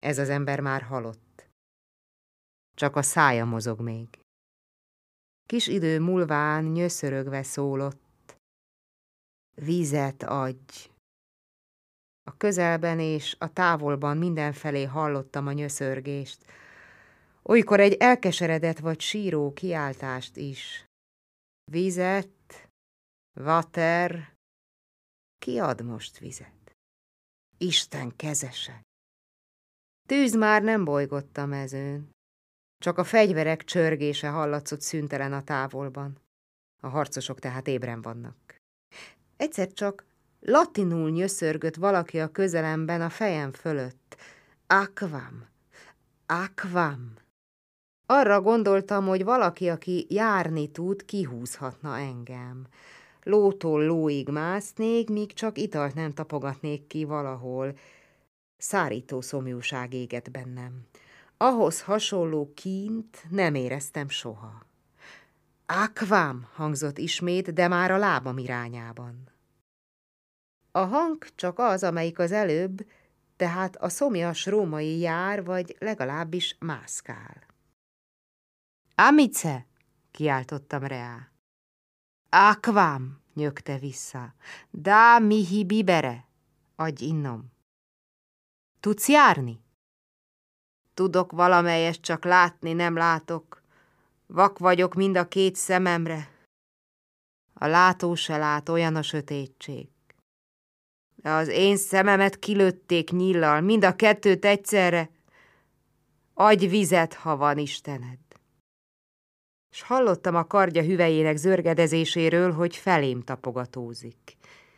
Ez az ember már halott. Csak a szája mozog még. Kis idő múlván nyöszörögve szólott. Vizet adj! A közelben és a távolban mindenfelé hallottam a nyöszörgést. Olykor egy elkeseredett vagy síró kiáltást is. Vizet, water, ki ad most vizet? Isten kezese! Tűz már nem bolygott a mezőn, csak a fegyverek csörgése hallatszott szüntelen a távolban. A harcosok tehát ébren vannak. Egyszer csak latinul nyöszörgött valaki a közelemben a fejem fölött. Aquam, aquam. Arra gondoltam, hogy valaki, aki járni tud, kihúzhatna engem. Lótól lóig másznék, míg csak italt nem tapogatnék ki valahol. Szárító szomjúság égett bennem. Ahhoz hasonló kínt nem éreztem soha. Aquam hangzott ismét, de már a lábam irányában. A hang csak az, amelyik az előbb, tehát a szomjas római jár, vagy legalábbis mászkál. Amice! Kiáltottam reá. Aquam! Nyögte vissza. Da mihi bibere! Adj innom! Tudsz járni? Tudok valamelyest, csak látni nem látok. Vak vagyok mind a két szememre. A látó se lát, olyan a sötétség. De az én szememet kilőtték nyíllal, mind a kettőt egyszerre. Adj vizet, ha van Istened. S hallottam a kardja hüvelyének zörgedezéséről, hogy felém tapogatózik.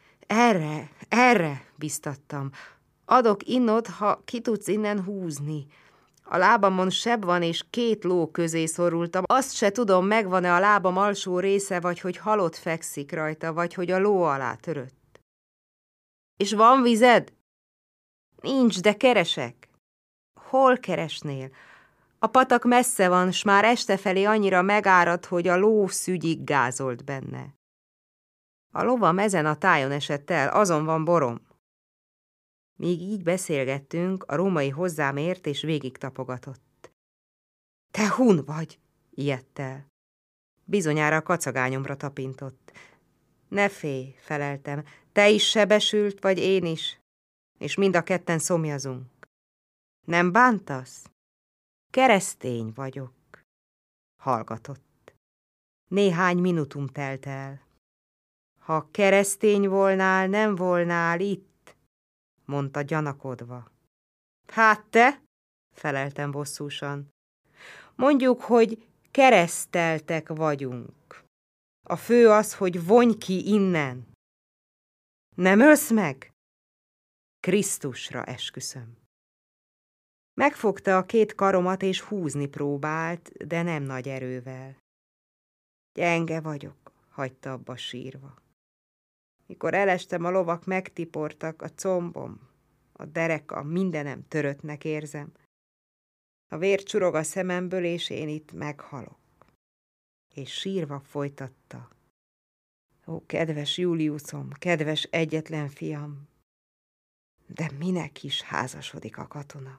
Erre, biztattam. Adok innot, ha ki tudsz innen húzni. A lábamon seb van, és 2 ló közé szorultam. Azt se tudom, megvan-e a lábam alsó része, vagy hogy halott fekszik rajta, vagy hogy a ló alá törött. És van vized? Nincs, de keresek. Hol keresnél? A patak messze van, s már estefelé annyira megáradt, hogy a ló szügyig gázolt benne. A lovam ezen a tájon esett el, azon van borom. Míg így beszélgettünk, a római hozzám ért és végig tapogatott. Te hun vagy, ijedt el. Bizonyára a kacagányomra tapintott. Ne félj, feleltem, te is sebesült, vagy én is, és mind a ketten szomjazunk. Nem bántasz? Keresztény vagyok. Hallgatott. Néhány minutum telt el. Ha keresztény volnál, nem volnál itt, mondta gyanakodva. Hát te? Feleltem bosszúsan. Mondjuk, hogy kereszteltek vagyunk. A fő az, hogy vonj ki innen. Nem ölsz meg? Krisztusra esküszöm. Megfogta a 2 karomat, és húzni próbált, de nem nagy erővel. Gyenge vagyok, hagyta abba sírva. Mikor elestem, a lovak megtiportak, a combom, a derekam, mindenem töröttnek érzem. A vér csurog a szememből, és én itt meghalok. És sírva folytatta. Ó, kedves Júliuszom, kedves egyetlen fiam, de minek is házasodik a katona?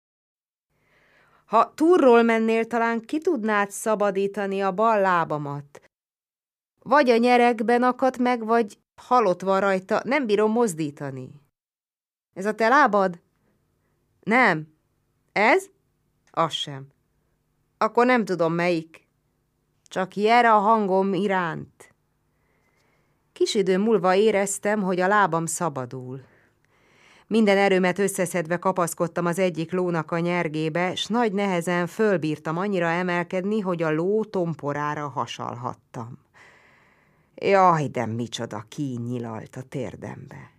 Ha túlról mennél, talán ki tudnád szabadítani a bal lábamat. Vagy a nyeregben akadt meg, vagy halott van rajta, nem bírom mozdítani. Ez a te lábad? Nem. Ez? Az sem. Akkor nem tudom melyik. Csak jer a hangom iránt. Kis idő múlva éreztem, hogy a lábam szabadul. Minden erőmet összeszedve kapaszkodtam az egyik lónak a nyergébe, s nagy nehezen fölbírtam annyira emelkedni, hogy a ló tomporára hasalhattam. Jaj, de micsoda kín nyilalt a térdembe.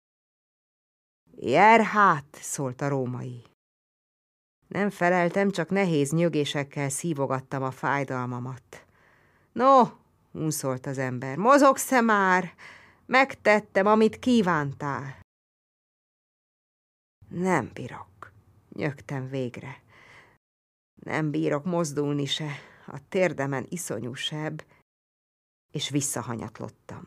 Jer hát, szólt a római. Nem feleltem, csak nehéz nyögésekkel szívogattam a fájdalmamat. No, unszolt az ember, mozogsz-e már? Megtettem, amit kívántál. Nem bírok, nyögtem végre. Nem bírok mozdulni se, a térdemen iszonyú seb, és visszahanyatlottam.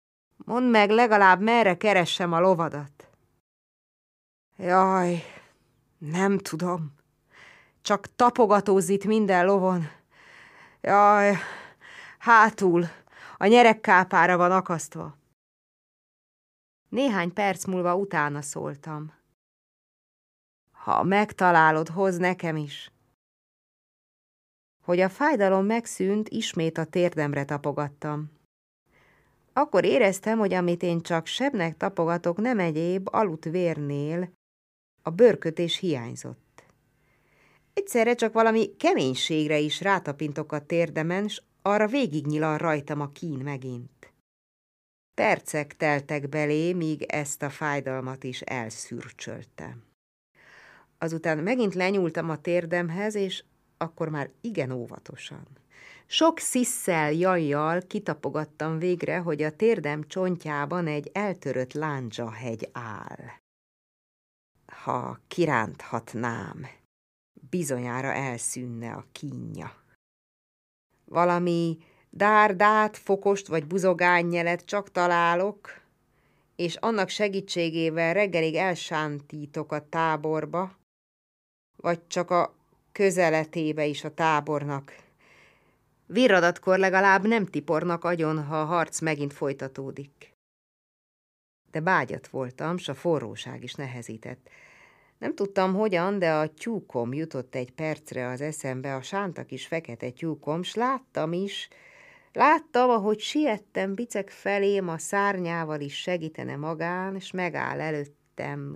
Mondd meg legalább, merre keressem a lovadat. Jaj, Nem tudom. Csak tapogatóz itt minden lovon. Jaj, hátul, a nyeregkápára van akasztva. Néhány perc múlva utána szóltam. Ha megtalálod, hozz nekem is. Hogy a fájdalom megszűnt, ismét a térdemre tapogattam. Akkor éreztem, hogy amit én csak sebnek tapogatok, nem egyéb, aludt vérnél a bőrkötés hiányzott. Egyszerre csak valami keménységre is rátapintok a térdemen, s arra végignyilal rajtam a kín megint. Percek teltek belé, míg ezt a fájdalmat is elszürcsöltem. Azután megint lenyúltam a térdemhez, és akkor már igen óvatosan. Sok szisszel, jajjal kitapogattam végre, hogy a térdem csontjában egy eltörött lándzsahegy áll. Ha kiránthatnám, bizonyára elszűnne a kínja. Valami dárdát, fokost vagy buzogánynyelet csak találok, és annak segítségével reggelig elsántítok a táborba, vagy csak a közeletébe is a tábornak. Virradatkor legalább nem tipornak agyon, ha a harc megint folytatódik. De bágyat voltam, s a forróság is nehezített. Nem tudtam hogyan, de a tyúkom jutott egy percre az eszembe, a sánta kis fekete tyúkom, s láttam, ahogy siettem bicek felém, a szárnyával is segítene magán, s megáll előttem,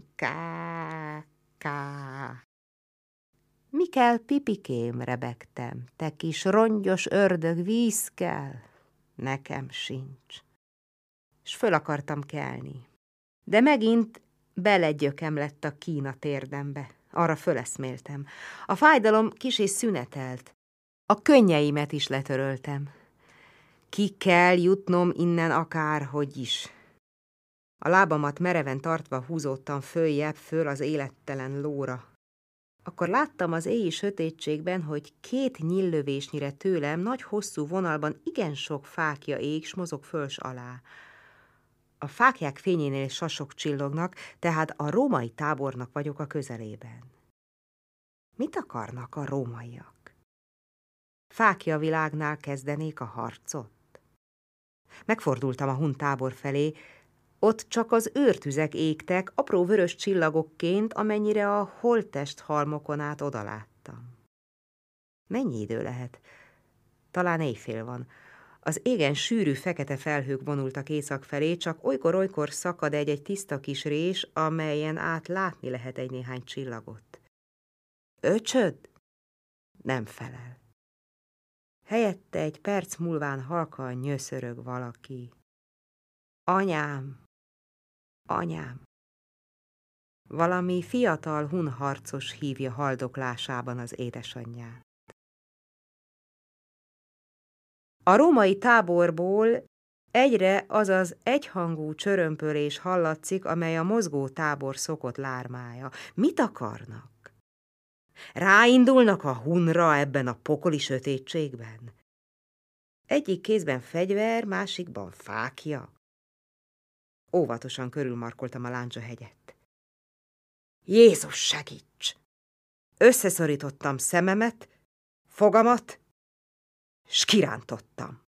ká. Mi kell, pipikém, rebegtem, te kis rongyos ördög, víz kell? Nekem sincs. S föl akartam kelni. De megint belegyökem lett a kín a térdembe. Arra föleszméltem. A fájdalom kissé szünetelt. A könnyeimet is letöröltem. Ki kell jutnom innen akárhogy is. A lábamat mereven tartva húzódtam föl az élettelen lóra. Akkor láttam az éji sötétségben, hogy 2 nyíllövésnyire tőlem nagy hosszú vonalban igen sok fákja ég, s mozog föls alá. A fáklyák fényénél sasok csillognak, tehát a római tábornak vagyok a közelében. Mit akarnak a rómaiak? Fákja világnál kezdenék a harcot? Megfordultam a hun tábor felé, ott csak az őrtüzek égtek, apró vörös csillagokként, amennyire a holttest halmokon át odaláttam. Mennyi idő lehet? Talán éjfél van. Az égen sűrű fekete felhők vonultak észak felé, csak olykor-olykor szakad egy tiszta kis rés, amelyen át látni lehet egy néhány csillagot. Öcsöd? Nem felel. Helyette egy perc múlván halkan nyöszörög valaki. Anyám! Anyám! Valami fiatal hun harcos hívja haldoklásában az édesanyját. A római táborból egyre az egyhangú csörömpölés hallatszik, amely a mozgó tábor szokott lármája. Mit akarnak? Ráindulnak a hunra ebben a pokoli sötétségben? Egyik kézben fegyver, másikban fákja. Óvatosan körülmarkoltam a lándzsahegyet. Jézus, segíts! Összeszorítottam szememet, fogamat, s kirántottam.